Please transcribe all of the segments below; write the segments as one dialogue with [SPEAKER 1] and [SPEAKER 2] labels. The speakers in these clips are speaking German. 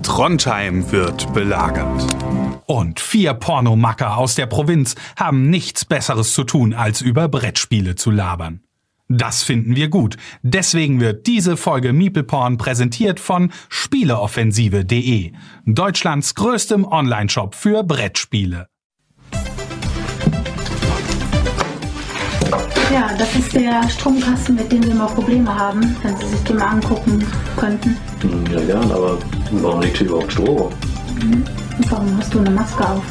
[SPEAKER 1] Trondheim wird belagert. Und 4 Pornomacker aus der Provinz haben nichts Besseres zu tun, als über Brettspiele zu labern. Das finden wir gut. Deswegen wird diese Folge MeeplePorn präsentiert von Spieleoffensive.de, Deutschlands größtem Onlineshop für Brettspiele.
[SPEAKER 2] Ja, das ist der Stromkasten, mit dem wir immer Probleme haben, wenn Sie sich den mal angucken könnten.
[SPEAKER 3] Ja, gern, aber warum liegt hier überhaupt Strom?
[SPEAKER 2] Und warum hast du eine Maske auf?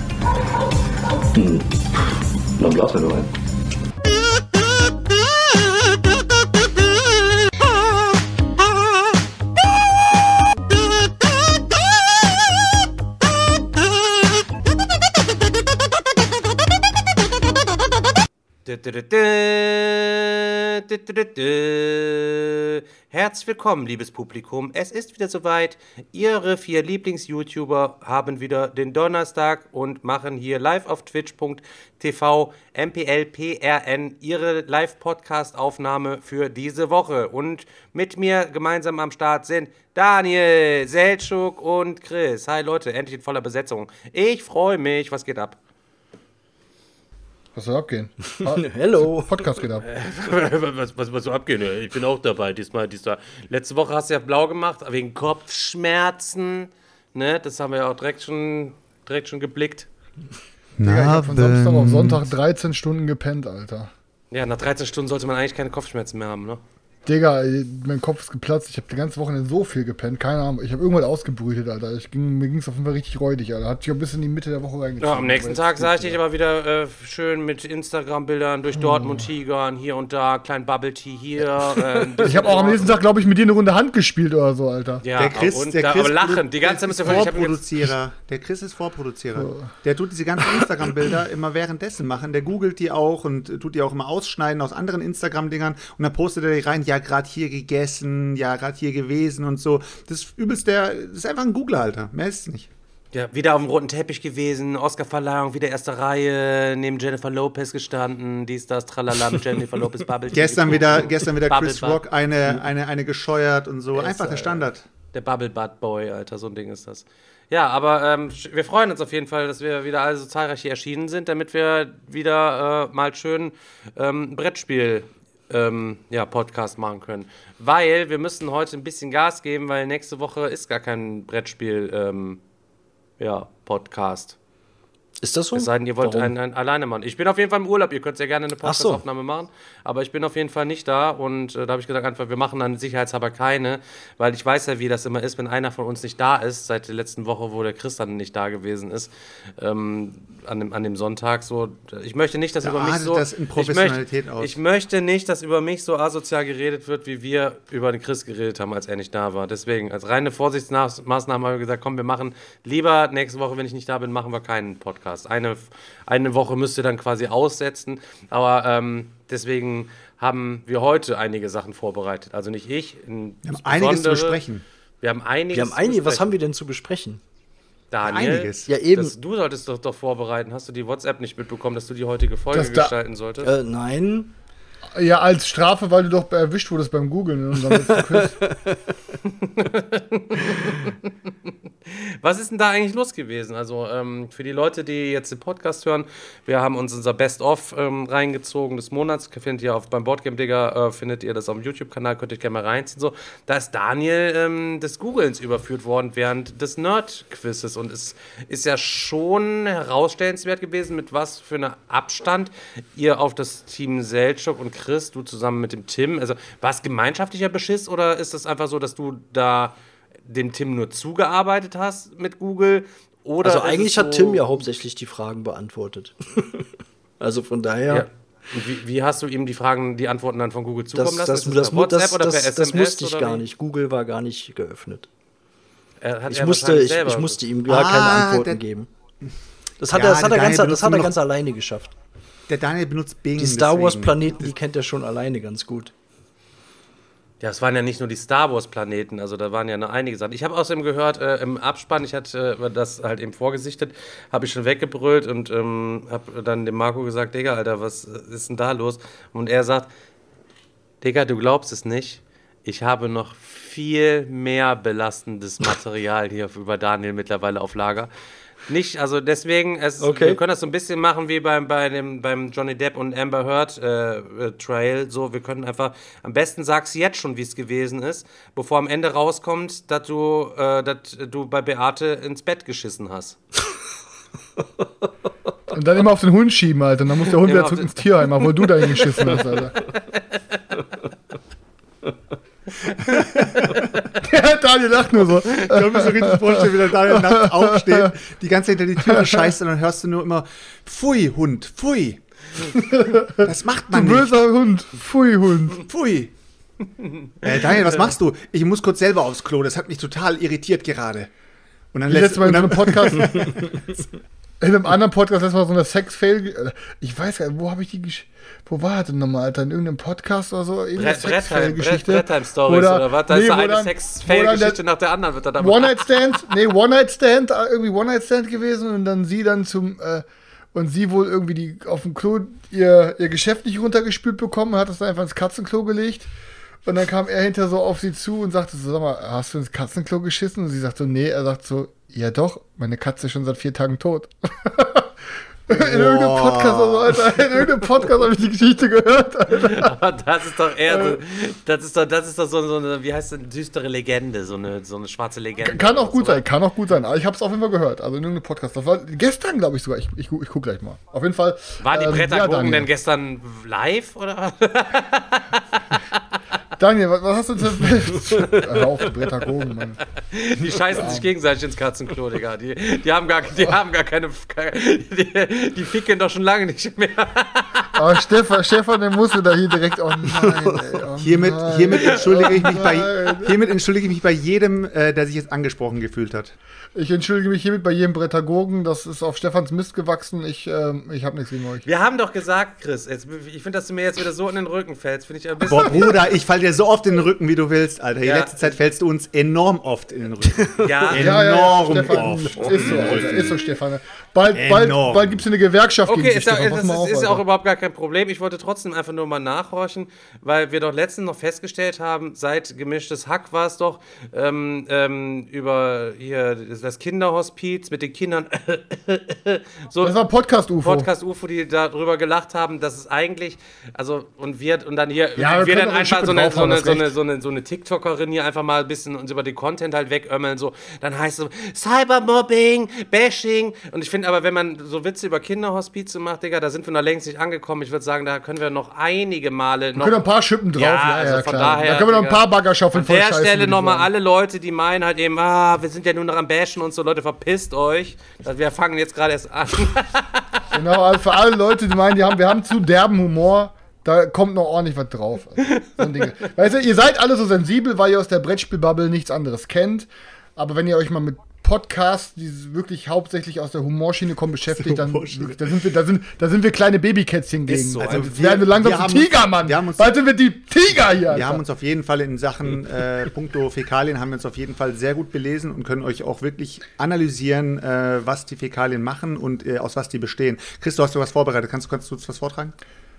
[SPEAKER 3] Dann blasen wir nur ein.
[SPEAKER 4] Herzlich willkommen, liebes Publikum. Es ist wieder soweit. Ihre 4 Lieblings-YouTuber haben wieder den Donnerstag und machen hier live auf twitch.tv MPLPRN ihre Live-Podcast-Aufnahme für diese Woche. Und mit mir gemeinsam am Start sind Daniel, Seltschuk und Chris. Hi Leute, endlich in voller Besetzung. Ich freue mich. Was geht ab?
[SPEAKER 5] Was soll abgehen?
[SPEAKER 6] Hello.
[SPEAKER 5] Podcast geht ab.
[SPEAKER 4] Was soll abgehen? Ich bin auch dabei diesmal. Letzte Woche hast du ja blau gemacht, wegen Kopfschmerzen. Ne? Das haben wir ja auch direkt schon geblickt.
[SPEAKER 5] Digga, ich hab von Samstag auf Sonntag 13 Stunden gepennt, Alter.
[SPEAKER 4] Ja, nach 13 Stunden sollte man eigentlich keine Kopfschmerzen mehr haben, ne?
[SPEAKER 5] Digga, mein Kopf ist geplatzt. Ich habe die ganze Woche so viel gepennt. Keine Ahnung. Ich habe irgendwann ausgebrütet, Alter. Mir ging es auf jeden Fall richtig räudig, Alter. Hat sich ein bisschen in die Mitte der Woche reingezogen.
[SPEAKER 4] Ja, am nächsten Tag sah ich dich aber wieder schön mit Instagram-Bildern durch Dortmund tigern, hier und da, kleinen Bubble Tea hier.
[SPEAKER 5] Ich habe auch am nächsten Tag, glaube ich, mit dir eine Runde Hand gespielt oder so, Alter.
[SPEAKER 4] Ja,
[SPEAKER 6] der Chris
[SPEAKER 4] aber lachen. Die ganze Zeit
[SPEAKER 6] Vorproduzierer. Der Chris ist Vorproduzierer. So. Der tut diese ganzen Instagram-Bilder immer währenddessen machen. Der googelt die auch und tut die auch immer ausschneiden aus anderen Instagram-Dingern und dann postet er die rein, ja, gerade hier gegessen, ja, gerade hier gewesen und so. Das ist das ist einfach ein Googler, Alter. Mehr ist es nicht.
[SPEAKER 4] Ja, wieder auf dem roten Teppich gewesen, Oscar-Verleihung, wieder erste Reihe, neben Jennifer Lopez gestanden, dies, das, tralala, mit Jennifer Lopez, Bubble Tea.
[SPEAKER 6] gestern wieder Chris Rock eine gescheuert und so. Einfach der Standard.
[SPEAKER 4] Der Bubble Butt Boy, Alter, so ein Ding ist das. Ja, aber wir freuen uns auf jeden Fall, dass wir wieder alle so zahlreich hier erschienen sind, damit wir wieder mal schön Brettspiel Podcast machen können. Weil wir müssen heute ein bisschen Gas geben, weil nächste Woche ist gar kein Brettspiel Podcast.
[SPEAKER 6] Ist das so?
[SPEAKER 4] Es sei denn, ihr wollt einen alleine machen. Ich bin auf jeden Fall im Urlaub, ihr könnt ja gerne eine Podcast-Aufnahme machen, aber ich bin auf jeden Fall nicht da und da habe ich gesagt, einfach, wir machen dann sicherheitshalber keine, weil ich weiß ja, wie das immer ist, wenn einer von uns nicht da ist, seit der letzten Woche, wo der Chris dann nicht da gewesen ist, an dem Sonntag, so, ich möchte nicht, dass über mich so...
[SPEAKER 6] das in Professionalität aus.
[SPEAKER 4] Ich möchte nicht, dass über mich so asozial geredet wird, wie wir über den Chris geredet haben, als er nicht da war. Deswegen, als reine Vorsichtsmaßnahme haben wir gesagt, komm, wir machen lieber nächste Woche, wenn ich nicht da bin, machen wir keinen Podcast. Eine Woche müsst ihr dann quasi aussetzen, aber deswegen haben wir heute einige Sachen vorbereitet. Also nicht ich.
[SPEAKER 6] Wir haben einiges zu besprechen.
[SPEAKER 4] Wir haben einiges.
[SPEAKER 6] Was haben wir denn zu besprechen?
[SPEAKER 4] Daniel,
[SPEAKER 6] einiges. Ja, eben.
[SPEAKER 4] Du solltest doch vorbereiten. Hast du die WhatsApp nicht mitbekommen, dass du die heutige Folge gestalten solltest?
[SPEAKER 6] Nein.
[SPEAKER 5] Ja, als Strafe, weil du doch erwischt wurdest beim Googlen. Und dann
[SPEAKER 4] Was ist denn da eigentlich los gewesen? Also für die Leute, die jetzt den Podcast hören, wir haben uns unser Best-of reingezogen des Monats. Findet ihr beim Boardgame Digger, findet ihr das auf dem YouTube-Kanal, könnt ihr gerne mal reinziehen. So, da ist Daniel des Googlens überführt worden während des Nerd-Quizzes und es ist ja schon herausstellenswert gewesen, mit was für einem Abstand ihr auf das Team Seltschuk und Chris, du zusammen mit dem Tim, also war es gemeinschaftlicher Beschiss oder ist es einfach so, dass du da dem Tim nur zugearbeitet hast mit Google? Oder
[SPEAKER 6] also eigentlich hat Tim ja hauptsächlich die Fragen beantwortet. Also von daher...
[SPEAKER 4] Ja. Und wie hast du ihm die Antworten dann von Google zukommen lassen?
[SPEAKER 6] Das musste ich gar nicht. Google war gar nicht geöffnet. Ich musste ihm gar keine Antworten geben. Das hat er ganz alleine geschafft.
[SPEAKER 5] Der Daniel benutzt Bing.
[SPEAKER 6] Die Star Wars Planeten, die kennt er schon alleine ganz gut.
[SPEAKER 4] Ja, es waren ja nicht nur die Star Wars Planeten, also da waren ja noch einige Sachen. Ich habe außerdem gehört, im Abspann, ich hatte das halt eben vorgesichtet, habe ich schon weggebrüllt und habe dann dem Marco gesagt, Digga, Alter, was ist denn da los? Und er sagt, Digga, du glaubst es nicht, Ich habe noch viel mehr belastendes Material hier über Daniel mittlerweile auf Lager. Nicht, also deswegen, wir können das so ein bisschen machen wie beim Johnny Depp und Amber Heard Trail. So, wir können einfach, am besten sagst du jetzt schon, wie es gewesen ist, bevor am Ende rauskommt, dass du bei Beate ins Bett geschissen hast.
[SPEAKER 5] Und dann immer auf den Hund schieben, Alter. Und dann muss der Hund wieder zurück ins Tierheim, obwohl du da hingeschissen hast, Alter. Ja, Daniel lacht nur so.
[SPEAKER 6] Ich kann mir so richtig vorstellen, wie der Daniel nachts aufsteht, die ganze Zeit hinter die Tür scheißt und dann hörst du nur immer, pfui, Hund, pfui. Das macht man
[SPEAKER 5] Du
[SPEAKER 6] nicht.
[SPEAKER 5] böser Hund. Pfui, Hund.
[SPEAKER 6] Pfui. Daniel, was machst du? Ich muss kurz selber aufs Klo, das hat mich total irritiert gerade. Und dann
[SPEAKER 5] Letztes Mal in einem Podcast, in einem anderen Podcast, letztes Mal so eine Sex-Fail, ich weiß gar nicht, wo habe ich die wo war das denn nochmal, Alter, in irgendeinem Podcast oder so?
[SPEAKER 4] Sex-Fail-Geschichte? Brettheim-Stories oder was? Da ist eine Sex-Fail-Geschichte nach der anderen. Wird da
[SPEAKER 5] One-Night-Stand, irgendwie One-Night-Stand gewesen und dann sie dann und sie wohl irgendwie auf dem Klo ihr Geschäft nicht runtergespült bekommen und hat das dann einfach ins Katzenklo gelegt. Und dann kam er hinter so auf sie zu und sagte so, sag mal, hast du ins Katzenklo geschissen? Und sie sagt so, nee. Er sagt so, ja doch, meine Katze ist schon seit 4 Tagen tot. In irgendeinem Podcast, also, Alter, in irgendeinem Podcast habe ich die Geschichte gehört, Alter.
[SPEAKER 4] Aber das ist doch eher so, das ist doch so eine, wie heißt das, eine düstere Legende, so eine schwarze Legende.
[SPEAKER 5] Kann auch gut sein. Aber ich habe es auf jeden Fall gehört, also in irgendeinem Podcast. Das war gestern, glaube ich sogar. Ich guck gleich mal. Auf jeden Fall.
[SPEAKER 4] Waren die Brettergogen denn gestern live, oder?
[SPEAKER 5] Daniel, was hast du denn Hör auf, Brettergogen, Mann.
[SPEAKER 4] Die scheißen sich gegenseitig ins Katzenklo, Digga. Die haben gar keine. Die ficken doch schon lange nicht mehr.
[SPEAKER 5] Aber Stefan, der musste da hier direkt. Oh nein, ey. Oh
[SPEAKER 6] Hiermit entschuldige ich mich bei jedem, der sich jetzt angesprochen gefühlt hat.
[SPEAKER 5] Ich entschuldige mich hiermit bei jedem Brettergogen. Das ist auf Stefans Mist gewachsen. Ich habe nichts gegen euch.
[SPEAKER 4] Wir haben doch gesagt, Chris, ich finde, dass du mir jetzt wieder so in den Rücken fällst. Finde ich ein bisschen.
[SPEAKER 6] Boah, Bruder, ich falle dir so oft in den Rücken, wie du willst, Alter. Die letzte Zeit fällst du uns enorm oft in den Rücken.
[SPEAKER 4] Ja,
[SPEAKER 6] enorm
[SPEAKER 5] Stefan,
[SPEAKER 6] oft.
[SPEAKER 5] Ist so, Stefan. Bald gibt es eine Gewerkschaft gegen dich, Stefan. Pass mal auf,
[SPEAKER 4] ist
[SPEAKER 5] Alter.
[SPEAKER 4] auch überhaupt gar kein Problem. Ich wollte trotzdem einfach nur mal nachhorchen, weil wir doch letztens noch festgestellt haben, seit Gemischtes Hack war es doch, über hier das Kinderhospiz mit den Kindern. So,
[SPEAKER 5] Das war Podcast-UFO.
[SPEAKER 4] Podcast-UFO, die darüber gelacht haben, dass es eigentlich, also, und dann hier,
[SPEAKER 5] Ja,
[SPEAKER 4] wir
[SPEAKER 5] wir
[SPEAKER 4] dann
[SPEAKER 5] können auch
[SPEAKER 4] einfach
[SPEAKER 5] eine Schippe draufhauen,
[SPEAKER 4] so eine TikTokerin hier einfach mal ein bisschen uns über den Content halt wegömmeln, so, dann heißt es so, Cybermobbing, Bashing, und ich finde aber, wenn man so Witze über Kinderhospize macht, Digga, da sind wir noch längst nicht angekommen. Ich würde sagen, da können wir noch einige Male
[SPEAKER 5] Wir können ein paar Schippen drauf.
[SPEAKER 4] Ja, also von
[SPEAKER 5] klar.
[SPEAKER 4] daher,
[SPEAKER 5] Da können wir noch ein
[SPEAKER 4] Digga,
[SPEAKER 5] paar Bagger schaufeln.
[SPEAKER 4] an der Stelle nochmal alle Leute, die meinen halt eben, wir sind ja nur noch am Bashen und so, Leute, verpisst euch. Wir fangen jetzt gerade erst an.
[SPEAKER 5] Genau, also für alle Leute, die meinen, wir haben zu derben Humor, da kommt noch ordentlich was drauf. Also, so ein Ding. Weißt du, ihr seid alle so sensibel, weil ihr aus der Brettspielbubble nichts anderes kennt. Aber wenn ihr euch mal mit Podcasts, die wirklich hauptsächlich aus der Humorschiene kommen, beschäftigt, dann sind wir kleine Babykätzchen gegen.
[SPEAKER 4] Ist so.
[SPEAKER 5] Also werden wir langsam zu Tiger, Mann. Bald sind wir die Tiger hier.
[SPEAKER 6] Wir haben uns auf jeden Fall in Sachen puncto Fäkalien haben wir uns auf jeden Fall sehr gut belesen und können euch auch wirklich analysieren, was die Fäkalien machen und aus was die bestehen. Chris, du hast was vorbereitet. Kannst du uns was vortragen?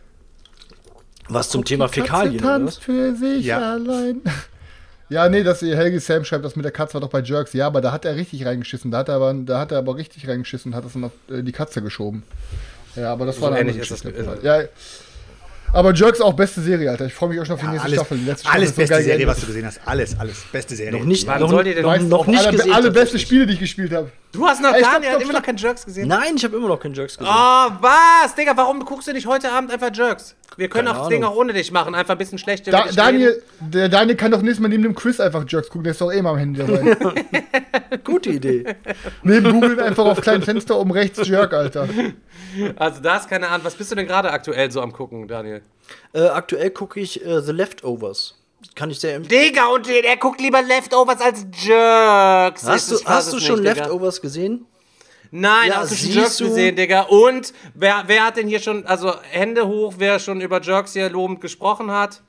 [SPEAKER 7] Was zum Thema Fäkalien,
[SPEAKER 5] tanzt für sich allein. Ja, nee, Helge Sam schreibt, das mit der Katze war doch bei Jerks. Ja, aber da hat er richtig reingeschissen. Da hat er aber richtig reingeschissen und hat das dann auf die Katze geschoben. Ja, aber das
[SPEAKER 4] So
[SPEAKER 5] war eine
[SPEAKER 4] ähnlich
[SPEAKER 5] andere
[SPEAKER 4] ist das
[SPEAKER 5] Geschichte. Ja, aber Jerks auch beste Serie, Alter. Ich freue mich auch schon auf die nächste Staffel. Die letzte Staffel
[SPEAKER 6] Alles
[SPEAKER 5] ist so
[SPEAKER 6] beste
[SPEAKER 5] geil
[SPEAKER 6] Serie,
[SPEAKER 5] geendet.
[SPEAKER 6] was du gesehen hast. Alles. Beste Serie.
[SPEAKER 7] Noch nicht,
[SPEAKER 4] Wann
[SPEAKER 7] noch,
[SPEAKER 4] soll die denn
[SPEAKER 7] noch nicht gesehen.
[SPEAKER 5] Alle beste
[SPEAKER 7] tatsächlich.
[SPEAKER 5] Spiele, die ich gespielt habe.
[SPEAKER 4] Du hast noch
[SPEAKER 5] Ey,
[SPEAKER 4] gar
[SPEAKER 5] stopp,
[SPEAKER 4] nicht,
[SPEAKER 5] stopp,
[SPEAKER 4] immer noch keinen Jerks gesehen?
[SPEAKER 7] Nein, ich habe immer noch keinen Jerks gesehen.
[SPEAKER 4] Oh, was? Digga, warum guckst du nicht heute Abend einfach Jerks? Wir können
[SPEAKER 7] Keine
[SPEAKER 4] auch das Ding
[SPEAKER 7] Ahnung.
[SPEAKER 4] auch ohne dich machen. Einfach ein bisschen schlechter.
[SPEAKER 5] Daniel kann doch nächstes Mal neben dem Quiz einfach Jerks gucken. Der ist doch eh mal am Handy dabei.
[SPEAKER 7] Gute Idee.
[SPEAKER 5] Neben Google einfach auf kleinen Fenster oben rechts Jerk, Alter.
[SPEAKER 4] Also da ist keine Ahnung. Was bist du denn gerade aktuell so am gucken, Daniel?
[SPEAKER 7] Aktuell gucke ich The Leftovers. Kann ich sehr empfehlen.
[SPEAKER 4] Digga, und er guckt lieber Leftovers als Jerks.
[SPEAKER 7] Hast du schon Leftovers gesehen?
[SPEAKER 4] Nein,
[SPEAKER 7] Ja,
[SPEAKER 4] hast du schon
[SPEAKER 7] siehst
[SPEAKER 4] Jerks
[SPEAKER 7] du?
[SPEAKER 4] gesehen, Digga? Und wer hat denn hier schon, also Hände hoch, wer schon über Jerks hier lobend gesprochen hat?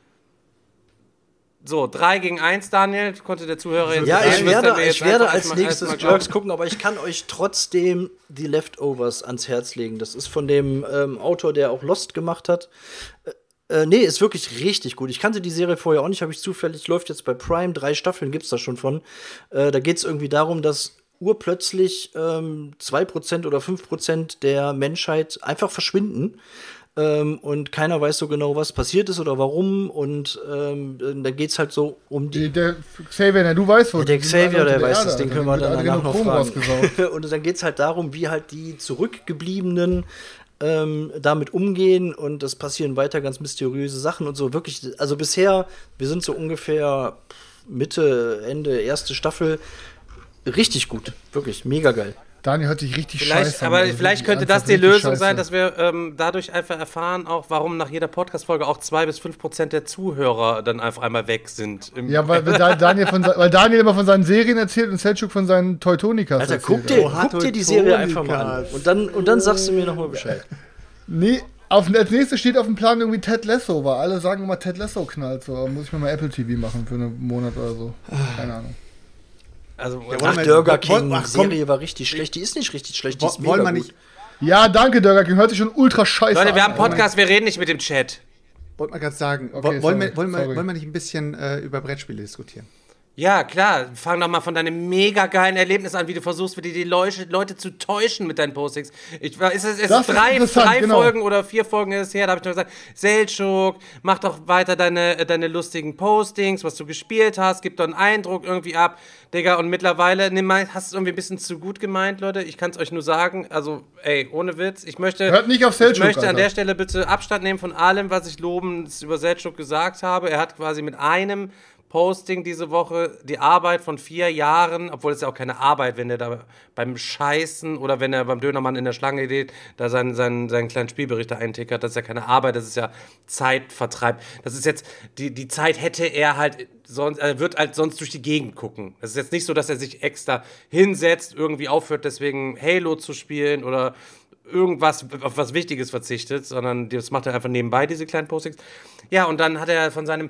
[SPEAKER 4] So, 3-1, Daniel. Konnte der Zuhörer jetzt
[SPEAKER 7] Ja,
[SPEAKER 4] sagen.
[SPEAKER 7] ich
[SPEAKER 4] Müsst ihr mir
[SPEAKER 7] werde
[SPEAKER 4] jetzt einfach
[SPEAKER 7] als
[SPEAKER 4] erstmal
[SPEAKER 7] nächstes
[SPEAKER 4] glauben.
[SPEAKER 7] Jerks gucken, aber ich kann euch trotzdem die Leftovers ans Herz legen. Das ist von dem Autor, der auch Lost gemacht hat. Nee, ist wirklich richtig gut. Ich kannte die Serie vorher auch nicht, habe ich zufällig, läuft jetzt bei Prime, 3 Staffeln gibt's da schon von. Da geht's irgendwie darum, dass urplötzlich 2% oder 5% der Menschheit einfach verschwinden. Und keiner weiß so genau, was passiert ist oder warum. Und da geht's halt so um die.
[SPEAKER 5] Der Xavier, du weißt wohl.
[SPEAKER 7] Der Xavier, der weiß das, den können wir dann danach noch fragen.
[SPEAKER 5] Rausgesaugt.
[SPEAKER 7] Und dann geht's halt darum, wie halt die Zurückgebliebenen damit umgehen. Und es passieren weiter ganz mysteriöse Sachen und so. Wirklich, also bisher, wir sind so ungefähr Mitte, Ende, erste Staffel. Richtig gut. Wirklich, mega geil.
[SPEAKER 5] Daniel hört sich richtig
[SPEAKER 4] Vielleicht,
[SPEAKER 5] scheiße
[SPEAKER 4] aber
[SPEAKER 5] an. Also
[SPEAKER 4] vielleicht könnte das die Lösung sein, dass wir dadurch einfach erfahren, auch warum nach jeder Podcast-Folge auch 2-5% der Zuhörer dann einfach einmal weg sind.
[SPEAKER 5] Ja, weil Daniel immer von seinen Serien erzählt und Selçuk von seinen Teutonikas
[SPEAKER 7] Alter,
[SPEAKER 5] erzählt.
[SPEAKER 7] guck dir die Serie einfach mal an. Und dann sagst du mir nochmal Bescheid.
[SPEAKER 5] Nee, als nächstes steht auf dem Plan irgendwie Ted Lasso, weil alle sagen immer, Ted Lasso knallt so. Muss ich mir mal Apple TV machen für einen Monat oder so. Keine Ahnung.
[SPEAKER 4] Also,
[SPEAKER 7] Burger King-Serie war richtig schlecht. Die ist nicht richtig schlecht, die ist mega
[SPEAKER 6] wollen wir
[SPEAKER 7] gut.
[SPEAKER 6] nicht.
[SPEAKER 5] Ja, danke, Burger King. Hört sich schon ultra scheiße an.
[SPEAKER 4] Leute, wir haben einen Podcast, wir reden nicht mit dem Chat.
[SPEAKER 6] Wollte mal gerade sagen,
[SPEAKER 5] Okay,
[SPEAKER 6] wollen
[SPEAKER 5] sorry.
[SPEAKER 6] wir nicht ein bisschen über Brettspiele diskutieren?
[SPEAKER 4] Ja, klar. Fang doch mal von deinem mega geilen Erlebnis an, wie du versuchst, die Leute zu täuschen mit deinen Postings. Es ist
[SPEAKER 5] Das ist
[SPEAKER 4] drei
[SPEAKER 5] interessant, genau.
[SPEAKER 4] Folgen oder 4 Folgen ist es her, da habe ich noch gesagt, Selçuk, mach doch weiter deine lustigen Postings, was du gespielt hast, gib doch einen Eindruck irgendwie ab, Digga. Und mittlerweile, hast du es irgendwie ein bisschen zu gut gemeint, Leute. Ich kann es euch nur sagen, also, ey, ohne Witz,
[SPEAKER 5] Hört nicht auf Selçuk,
[SPEAKER 4] ich möchte an
[SPEAKER 5] Alter.
[SPEAKER 4] der Stelle bitte Abstand nehmen von allem, was ich lobend über Selçuk gesagt habe. Er hat quasi mit einem Posting diese Woche die Arbeit von 4 Jahren, obwohl es ja auch keine Arbeit, wenn er da beim Scheißen oder wenn er beim Dönermann in der Schlange steht, da seinen kleinen Spielbericht da eintickert, das ist ja keine Arbeit, das ist ja Zeitvertreib. Das ist jetzt, die Zeit hätte er halt sonst, er wird halt sonst durch die Gegend gucken. Es ist jetzt nicht so, dass er sich extra hinsetzt, irgendwie aufhört, deswegen Halo zu spielen oder irgendwas auf was Wichtiges verzichtet, sondern das macht er einfach nebenbei, diese kleinen Postings. Ja, und dann hat er von seinem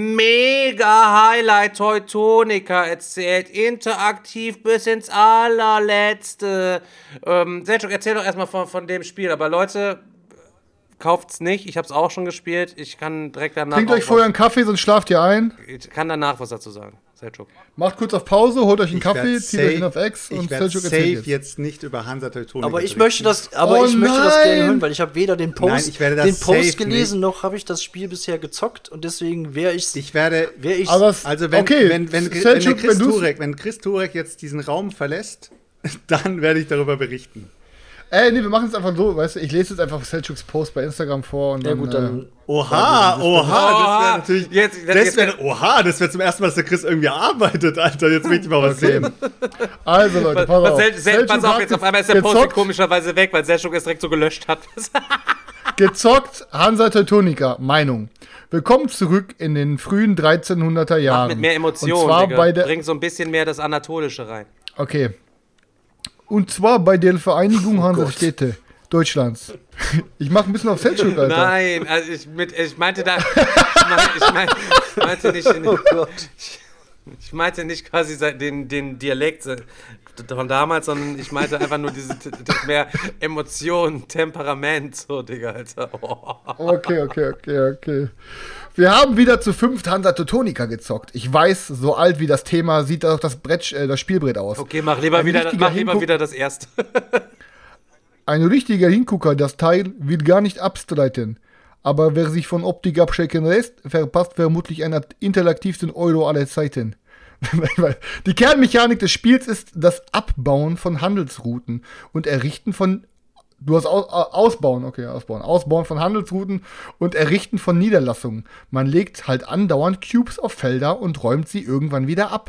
[SPEAKER 4] Mega-Highlight Teutonica erzählt, interaktiv bis ins allerletzte. Selçuk, erzähl doch erstmal von dem Spiel, aber Leute, kauft's nicht, ich hab's auch schon gespielt, ich kann direkt danach...
[SPEAKER 5] Trinkt euch vorher einen Kaffee, sonst schlaft ihr ein.
[SPEAKER 4] Ich kann danach was dazu sagen, Selçuk.
[SPEAKER 5] Macht kurz auf Pause, holt euch einen Kaffee, zieht euch ihn auf X und
[SPEAKER 6] ich werde
[SPEAKER 5] Selçuk
[SPEAKER 6] safe
[SPEAKER 5] erzählt
[SPEAKER 6] jetzt nicht über Hansa Teutonica
[SPEAKER 7] Aber ich
[SPEAKER 6] berichten.
[SPEAKER 7] möchte das gerne hören, weil ich habe weder den Post,
[SPEAKER 6] Nein, ich werde das safe
[SPEAKER 7] gelesen, noch habe ich das Spiel bisher gezockt und deswegen wäre ich
[SPEAKER 5] Aber
[SPEAKER 6] Also wenn
[SPEAKER 5] Selçuk,
[SPEAKER 6] wenn Chris Turek jetzt diesen Raum verlässt, dann werde ich darüber berichten.
[SPEAKER 5] Nee, wir machen es einfach so, weißt du, ich lese jetzt einfach Selçuks Post bei Instagram vor und
[SPEAKER 7] ja gut, dann
[SPEAKER 6] Oha, das wäre natürlich.
[SPEAKER 4] Jetzt-
[SPEAKER 6] Das wäre zum ersten Mal, dass der Chris irgendwie arbeitet, Alter. Jetzt möchte ich mal was sehen.
[SPEAKER 5] Also Leute, pass auf.
[SPEAKER 4] Pass auf, jetzt auf einmal ist der Post
[SPEAKER 5] gezockt,
[SPEAKER 4] komischerweise weg, weil Selçuk es direkt so gelöscht hat.
[SPEAKER 5] gezockt, Hansa Teutonica, Meinung. Willkommen zurück in den frühen 1300er Jahren.
[SPEAKER 4] Mit mehr
[SPEAKER 5] Und
[SPEAKER 4] Emotionen,
[SPEAKER 5] zwar
[SPEAKER 4] Digga.
[SPEAKER 5] bei der,
[SPEAKER 4] Bring so ein bisschen mehr das Anatolische rein.
[SPEAKER 5] okay. Und zwar bei der Vereinigung Hansestädte Deutschlands. Ich mach ein bisschen auf Selçuk, Alter.
[SPEAKER 4] Nein, also ich meinte da. Ich meinte nicht. Ich meinte nicht quasi den Dialekt von damals, sondern ich meinte einfach nur diese mehr Emotion, Temperament, so, Digga, Alter. Oh.
[SPEAKER 5] Okay. Wir haben wieder zu 5 Hansa Teutonica gezockt. Ich weiß, so alt wie das Thema sieht auch das Spielbrett aus.
[SPEAKER 4] Okay, mach lieber wieder das erste.
[SPEAKER 5] Ein richtiger Hingucker, das Teil, will gar nicht abstreiten. Aber wer sich von Optik abschrecken lässt, verpasst vermutlich einen interaktivsten Euro aller Zeiten. Die Kernmechanik des Spiels ist das Abbauen von Handelsrouten und Errichten von Ausbauen von Handelsrouten und Errichten von Niederlassungen. Man legt halt andauernd Cubes auf Felder und räumt sie irgendwann wieder ab.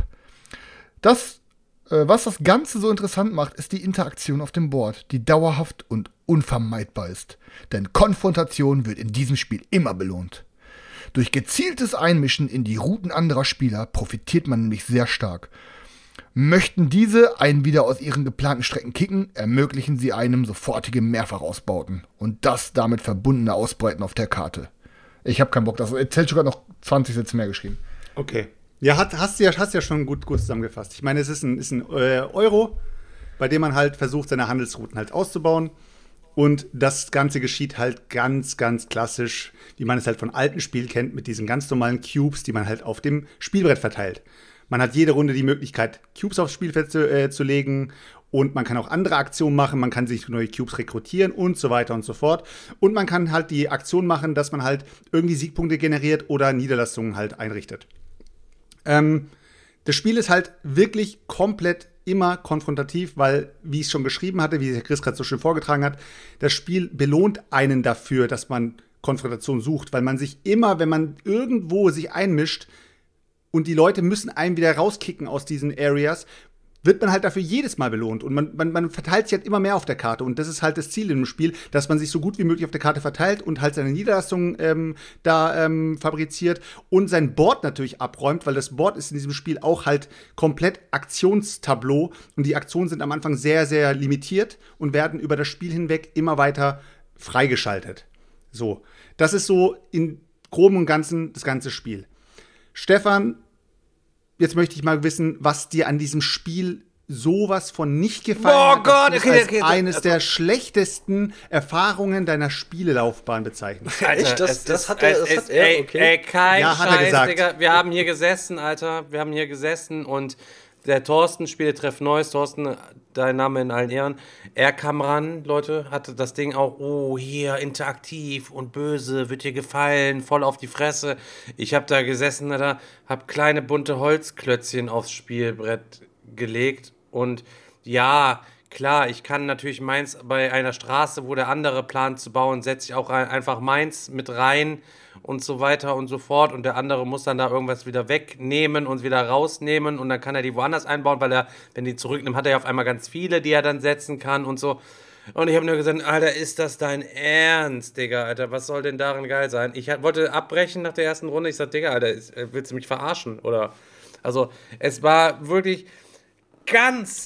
[SPEAKER 5] Was das Ganze so interessant macht, ist die Interaktion auf dem Board, die dauerhaft und unvermeidbar ist. Denn Konfrontation wird in diesem Spiel immer belohnt. Durch gezieltes Einmischen in die Routen anderer Spieler profitiert man nämlich sehr stark. Möchten diese einen wieder aus ihren geplanten Strecken kicken, ermöglichen sie einem sofortige Mehrfachausbauten und das damit verbundene Ausbreiten auf der Karte. Ich habe keinen Bock, Selçuk hat noch 20 Sätze mehr geschrieben.
[SPEAKER 6] Okay. Ja, hast ja schon gut zusammengefasst. Ich meine, es ist ein Euro, bei dem man halt versucht, seine Handelsrouten halt auszubauen. Und das Ganze geschieht halt ganz, ganz klassisch, wie man es halt von alten Spielen kennt, mit diesen ganz normalen Cubes, die man halt auf dem Spielbrett verteilt. Man hat jede Runde die Möglichkeit, Cubes aufs Spielfeld zu legen. Und man kann auch andere Aktionen machen, man kann sich neue Cubes rekrutieren und so weiter und so fort. Und man kann halt die Aktion machen, dass man halt irgendwie Siegpunkte generiert oder Niederlassungen halt einrichtet. Das Spiel ist halt wirklich komplett immer konfrontativ, weil, wie ich es schon geschrieben hatte, wie Chris gerade so schön vorgetragen hat, das Spiel belohnt einen dafür, dass man Konfrontation sucht, weil man sich immer, wenn man irgendwo sich einmischt und die Leute müssen einen wieder rauskicken aus diesen Areas, wird man halt dafür jedes Mal belohnt. Und man verteilt sich halt immer mehr auf der Karte. Und das ist halt das Ziel im Spiel, dass man sich so gut wie möglich auf der Karte verteilt und halt seine Niederlassungen fabriziert und sein Board natürlich abräumt, weil das Board ist in diesem Spiel auch halt komplett Aktionstableau. Und die Aktionen sind am Anfang sehr, sehr limitiert und werden über das Spiel hinweg immer weiter freigeschaltet. So, das ist so in Groben und Ganzen das ganze Spiel. Stefan, jetzt möchte ich mal wissen, was dir an diesem Spiel sowas von nicht gefallen hat.
[SPEAKER 4] Gott,
[SPEAKER 6] dass du es als eines der schlechtesten Erfahrungen deiner Spielelaufbahn bezeichnet.
[SPEAKER 7] Echt? Das hat er, okay.
[SPEAKER 4] Ey, kein
[SPEAKER 6] Ja, hat er
[SPEAKER 4] Scheiß,
[SPEAKER 6] gesagt.
[SPEAKER 4] Digga. Wir haben hier gesessen, Alter. Wir haben hier gesessen und der Thorsten, Spieletreff Neues, Thorsten, dein Name in allen Ehren, er kam ran, Leute, hatte das Ding auch, oh, hier, interaktiv und böse, wird dir gefallen, voll auf die Fresse. Ich hab da gesessen, Alter, hab kleine bunte Holzklötzchen aufs Spielbrett gelegt und ja, klar, ich kann natürlich meins bei einer Straße, wo der andere plant zu bauen, setze ich auch einfach meins mit rein und so weiter und so fort. Und der andere muss dann da irgendwas wieder wegnehmen und wieder rausnehmen und dann kann er die woanders einbauen, weil er, wenn die zurücknimmt, hat er ja auf einmal ganz viele, die er dann setzen kann und so. Und ich habe nur gesagt, Alter, ist das dein Ernst, Digga, Alter, was soll denn daran geil sein? Ich wollte abbrechen nach der ersten Runde, ich sag, Digga, Alter, willst du mich verarschen? Oder, also, es war wirklich ganz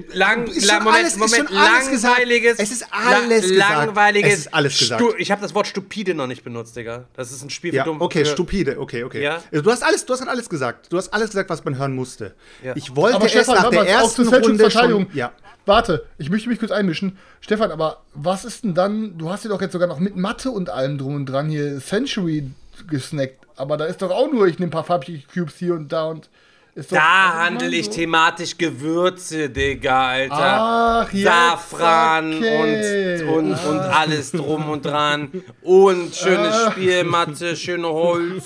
[SPEAKER 4] langweiliges.
[SPEAKER 6] Es ist alles gesagt.
[SPEAKER 4] Langweiliges.
[SPEAKER 6] Es ist alles gesagt.
[SPEAKER 4] Ich habe das Wort stupide noch nicht benutzt, Digga. Das ist ein Spiel für
[SPEAKER 6] Ja,
[SPEAKER 4] dumm.
[SPEAKER 6] okay, stupide, okay.
[SPEAKER 4] Ja?
[SPEAKER 6] Du hast gerade alles gesagt. Du hast alles gesagt, was man hören musste.
[SPEAKER 4] Ja.
[SPEAKER 6] Ich wollte
[SPEAKER 5] Aber
[SPEAKER 6] es
[SPEAKER 5] Stefan,
[SPEAKER 6] nach der ersten Runde schon... Ja.
[SPEAKER 5] Warte, ich möchte mich kurz einmischen. Stefan, aber was ist denn dann, du hast ja doch jetzt sogar noch mit Mathe und allem drum und dran hier Century gesnackt, aber da ist doch auch nur, ich nehme ein paar farbige Cubes hier und da und ist doch,
[SPEAKER 4] Da handle ich thematisch Gewürze, Digga, Alter.
[SPEAKER 5] Ach, jetzt,
[SPEAKER 4] Safran
[SPEAKER 5] okay.
[SPEAKER 4] und alles drum und dran. Und schönes Spielmatte, schöne Holz.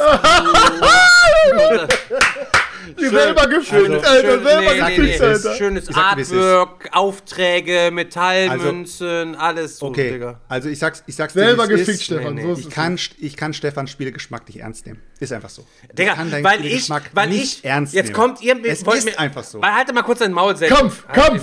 [SPEAKER 5] Selber gefühlt, Alter, selber gefühlt, Alter.
[SPEAKER 4] Schönes
[SPEAKER 6] Ich sag dir, wie es ist.
[SPEAKER 4] Artwork, Aufträge, Metallmünzen, alles so,
[SPEAKER 6] Okay,
[SPEAKER 4] Digga.
[SPEAKER 6] also ich sag's
[SPEAKER 5] Selber
[SPEAKER 6] dir, wie es
[SPEAKER 5] gefickt,
[SPEAKER 6] ist.
[SPEAKER 5] Stefan.
[SPEAKER 4] Nee,
[SPEAKER 5] So ist
[SPEAKER 6] Ich kann Stefans Spielegeschmack nicht ernst nehmen. Ist einfach so.
[SPEAKER 4] Digga,
[SPEAKER 6] ich kann deinen
[SPEAKER 4] weil
[SPEAKER 6] Spielegeschmack
[SPEAKER 4] ich,
[SPEAKER 6] nicht ernst
[SPEAKER 4] jetzt
[SPEAKER 6] nehmen.
[SPEAKER 4] kommt ihr,
[SPEAKER 6] Es
[SPEAKER 4] wollt
[SPEAKER 6] ist
[SPEAKER 4] mir,
[SPEAKER 6] einfach so.
[SPEAKER 4] Weil halt mal kurz dein Maul selbst.
[SPEAKER 5] Kampf!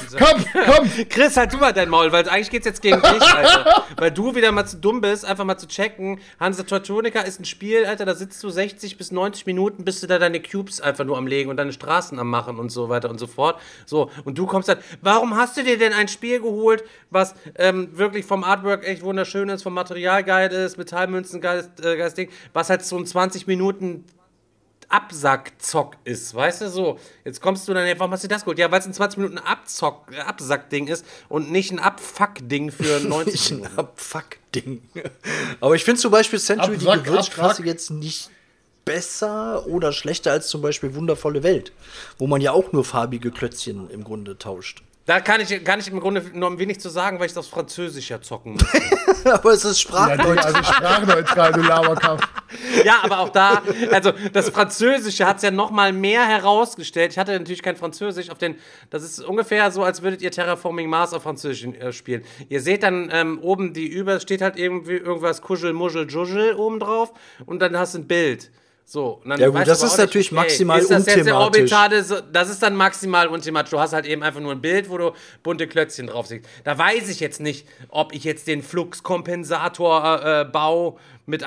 [SPEAKER 4] Chris, halt du mal dein Maul, weil eigentlich geht's jetzt gegen dich, Alter. Weil du wieder mal zu dumm bist, einfach mal zu checken. Hansa Teutonica ist ein Spiel, Alter, da sitzt du 60 bis 90 Minuten, bist du da deine Cubes einfach nur am Legen und deine Straßen am Machen und so weiter und so fort. So, und du kommst dann, warum hast du dir denn ein Spiel geholt, was wirklich vom Artwork echt wunderschön ist, vom Material geil ist, Metallmünzen geiles Ding, was halt so ein 20 Minuten Absackzock ist, weißt du, so. Jetzt kommst du dann, warum hast du das geholt? Ja, weil es ein 20 Minuten Absackding ist und nicht ein Abfuck-Ding für 90 Minuten.
[SPEAKER 7] Ein Abfuck-Ding. Aber ich finde zum Beispiel Century die Gewürzstraße jetzt nicht besser oder schlechter als zum Beispiel Wundervolle Welt, wo man ja auch nur farbige Klötzchen im Grunde tauscht.
[SPEAKER 4] Da kann ich im Grunde noch wenig zu sagen, weil ich das auf Französisch ja zocken muss.
[SPEAKER 7] Aber es ist sprachdeutsch.
[SPEAKER 5] Also sprachneutral, du Laberkampf.
[SPEAKER 4] Ja, aber auch da, also das Französische hat es ja noch mal mehr herausgestellt. Ich hatte natürlich kein Französisch das ist ungefähr so, als würdet ihr Terraforming Mars auf Französisch spielen. Ihr seht dann oben steht halt irgendwie irgendwas Kuschel, Muschel, Juschel oben drauf und dann hast du ein Bild. So, und dann
[SPEAKER 7] Ja gut, das ist natürlich maximal unthematisch.
[SPEAKER 4] Das ist dann maximal unthematisch. Du hast halt eben einfach nur ein Bild, wo du bunte Klötzchen drauf siehst. Da weiß ich jetzt nicht, ob ich jetzt den Fluxkompensator baue mit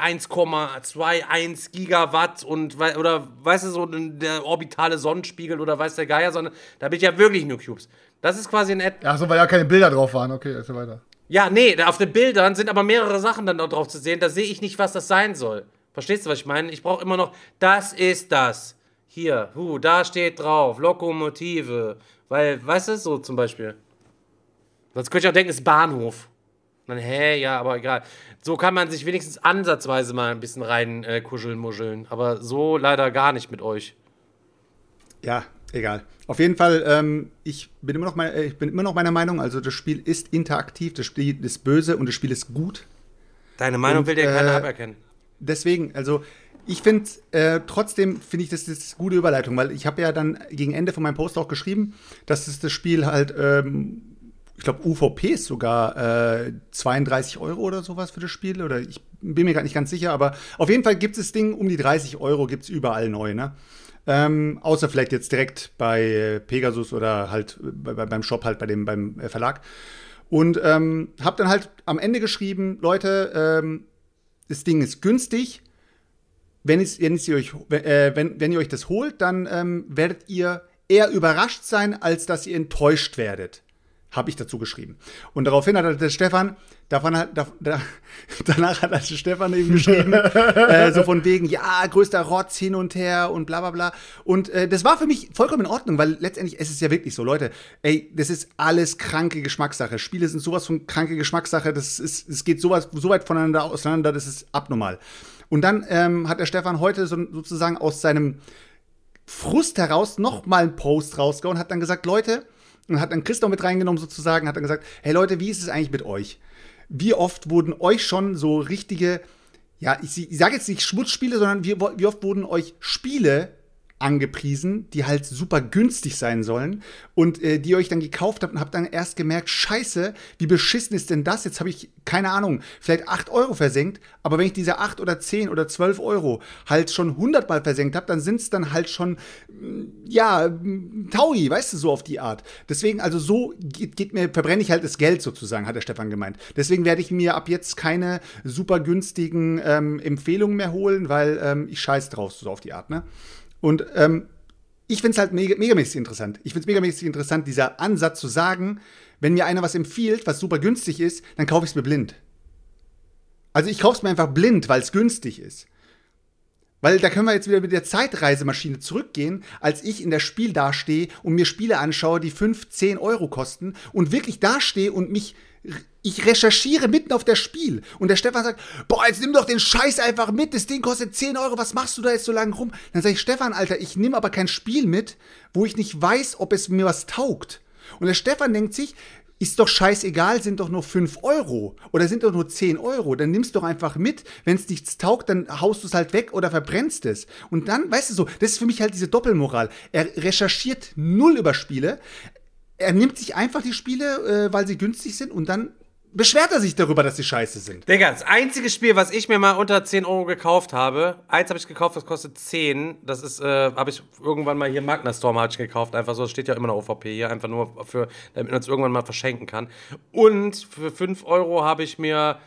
[SPEAKER 4] 1,21 Gigawatt oder weißt du, so der orbitale Sonnenspiegel oder weiß der Geier, sondern da bin ich ja wirklich nur Cubes. Das ist quasi ein
[SPEAKER 5] Ach so, weil ja keine Bilder drauf waren. Okay, also weiter.
[SPEAKER 4] Ja, nee, auf den Bildern sind aber mehrere Sachen dann drauf zu sehen. Da sehe ich nicht, was das sein soll. Verstehst du, was ich meine? Ich brauche immer noch, das ist das. Hier, da steht drauf, Lokomotive. Weil, weißt du, so zum Beispiel. Sonst könnte ich auch denken, es ist Bahnhof. Und dann, ja, aber egal. So kann man sich wenigstens ansatzweise mal ein bisschen rein kuscheln, muscheln. Aber so leider gar nicht mit euch.
[SPEAKER 6] Ja, egal. Auf jeden Fall, ich bin immer noch meiner Meinung, also das Spiel ist interaktiv, das Spiel ist böse und das Spiel ist gut.
[SPEAKER 4] Deine Meinung will dir keiner aberkennen.
[SPEAKER 6] Deswegen, also ich finde, trotzdem finde ich, das ist eine gute Überleitung, weil ich habe ja dann gegen Ende von meinem Post auch geschrieben, dass es das Spiel halt, ich glaube, UVP ist sogar 32 € oder sowas für das Spiel, oder ich bin mir gar nicht ganz sicher, aber auf jeden Fall gibt es das Ding um die 30 €, gibt es überall neu, ne? Außer vielleicht jetzt direkt bei Pegasus oder halt beim Shop, halt beim Verlag. Und habe dann halt am Ende geschrieben, Leute, das Ding ist günstig. Wenn ihr euch das holt, dann werdet ihr eher überrascht sein, als dass ihr enttäuscht werdet. Habe ich dazu geschrieben. Und daraufhin hat der Stefan, danach hat der Stefan eben geschrieben, so von wegen, ja, größter Rotz hin und her und bla bla bla. Und das war für mich vollkommen in Ordnung, weil letztendlich es ist ja wirklich so, Leute, ey, das ist alles kranke Geschmackssache. Spiele sind sowas von kranke Geschmackssache, es geht so weit voneinander auseinander, das ist abnormal. Und dann hat der Stefan heute sozusagen aus seinem Frust heraus nochmal einen Post rausgehauen und hat dann gesagt, Leute, und hat dann Christoph mit reingenommen sozusagen, hat dann gesagt, hey Leute, wie ist es eigentlich mit euch? Wie oft wurden euch schon so richtige, ja, ich sage jetzt nicht Schmutzspiele, sondern wie oft wurden euch Spiele angepriesen, die halt super günstig sein sollen und die ihr euch dann gekauft habt und habt dann erst gemerkt, scheiße, wie beschissen ist denn das? Jetzt habe ich, keine Ahnung, vielleicht 8 € versenkt, aber wenn ich diese 8 oder 10 oder 12 € halt schon 100-mal versenkt habe, dann sind es dann halt schon, ja, Taui, weißt du, so auf die Art. Deswegen, also so verbrenne ich halt das Geld sozusagen, hat der Stefan gemeint. Deswegen werde ich mir ab jetzt keine super günstigen Empfehlungen mehr holen, weil ich scheiß drauf, so auf die Art, ne? Und ich finde es halt megamäßig interessant. Ich finde es megamäßig interessant, dieser Ansatz zu sagen, wenn mir einer was empfiehlt, was super günstig ist, dann kaufe ich es mir blind. Also ich kaufe es mir einfach blind, weil es günstig ist. Weil da können wir jetzt wieder mit der Zeitreisemaschine zurückgehen, als ich in der Spiel dastehe und mir Spiele anschaue, die 5, 10 € kosten und wirklich dastehe und ich recherchiere mitten auf das Spiel. Und der Stefan sagt, boah, jetzt nimm doch den Scheiß einfach mit, das Ding kostet 10 €, was machst du da jetzt so lange rum? Dann sage ich, Stefan, Alter, ich nehme aber kein Spiel mit, wo ich nicht weiß, ob es mir was taugt. Und der Stefan denkt sich, ist doch scheißegal, sind doch nur 5 € oder sind doch nur 10 €, dann nimmst du doch einfach mit. Wenn es nichts taugt, dann haust du es halt weg oder verbrennst es. Und dann, weißt du so, das ist für mich halt diese Doppelmoral. Er recherchiert null über Spiele, er nimmt sich einfach die Spiele, weil sie günstig sind und dann beschwert er sich darüber, dass sie scheiße sind.
[SPEAKER 4] Digga, das einzige Spiel, was ich mir mal unter 10 € gekauft habe, eins habe ich gekauft, das kostet 10. Das ist, habe ich irgendwann mal hier Magna Storm halt gekauft. Einfach so, das steht ja immer noch OVP hier, einfach nur damit man es irgendwann mal verschenken kann. Und für 5 € habe ich mir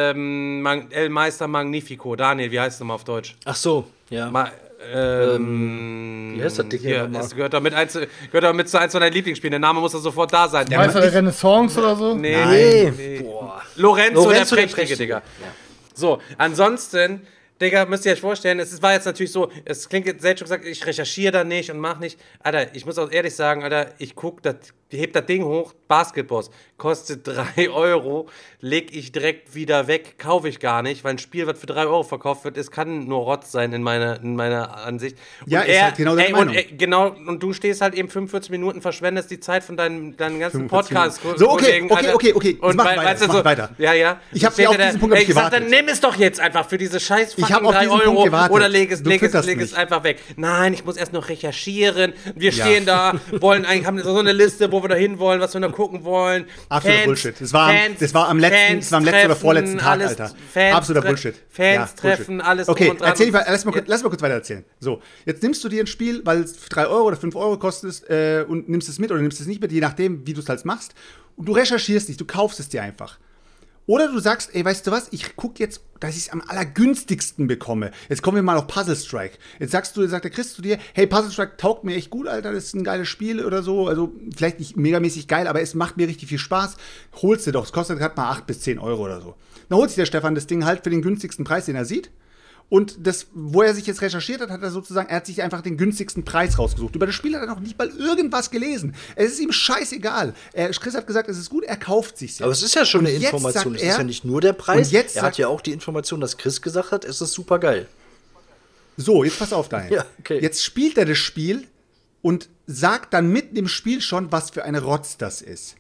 [SPEAKER 4] El Meister Magnifico. Daniel, wie heißt es nochmal auf Deutsch?
[SPEAKER 7] Ach so, ja.
[SPEAKER 4] Wie heißt das Ding hier? Es gehört damit zu eins von deinen Lieblingsspielen. Der Name muss da sofort da sein.
[SPEAKER 5] Meister der Renaissance oder so?
[SPEAKER 4] Nee.
[SPEAKER 7] Boah.
[SPEAKER 4] Lorenzo der Prächtige, Digga. So, ansonsten, Digga, müsst ihr euch vorstellen, es war jetzt natürlich so, es klingt jetzt selbst schon gesagt, ich recherchiere da nicht und mach nicht. Alter, ich muss auch ehrlich sagen, Alter, ich heb das Ding hoch, Basketballs, kostet 3 €, leg ich direkt wieder weg, kaufe ich gar nicht, weil ein Spiel, was für 3 € verkauft wird, es kann nur Rotz sein in meiner Ansicht. Und
[SPEAKER 6] ja, ist halt genau deine Meinung.
[SPEAKER 4] Und du stehst halt eben 45 Minuten, verschwendest die Zeit von deinen ganzen Podcasts.
[SPEAKER 6] So, okay.
[SPEAKER 4] Und
[SPEAKER 6] mach weiter.
[SPEAKER 4] Ja.
[SPEAKER 6] Ich habe auf diesen Punkt gewartet.
[SPEAKER 4] Dann nimm es doch jetzt einfach für diese scheiß
[SPEAKER 6] ich habe auf
[SPEAKER 4] 3
[SPEAKER 6] diesen Punkt gewartet.
[SPEAKER 4] oder leg es einfach weg. Nein, ich muss erst noch recherchieren. Wir stehen da, haben so eine Liste, wo wir da hin wollen, was wir noch gucken wollen.
[SPEAKER 6] Absoluter Bullshit. Das war am letzten oder vorletzten Tag, Alter. Absoluter Bullshit.
[SPEAKER 4] Fans treffen, alles
[SPEAKER 6] okay,
[SPEAKER 4] drum und dran.
[SPEAKER 6] Lass mal kurz weiter erzählen. So, jetzt nimmst du dir ein Spiel, weil es 3 € oder 5 € kostet und nimmst es mit oder nimmst es nicht mit, je nachdem, wie du es halt machst. Und du recherchierst nicht, du kaufst es dir einfach. Oder du sagst, ey, weißt du was, ich gucke jetzt, dass ich es am allergünstigsten bekomme. Jetzt kommen wir mal auf Puzzle Strike. Jetzt sagt der Chris zu dir, hey, Puzzle Strike taugt mir echt gut, Alter, das ist ein geiles Spiel oder so. Also vielleicht nicht megamäßig geil, aber es macht mir richtig viel Spaß. Holst du doch, es kostet gerade mal 8 bis 10 € oder so. Dann holt sich der Stefan das Ding halt für den günstigsten Preis, den er sieht. Und das, wo er sich jetzt recherchiert hat, er hat sich einfach den günstigsten Preis rausgesucht. Über das Spiel hat er noch nicht mal irgendwas gelesen. Es ist ihm scheißegal. Chris hat gesagt, es ist gut, er kauft sich's jetzt.
[SPEAKER 7] Aber es ist ja schon eine Information. Es ist ja nicht nur der Preis. Er hat ja auch die Information, dass Chris gesagt hat, es ist super geil.
[SPEAKER 6] So, jetzt pass auf, Daniel.
[SPEAKER 7] Ja, okay.
[SPEAKER 6] Jetzt spielt er das Spiel und sagt dann mitten im Spiel schon, was für eine Rotz das ist.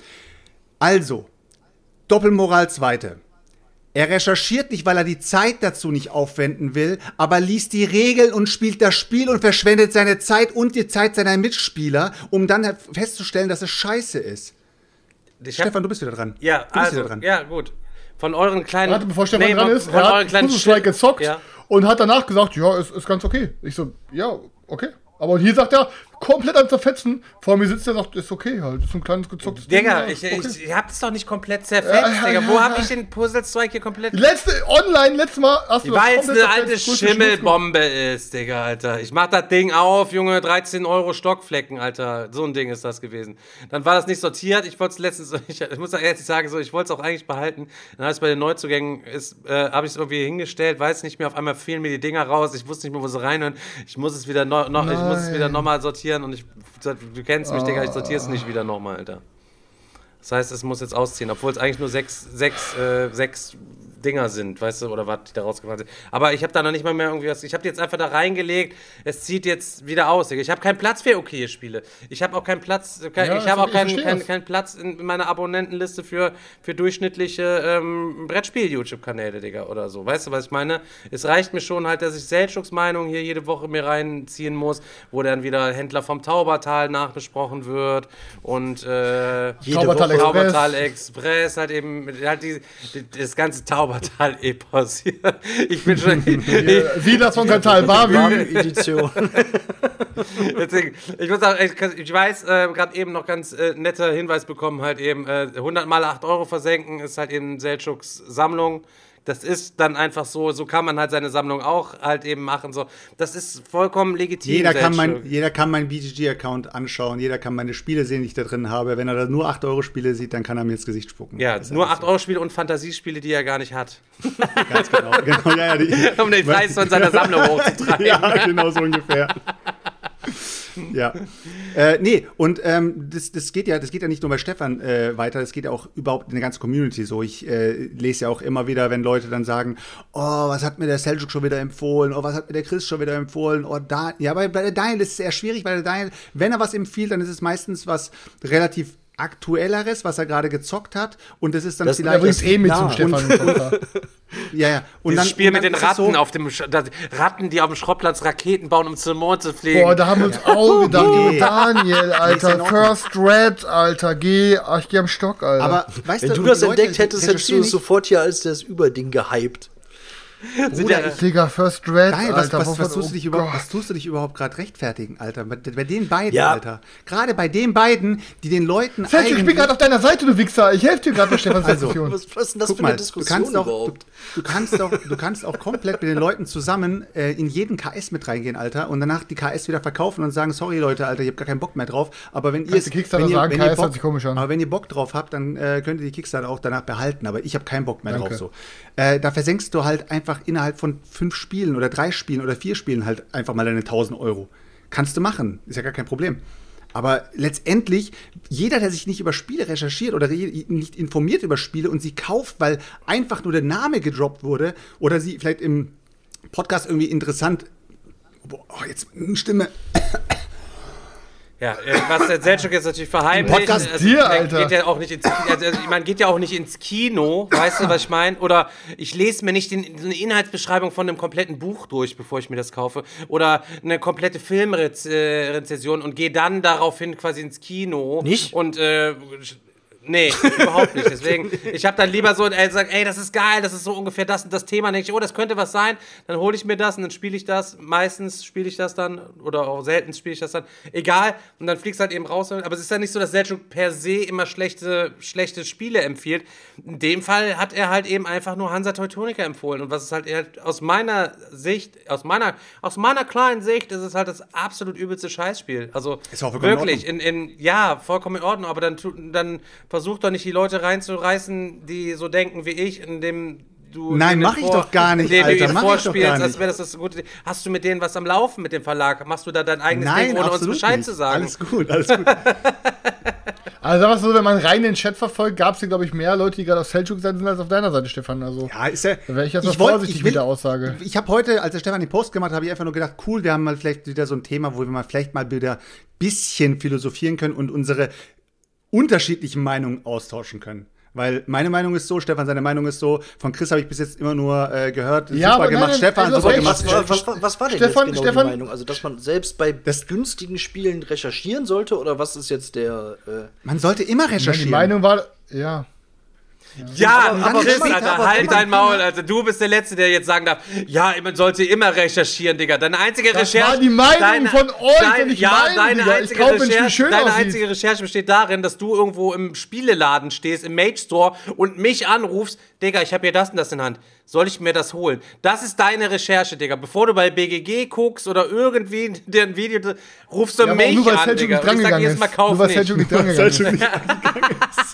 [SPEAKER 6] Also, Doppelmoral zweite. Er recherchiert nicht, weil er die Zeit dazu nicht aufwenden will, aber liest die Regeln und spielt das Spiel und verschwendet seine Zeit und die Zeit seiner Mitspieler, um dann festzustellen, dass es scheiße ist. Stefan, du bist wieder dran.
[SPEAKER 4] Ja, ja, gut. Von euren kleinen...
[SPEAKER 5] Warte, bevor Stefan dran ist, er hat Puzzle-Strike gezockt und hat danach gesagt, ja, ist ganz okay. Ich so, ja, okay. Aber hier sagt er, komplett am Zerfetzen. Vor mir sitzt er und sagt, ist okay halt. Ist ein kleines gezocktes Ding.
[SPEAKER 4] Digga, ich hab's doch nicht komplett zerfetzt, Digga. Wo hab ich den Puzzle-Strike hier komplett...
[SPEAKER 5] Letztes Mal hast du das
[SPEAKER 4] weil es eine alte Schimmelbombe ist, Digga, Alter. Ich mach das Ding auf, Junge, 13 € Stockflecken, Alter. So ein Ding ist das gewesen. Dann war das nicht sortiert. Ich wollte es letztens... Ich muss ehrlich sagen, so, ich wollte es auch eigentlich behalten. Dann habe ich es bei den Neuzugängen, habe ich es irgendwie hingestellt, weiß nicht mehr, auf einmal fielen mir die Dinger raus. Ich wusste nicht mehr, wo sie reinhören. Ich muss es wieder nochmal sortieren und du kennst mich, Digga, ich sortiere es nicht wieder nochmal, Alter. Das heißt, es muss jetzt ausziehen, obwohl es eigentlich nur sechs Dinger sind, weißt du, oder was die da rausgefahren sind. Aber ich habe da noch nicht mal mehr irgendwie was. Ich habe die jetzt einfach da reingelegt. Es zieht jetzt wieder aus, Digga. Ich habe keinen Platz für okay Spiele. Ich habe auch keinen Platz. Ich habe auch keinen Platz in meiner Abonnentenliste für durchschnittliche Brettspiel-YouTube-Kanäle, Digga, oder so. Weißt du, was ich meine? Es reicht mir schon halt, dass ich Seldschuks Meinung hier jede Woche mir reinziehen muss, wo dann wieder Händler vom Taubertal nachbesprochen wird und Taubertal Express halt eben halt das ganze Taubertal-Epos hier. Ich bin schon...
[SPEAKER 5] Siedler von Katal-Barbie-Edition.
[SPEAKER 4] Deswegen, ich weiß, gerade eben noch ganz netter Hinweis bekommen, halt eben 100 mal 8 € versenken ist halt eben Seldschuks Sammlung. Das ist dann einfach so kann man halt seine Sammlung auch halt eben machen. So. Das ist vollkommen legitim.
[SPEAKER 6] Jeder kann meinen BGG-Account anschauen, jeder kann meine Spiele sehen, die ich da drin habe. Wenn er da nur 8 € Spiele sieht, dann kann er mir ins Gesicht spucken.
[SPEAKER 4] Ja, nur 8 € Spiele und Fantasiespiele, die er gar nicht hat.
[SPEAKER 6] Ganz genau.
[SPEAKER 4] Um den Preis von seiner Sammlung hochzutreiben.
[SPEAKER 6] Ja, genau so ungefähr. Ja. Das geht ja nicht nur bei Stefan weiter, das geht ja auch überhaupt in der ganzen Community so. Ich lese ja auch immer wieder, wenn Leute dann sagen, oh, was hat mir der Seljuk schon wieder empfohlen, oh, was hat mir der Chris schon wieder empfohlen, oh, ja, bei der Daniel ist es eher schwierig, weil der Daniel, wenn er was empfiehlt, dann ist es meistens was relativ Aktuelleres, was er gerade gezockt hat, und das ist dann
[SPEAKER 5] das vielleicht das mit zum Stefan.
[SPEAKER 6] Ja.
[SPEAKER 4] Und dieses Spiel mit den Ratten so auf dem Ratten, die auf dem Schrottplatz Raketen bauen, um zum Mond zu fliegen.
[SPEAKER 5] Boah, da haben wir uns auch gedacht, Daniel, Alter, First Red, Alter, geh am Stock, Alter.
[SPEAKER 7] Aber weißt wenn du das entdeckt hättest, hättest du es sofort hier als das Überding gehypt.
[SPEAKER 5] Digga, First Red,
[SPEAKER 6] Nein,
[SPEAKER 5] Alter.
[SPEAKER 6] Was tust du dich überhaupt gerade rechtfertigen, Alter? Bei den beiden, Alter. Gerade bei den beiden, die den Leuten
[SPEAKER 5] ich bin gerade auf deiner Seite, du Wichser. Ich helfe dir gerade bei Stefans Diskussion.
[SPEAKER 7] Was ist denn das für eine Diskussion überhaupt?
[SPEAKER 6] Du kannst auch komplett mit den Leuten zusammen in jeden KS mit reingehen, Alter, und danach die KS wieder verkaufen und sagen, sorry, Leute, Alter, ich hab gar keinen Bock mehr drauf. Aber wenn ihr Bock drauf habt, dann könnt ihr die Kickstarter auch danach behalten. Aber ich habe keinen Bock mehr drauf. So. Da versenkst du halt einfach innerhalb von 5 Spielen oder 3 Spielen oder 4 Spielen halt einfach mal deine 1.000 €. Kannst du machen, ist ja gar kein Problem. Aber letztendlich, jeder, der sich nicht über Spiele recherchiert oder nicht informiert über Spiele und sie kauft, weil einfach nur der Name gedroppt wurde oder sie vielleicht im Podcast irgendwie interessant... jetzt eine Stimme...
[SPEAKER 4] Ja, was der Selchuk jetzt natürlich verheimlicht, geht ja auch nicht man geht ja auch nicht ins Kino, weißt du, was ich meine? Oder ich lese mir nicht eine Inhaltsbeschreibung von einem kompletten Buch durch, bevor ich mir das kaufe, oder eine komplette Filmrezension und gehe dann daraufhin quasi ins Kino.
[SPEAKER 7] Nicht?
[SPEAKER 4] Und nee, überhaupt nicht. Deswegen, ich habe dann lieber so, sagt, ey, das ist geil, das ist so ungefähr das und das Thema. Dann denke ich, oh, das könnte was sein. Dann hole ich mir das und dann spiele ich das. Meistens spiele ich das dann oder auch selten spiele ich das dann. Egal. Und dann fliegst du halt eben raus. Aber es ist ja nicht so, dass Selchuk per se immer schlechte Spiele empfiehlt. In dem Fall hat er halt eben einfach nur Hansa Teutonica empfohlen. Und was ist halt aus meiner Sicht, aus meiner kleinen Sicht, ist es halt das absolut übelste Scheißspiel. Also
[SPEAKER 6] ist auch
[SPEAKER 4] wirklich, ja, vollkommen in Ordnung. Aber dann versucht doch nicht die Leute reinzureißen, die so denken wie ich, indem
[SPEAKER 6] Nein, mach ich doch gar nicht, Alter, mach ich doch gar nicht.
[SPEAKER 4] Als wäre das gut. Hast du mit denen was am Laufen mit dem Verlag? Machst du da dein eigenes Ding, ohne uns Bescheid zu sagen?
[SPEAKER 6] Alles gut. Also
[SPEAKER 5] sag mal so, wenn man rein den Chat verfolgt, gab es hier, glaube ich, mehr Leute, die gerade auf Selçuk-Seite sind, als auf deiner Seite, Stefan. Also,
[SPEAKER 6] ja, ist ja,
[SPEAKER 5] da wäre ich jetzt mal vorsichtig mit der Aussage.
[SPEAKER 6] Ich habe heute, als der Stefan den Post gemacht hat, habe ich einfach nur gedacht, cool, wir haben mal vielleicht wieder so ein Thema, wo wir mal vielleicht mal wieder ein bisschen philosophieren können und unsere unterschiedlichen Meinungen austauschen können. Weil meine Meinung ist so, Stefan, seine Meinung ist so. Von Chris habe ich bis jetzt immer nur gehört.
[SPEAKER 5] Ja,
[SPEAKER 6] super gemacht,
[SPEAKER 5] nein,
[SPEAKER 6] Stefan, super gemacht.
[SPEAKER 7] Was war denn
[SPEAKER 5] Stefan,
[SPEAKER 7] jetzt genau die Meinung? Also, dass man selbst bei günstigen Spielen recherchieren sollte? Oder was ist jetzt der...
[SPEAKER 6] Man sollte immer recherchieren.
[SPEAKER 5] Die Meinung war, ja.
[SPEAKER 4] Ja, aber Chris,
[SPEAKER 7] immer,
[SPEAKER 4] Alter,
[SPEAKER 7] aber
[SPEAKER 4] halt dein Maul, Alter. Du bist der Letzte, der jetzt sagen darf, ja, man sollte immer recherchieren, Digga. Deine einzige Recherche...
[SPEAKER 5] Das war die Meinung von euch und ich meine, Digga. Ich kaufe, wenn es mir schön
[SPEAKER 4] Deine
[SPEAKER 5] aussieht.
[SPEAKER 4] einzige Recherche besteht darin, dass du irgendwo im Spieleladen stehst, im Mage Store und mich anrufst, Digga, ich habe hier das und das in Hand. Soll ich mir das holen? Das ist deine Recherche, Digga. Bevor du bei BGG guckst oder irgendwie dir ein Video, rufst du mich
[SPEAKER 5] nur, weil
[SPEAKER 4] an, Digga.
[SPEAKER 5] Und ich sag jedes Mal, kauf nicht. Nur weil nicht drangegangen ist.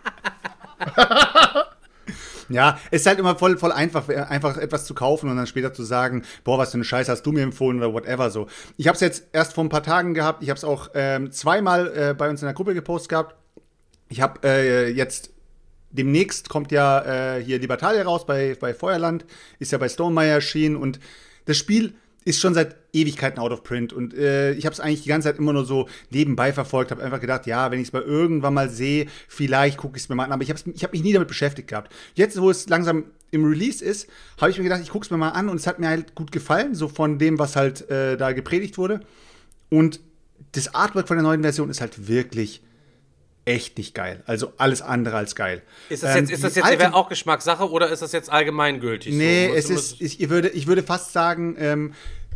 [SPEAKER 6] Ja, es ist halt immer voll einfach etwas zu kaufen und dann später zu sagen, boah, was für eine Scheiße hast du mir empfohlen oder whatever so. Ich habe es jetzt erst vor ein paar Tagen gehabt, ich habe es auch zweimal bei uns in der Gruppe gepostet gehabt. Ich habe jetzt, demnächst kommt ja hier Libertalia raus bei Feuerland, ist ja bei Stonemaier erschienen und das Spiel ist schon seit Ewigkeiten out of print und ich habe es eigentlich die ganze Zeit immer nur so nebenbei verfolgt, habe einfach gedacht, ja, wenn ich es mal irgendwann mal sehe, vielleicht gucke ich es mir mal an, aber ich hab mich nie damit beschäftigt gehabt. Jetzt, wo es langsam im Release ist, habe ich mir gedacht, ich gucke es mir mal an und es hat mir halt gut gefallen, so von dem, was halt da gepredigt wurde und das Artwork von der neuen Version ist halt wirklich echt nicht geil. Also alles andere als geil.
[SPEAKER 4] Ist das jetzt auch Geschmackssache oder ist das jetzt allgemeingültig?
[SPEAKER 6] Nee, ich würde fast sagen,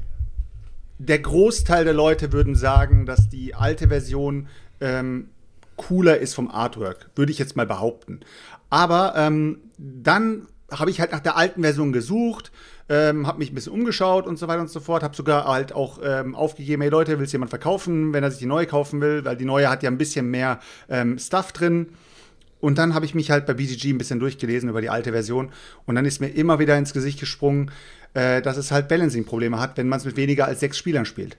[SPEAKER 6] der Großteil der Leute würden sagen, dass die alte Version cooler ist vom Artwork. Würde ich jetzt mal behaupten. Aber dann habe ich halt nach der alten Version gesucht, habe mich ein bisschen umgeschaut und so weiter und so fort, habe sogar halt auch aufgegeben, hey Leute, will es jemand verkaufen, wenn er sich die neue kaufen will, weil die neue hat ja ein bisschen mehr Stuff drin. Und dann habe ich mich halt bei BGG ein bisschen durchgelesen über die alte Version und dann ist mir immer wieder ins Gesicht gesprungen, dass es halt Balancing-Probleme hat, wenn man es mit weniger als 6 Spielern spielt.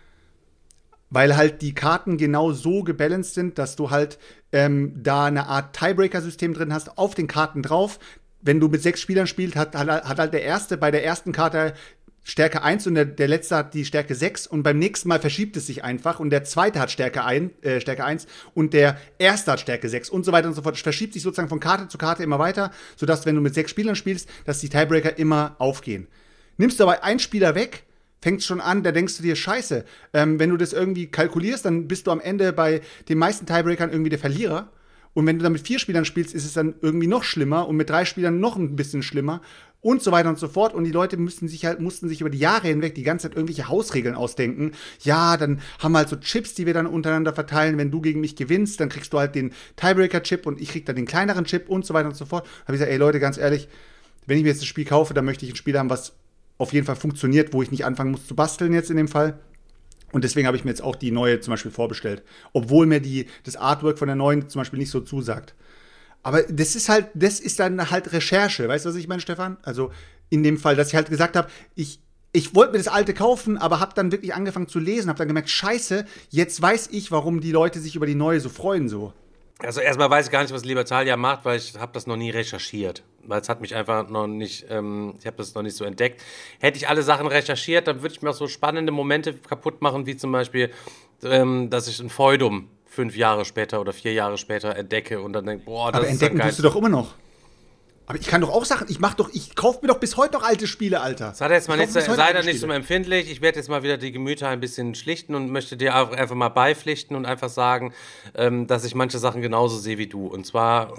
[SPEAKER 6] Weil halt die Karten genau so gebalanced sind, dass du halt da eine Art Tiebreaker-System drin hast, auf den Karten drauf. Wenn du mit 6 Spielern spielst, hat halt der Erste bei der ersten Karte Stärke 1 und der Letzte hat die Stärke 6 und beim nächsten Mal verschiebt es sich einfach und der Zweite hat Stärke 1 und der Erste hat Stärke 6 und so weiter und so fort. Es verschiebt sich sozusagen von Karte zu Karte immer weiter, sodass, wenn du mit 6 Spielern spielst, dass die Tiebreaker immer aufgehen. Nimmst du aber einen Spieler weg, fängt schon an, da denkst du dir, scheiße, wenn du das irgendwie kalkulierst, dann bist du am Ende bei den meisten Tiebreakern irgendwie der Verlierer. Und wenn du dann mit 4 Spielern spielst, ist es dann irgendwie noch schlimmer und mit 3 Spielern noch ein bisschen schlimmer und so weiter und so fort. Und die Leute mussten sich über die Jahre hinweg die ganze Zeit irgendwelche Hausregeln ausdenken. Ja, dann haben wir halt so Chips, die wir dann untereinander verteilen. Wenn du gegen mich gewinnst, dann kriegst du halt den Tiebreaker-Chip und ich krieg dann den kleineren Chip und so weiter und so fort. Da habe ich gesagt, ey Leute, ganz ehrlich, wenn ich mir jetzt das Spiel kaufe, dann möchte ich ein Spiel haben, was auf jeden Fall funktioniert, wo ich nicht anfangen muss zu basteln jetzt in dem Fall. Und deswegen habe ich mir jetzt auch die neue zum Beispiel vorbestellt. Obwohl mir das Artwork von der neuen zum Beispiel nicht so zusagt. Aber das ist dann halt Recherche. Weißt du, was ich meine, Stefan? Also in dem Fall, dass ich halt gesagt habe, ich wollte mir das alte kaufen, aber habe dann wirklich angefangen zu lesen, habe dann gemerkt, scheiße, jetzt weiß ich, warum die Leute sich über die neue so freuen so.
[SPEAKER 4] Also erstmal weiß ich gar nicht, was Libertalia macht, weil ich habe das noch nie recherchiert. Weil es hat mich einfach noch nicht, ich habe das noch nicht so entdeckt. Hätte ich alle Sachen recherchiert, dann würde ich mir auch so spannende Momente kaputt machen, wie zum Beispiel, dass ich ein Feudum 5 Jahre später oder 4 Jahre später entdecke und dann denke, boah, das
[SPEAKER 6] aber
[SPEAKER 4] ist
[SPEAKER 6] entdecken
[SPEAKER 4] geil.
[SPEAKER 6] tust du doch immer noch. Aber ich kann doch auch Sachen, ich kaufe mir doch bis heute noch alte Spiele, Alter.
[SPEAKER 4] Sei da nicht so empfindlich. Ich werde jetzt mal wieder die Gemüter ein bisschen schlichten und möchte dir einfach mal beipflichten und einfach sagen, dass ich manche Sachen genauso sehe wie du. Und zwar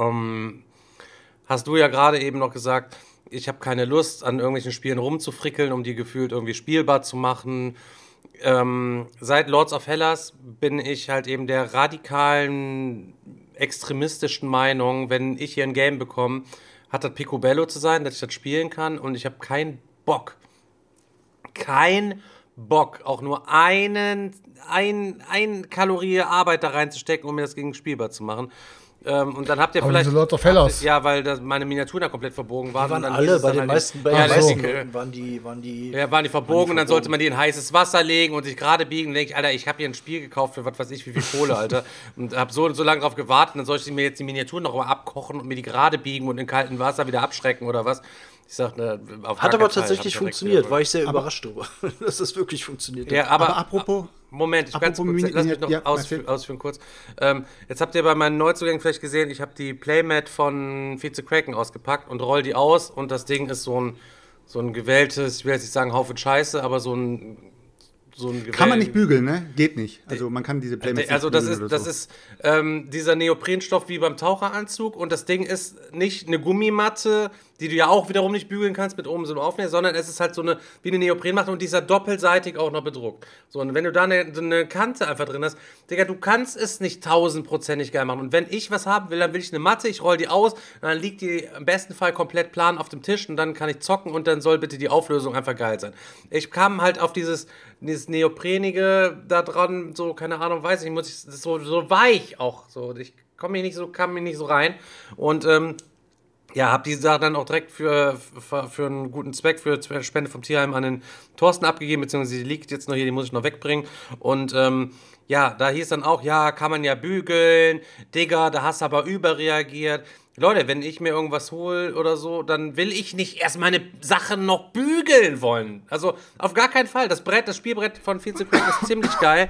[SPEAKER 4] hast du ja gerade eben noch gesagt, ich habe keine Lust, an irgendwelchen Spielen rumzufrickeln, um die gefühlt irgendwie spielbar zu machen. Seit Lords of Hellas bin ich halt eben der radikalen, extremistischen Meinung, wenn ich hier ein Game bekomme, hat das Picobello zu sein, dass ich das spielen kann und ich habe keinen Bock Bock, auch nur ein Kalorie Arbeit da reinzustecken, um mir das Gegen spielbar zu machen. Und dann habt ihr
[SPEAKER 5] Aber
[SPEAKER 4] vielleicht.
[SPEAKER 5] diese Lord of Hellas.
[SPEAKER 4] Ja, weil meine Miniaturen da komplett verbogen waren.
[SPEAKER 7] Die waren
[SPEAKER 4] und dann
[SPEAKER 7] alle,
[SPEAKER 4] hieß es
[SPEAKER 7] bei
[SPEAKER 4] dann
[SPEAKER 7] den
[SPEAKER 4] halt,
[SPEAKER 7] meisten
[SPEAKER 4] ja,
[SPEAKER 7] waren die
[SPEAKER 4] waren die verbogen und dann sollte man die in heißes Wasser legen und sich gerade biegen. Und denke ich, Alter, ich habe hier ein Spiel gekauft für was weiß ich, wie viel Kohle, Alter. Und habe so und so lange drauf gewartet, dann soll ich mir jetzt die Miniaturen noch mal abkochen und mir die gerade biegen und in kaltem Wasser wieder abschrecken oder was. Ich sag, ne,
[SPEAKER 7] hat aber tatsächlich funktioniert, war ich sehr überrascht drüber, dass das wirklich funktioniert hat.
[SPEAKER 4] Ja, aber
[SPEAKER 6] apropos.
[SPEAKER 4] Moment, lass mich noch ausführen kurz. Jetzt habt ihr bei meinen Neuzugängen vielleicht gesehen, ich habe die Playmat von Vize Kraken ausgepackt und roll die aus und das Ding ist so ein gewähltes, ich will jetzt nicht sagen Haufen Scheiße, aber so ein
[SPEAKER 6] Kann man nicht bügeln, ne? Geht nicht. Also man kann diese Playmats nicht bügeln.
[SPEAKER 4] Das ist dieser Neoprenstoff wie beim Taucheranzug und das Ding ist nicht eine Gummimatte, die du ja auch wiederum nicht bügeln kannst mit oben so einem Aufnäher, sondern es ist halt so wie eine Neoprenmatte und dieser doppelseitig auch noch bedruckt. So, und wenn du da eine Kante einfach drin hast, Digga, du kannst es nicht 1000%ig geil machen. Und wenn ich was haben will, dann will ich eine Matte, ich roll die aus, und dann liegt die im besten Fall komplett plan auf dem Tisch und dann kann ich zocken und dann soll bitte die Auflösung einfach geil sein. Ich kam halt auf dieses Neoprenige da dran, so, keine Ahnung, weiß ich, das ist so weich auch, so, kam mir nicht so rein und, ja, hab die Sache dann auch direkt für einen guten Zweck, für Spende vom Tierheim an den Thorsten abgegeben, beziehungsweise die liegt jetzt noch hier, die muss ich noch wegbringen. Und ja, da hieß dann auch, ja, kann man ja bügeln, Digga, da hast du aber überreagiert. Leute, wenn ich mir irgendwas hole oder so, dann will ich nicht erst meine Sachen noch bügeln wollen. Also auf gar keinen Fall. Das Spielbrett von Vize Kraken ist ziemlich geil.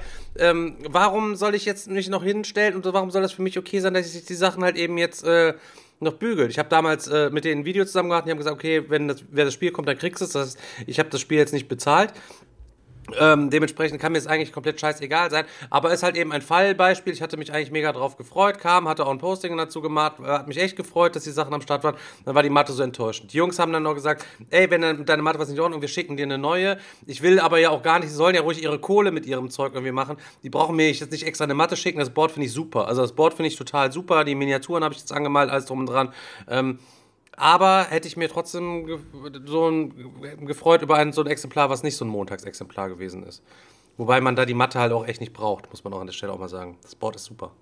[SPEAKER 4] Warum soll ich jetzt mich noch hinstellen und warum soll das für mich okay sein, dass ich die Sachen halt eben jetzt noch bügelt. Ich habe damals mit denen ein Video zusammen gemacht und die haben gesagt, okay, wer das Spiel kommt, dann kriegst du es. Das heißt, ich habe das Spiel jetzt nicht bezahlt. Dementsprechend kann mir es eigentlich komplett scheißegal sein, aber ist halt eben ein Fallbeispiel. Ich hatte mich eigentlich mega drauf gefreut, hatte auch ein Posting dazu gemacht, hat mich echt gefreut, dass die Sachen am Start waren. Dann war die Matte so enttäuschend. Die Jungs haben dann noch gesagt, ey, wenn deine Matte was nicht in Ordnung, wir schicken dir eine neue. Ich will aber ja auch gar nicht, sie sollen ja ruhig ihre Kohle mit ihrem Zeug irgendwie machen. Die brauchen mir jetzt nicht extra eine Matte schicken, das Board finde ich super. Also das Board finde ich total super, die Miniaturen habe ich jetzt angemalt, alles drum und dran. Aber hätte ich mir trotzdem gefreut über so ein Exemplar, was nicht so ein Montagsexemplar gewesen ist. Wobei man da die Matte halt auch echt nicht braucht, muss man auch an der Stelle auch mal sagen. Das Board ist super.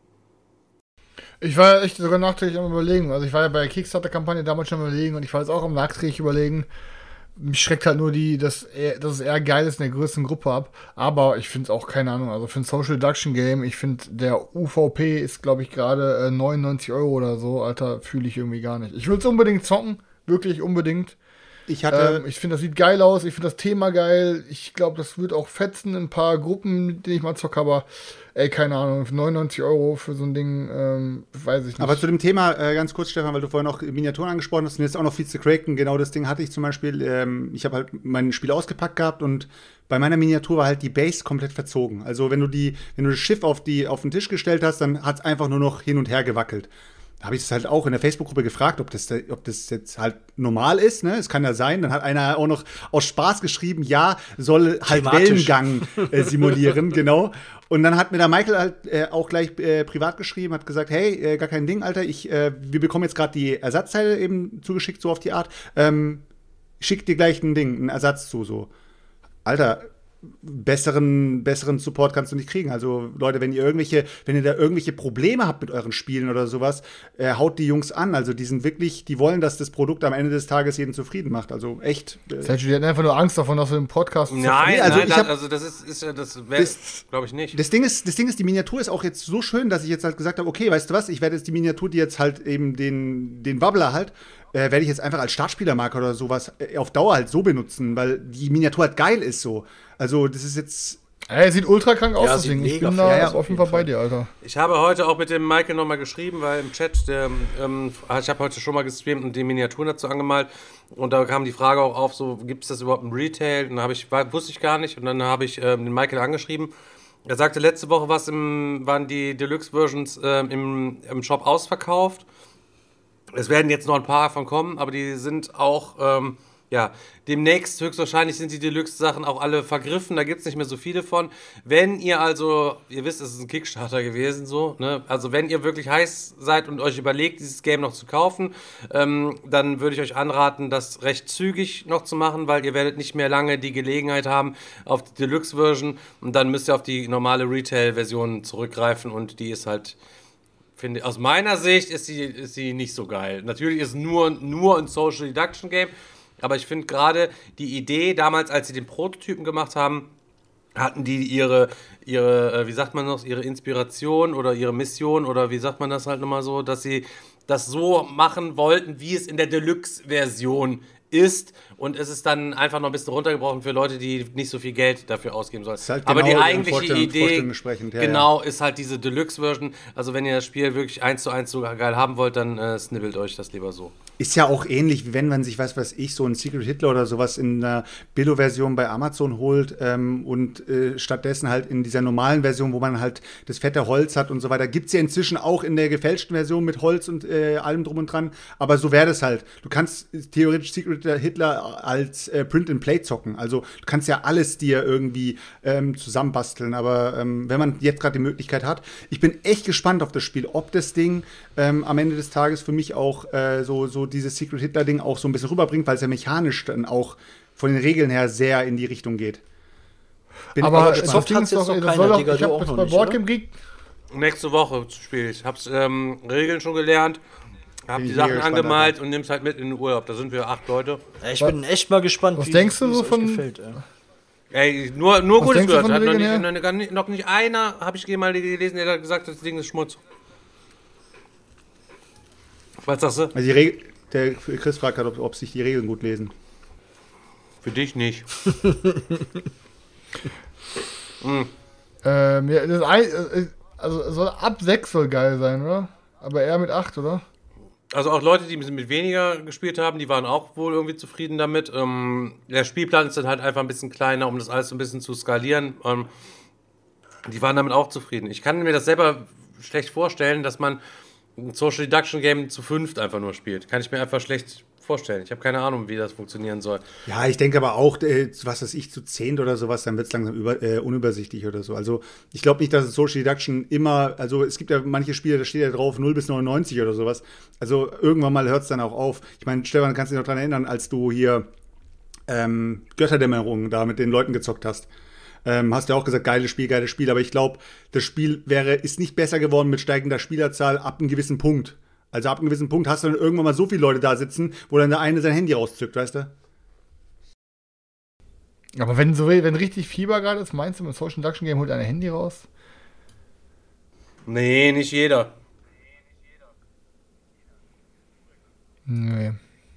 [SPEAKER 5] Ich war ja echt sogar nachträglich am Überlegen. Also ich war ja bei der Kickstarter-Kampagne damals schon am Überlegen und ich war jetzt auch am nachträglich Überlegen. Mich schreckt halt nur dass es eher geil ist in der größten Gruppe ab. Aber ich finde es auch, keine Ahnung, also für ein Social Deduction Game, ich finde, der UVP ist, glaube ich, gerade 99 € oder so. Alter, fühle ich irgendwie gar nicht. Ich will es unbedingt zocken, wirklich unbedingt. Ich finde, das sieht geil aus, ich finde das Thema geil. Ich glaube, das wird auch fetzen in ein paar Gruppen, mit denen ich mal zocke, aber ey, keine Ahnung, 99 € für so ein Ding, weiß ich nicht.
[SPEAKER 6] Aber zu dem Thema, ganz kurz, Stefan, weil du vorhin auch Miniaturen angesprochen hast und jetzt auch noch Vize Kraken, genau das Ding hatte ich zum Beispiel. Ich habe halt mein Spiel ausgepackt gehabt und bei meiner Miniatur war halt die Base komplett verzogen. Also wenn du das Schiff auf den Tisch gestellt hast, dann hat es einfach nur noch hin und her gewackelt. Da habe ich es halt auch in der Facebook-Gruppe gefragt, ob das jetzt halt normal ist, ne? Es kann ja sein. Dann hat einer auch noch aus Spaß geschrieben, ja, soll halt Wellengang simulieren, genau. Und dann hat mir der Michael halt auch gleich privat geschrieben, hat gesagt, hey, gar kein Ding, Alter, wir bekommen jetzt gerade die Ersatzteile eben zugeschickt, so auf die Art. Schick dir gleich einen Ersatz zu, so. Alter, besseren Support kannst du nicht kriegen. Also Leute, wenn ihr da irgendwelche Probleme habt mit euren Spielen oder sowas, haut die Jungs an. Also die wollen, dass das Produkt am Ende des Tages jeden zufrieden macht. Also echt.
[SPEAKER 5] Sergio, die hatten einfach nur Angst davon, dass wir im Podcast.
[SPEAKER 4] Nein, das glaube ich nicht.
[SPEAKER 6] Das Ding ist, die Miniatur ist auch jetzt so schön, dass ich jetzt halt gesagt habe, okay, weißt du was, ich werde jetzt die Miniatur, die jetzt halt eben den Wobbler halt, werde ich jetzt einfach als Startspielermarke oder sowas auf Dauer halt so benutzen, weil die Miniatur halt geil ist so. Also das ist jetzt.
[SPEAKER 5] Ey, sieht ultra krank aus,
[SPEAKER 7] Ja,
[SPEAKER 5] deswegen.
[SPEAKER 7] sieht
[SPEAKER 5] Ich bin
[SPEAKER 7] mega
[SPEAKER 5] da
[SPEAKER 7] aus,
[SPEAKER 5] auf jeden Fall bei dir, Alter.
[SPEAKER 4] Ich habe heute auch mit dem Michael nochmal geschrieben, weil im Chat, ich habe heute schon mal gestreamt und die Miniaturen dazu angemalt und da kam die Frage auch auf, so, gibt es das überhaupt im Retail? Und dann wusste ich gar nicht und dann habe ich den Michael angeschrieben. Er sagte, letzte Woche waren die Deluxe-Versions im Shop ausverkauft. Es werden jetzt noch ein paar davon kommen, aber die sind auch Ja, demnächst höchstwahrscheinlich sind die Deluxe-Sachen auch alle vergriffen, da gibt es nicht mehr so viele von. Wenn ihr also, ihr wisst, es ist ein Kickstarter gewesen, so, ne? Also wenn ihr wirklich heiß seid und euch überlegt, dieses Game noch zu kaufen, dann würde ich euch anraten, das recht zügig noch zu machen, weil ihr werdet nicht mehr lange die Gelegenheit haben auf die Deluxe-Version und dann müsst ihr auf die normale Retail-Version zurückgreifen und die ist halt... aus meiner Sicht ist sie nicht so geil. Natürlich ist nur ein Social Deduction Game, aber ich finde gerade die Idee, damals, als sie den Prototypen gemacht haben, hatten die ihre, wie sagt man noch, ihre Inspiration oder ihre Mission oder wie sagt man das halt nochmal so, dass sie das so machen wollten, wie es in der Deluxe-Version ist und es ist dann einfach noch ein bisschen runtergebrochen für Leute, die nicht so viel Geld dafür ausgeben sollen.
[SPEAKER 6] Halt
[SPEAKER 4] aber
[SPEAKER 6] genau
[SPEAKER 4] die eigentliche Idee,
[SPEAKER 6] ja.
[SPEAKER 4] ist halt diese Deluxe-Version. Also wenn ihr das Spiel wirklich 1:1 so geil haben wollt, dann snibbelt euch das lieber so.
[SPEAKER 6] Ist ja auch ähnlich, wie wenn man sich, was weiß ich, so ein Secret Hitler oder sowas in einer Billo-Version bei Amazon holt und stattdessen halt in dieser normalen Version, wo man halt das fette Holz hat und so weiter. Gibt es ja inzwischen auch in der gefälschten Version mit Holz und allem drum und dran. Aber so wäre das halt. Du kannst theoretisch Secret Hitler als Print-and-Play zocken. Also du kannst ja alles dir irgendwie zusammenbasteln. Aber wenn man jetzt gerade die Möglichkeit hat, ich bin echt gespannt auf das Spiel, ob das Ding am Ende des Tages für mich auch so dieses Secret Hitler-Ding auch so ein bisschen rüberbringt, weil es ja mechanisch dann auch von den Regeln her sehr in die Richtung geht.
[SPEAKER 5] Aber
[SPEAKER 7] das soll doch
[SPEAKER 5] bei Boardgame Geek.
[SPEAKER 4] Nächste Woche spiele ich. Hab's Regeln schon gelernt, hab die Sachen angemalt und nimm's halt mit in den Urlaub. Da sind wir 8 Leute.
[SPEAKER 7] Ja, ich bin echt mal gespannt,
[SPEAKER 5] was denkst du so von
[SPEAKER 7] gefällt,
[SPEAKER 4] Ey, nur Gutes gehört. Hat noch nicht einer, habe ich mal gelesen, der hat gesagt, das Ding ist Schmutz. Was sagst du?
[SPEAKER 6] Also der Chris fragt gerade, ob sich die Regeln gut lesen.
[SPEAKER 4] Für dich nicht.
[SPEAKER 5] Also ab 6 soll geil sein, oder? Aber eher mit 8, oder?
[SPEAKER 4] Also auch Leute, die mit weniger gespielt haben, die waren auch wohl irgendwie zufrieden damit. Der Spielplan ist dann halt einfach ein bisschen kleiner, um das alles so ein bisschen zu skalieren. Die waren damit auch zufrieden. Ich kann mir das selber schlecht vorstellen, dass man ein Social Deduction Game zu 5 einfach nur spielt. Kann ich mir einfach schlecht vorstellen. Ich habe keine Ahnung, wie das funktionieren soll.
[SPEAKER 6] Ja, ich denke aber auch, was weiß ich, zu 10 oder sowas, dann wird es langsam unübersichtlich oder so. Also ich glaube nicht, dass Social Deduction immer, also es gibt ja manche Spiele, da steht ja drauf 0 bis 99 oder sowas. Also irgendwann mal hört es dann auch auf. Ich meine, Stefan, kannst du dich noch daran erinnern, als du hier Götterdämmerung da mit den Leuten gezockt hast. Hast du ja auch gesagt, geiles Spiel, aber ich glaube, das Spiel ist nicht besser geworden mit steigender Spielerzahl ab einem gewissen Punkt. Also ab einem gewissen Punkt hast du dann irgendwann mal so viele Leute da sitzen, wo dann der eine sein Handy rauszückt, weißt du?
[SPEAKER 5] Aber wenn richtig Fieber gerade ist, meinst du, im Social Deduction Game holt er ein Handy raus?
[SPEAKER 4] Nee, nicht jeder.
[SPEAKER 5] Nee.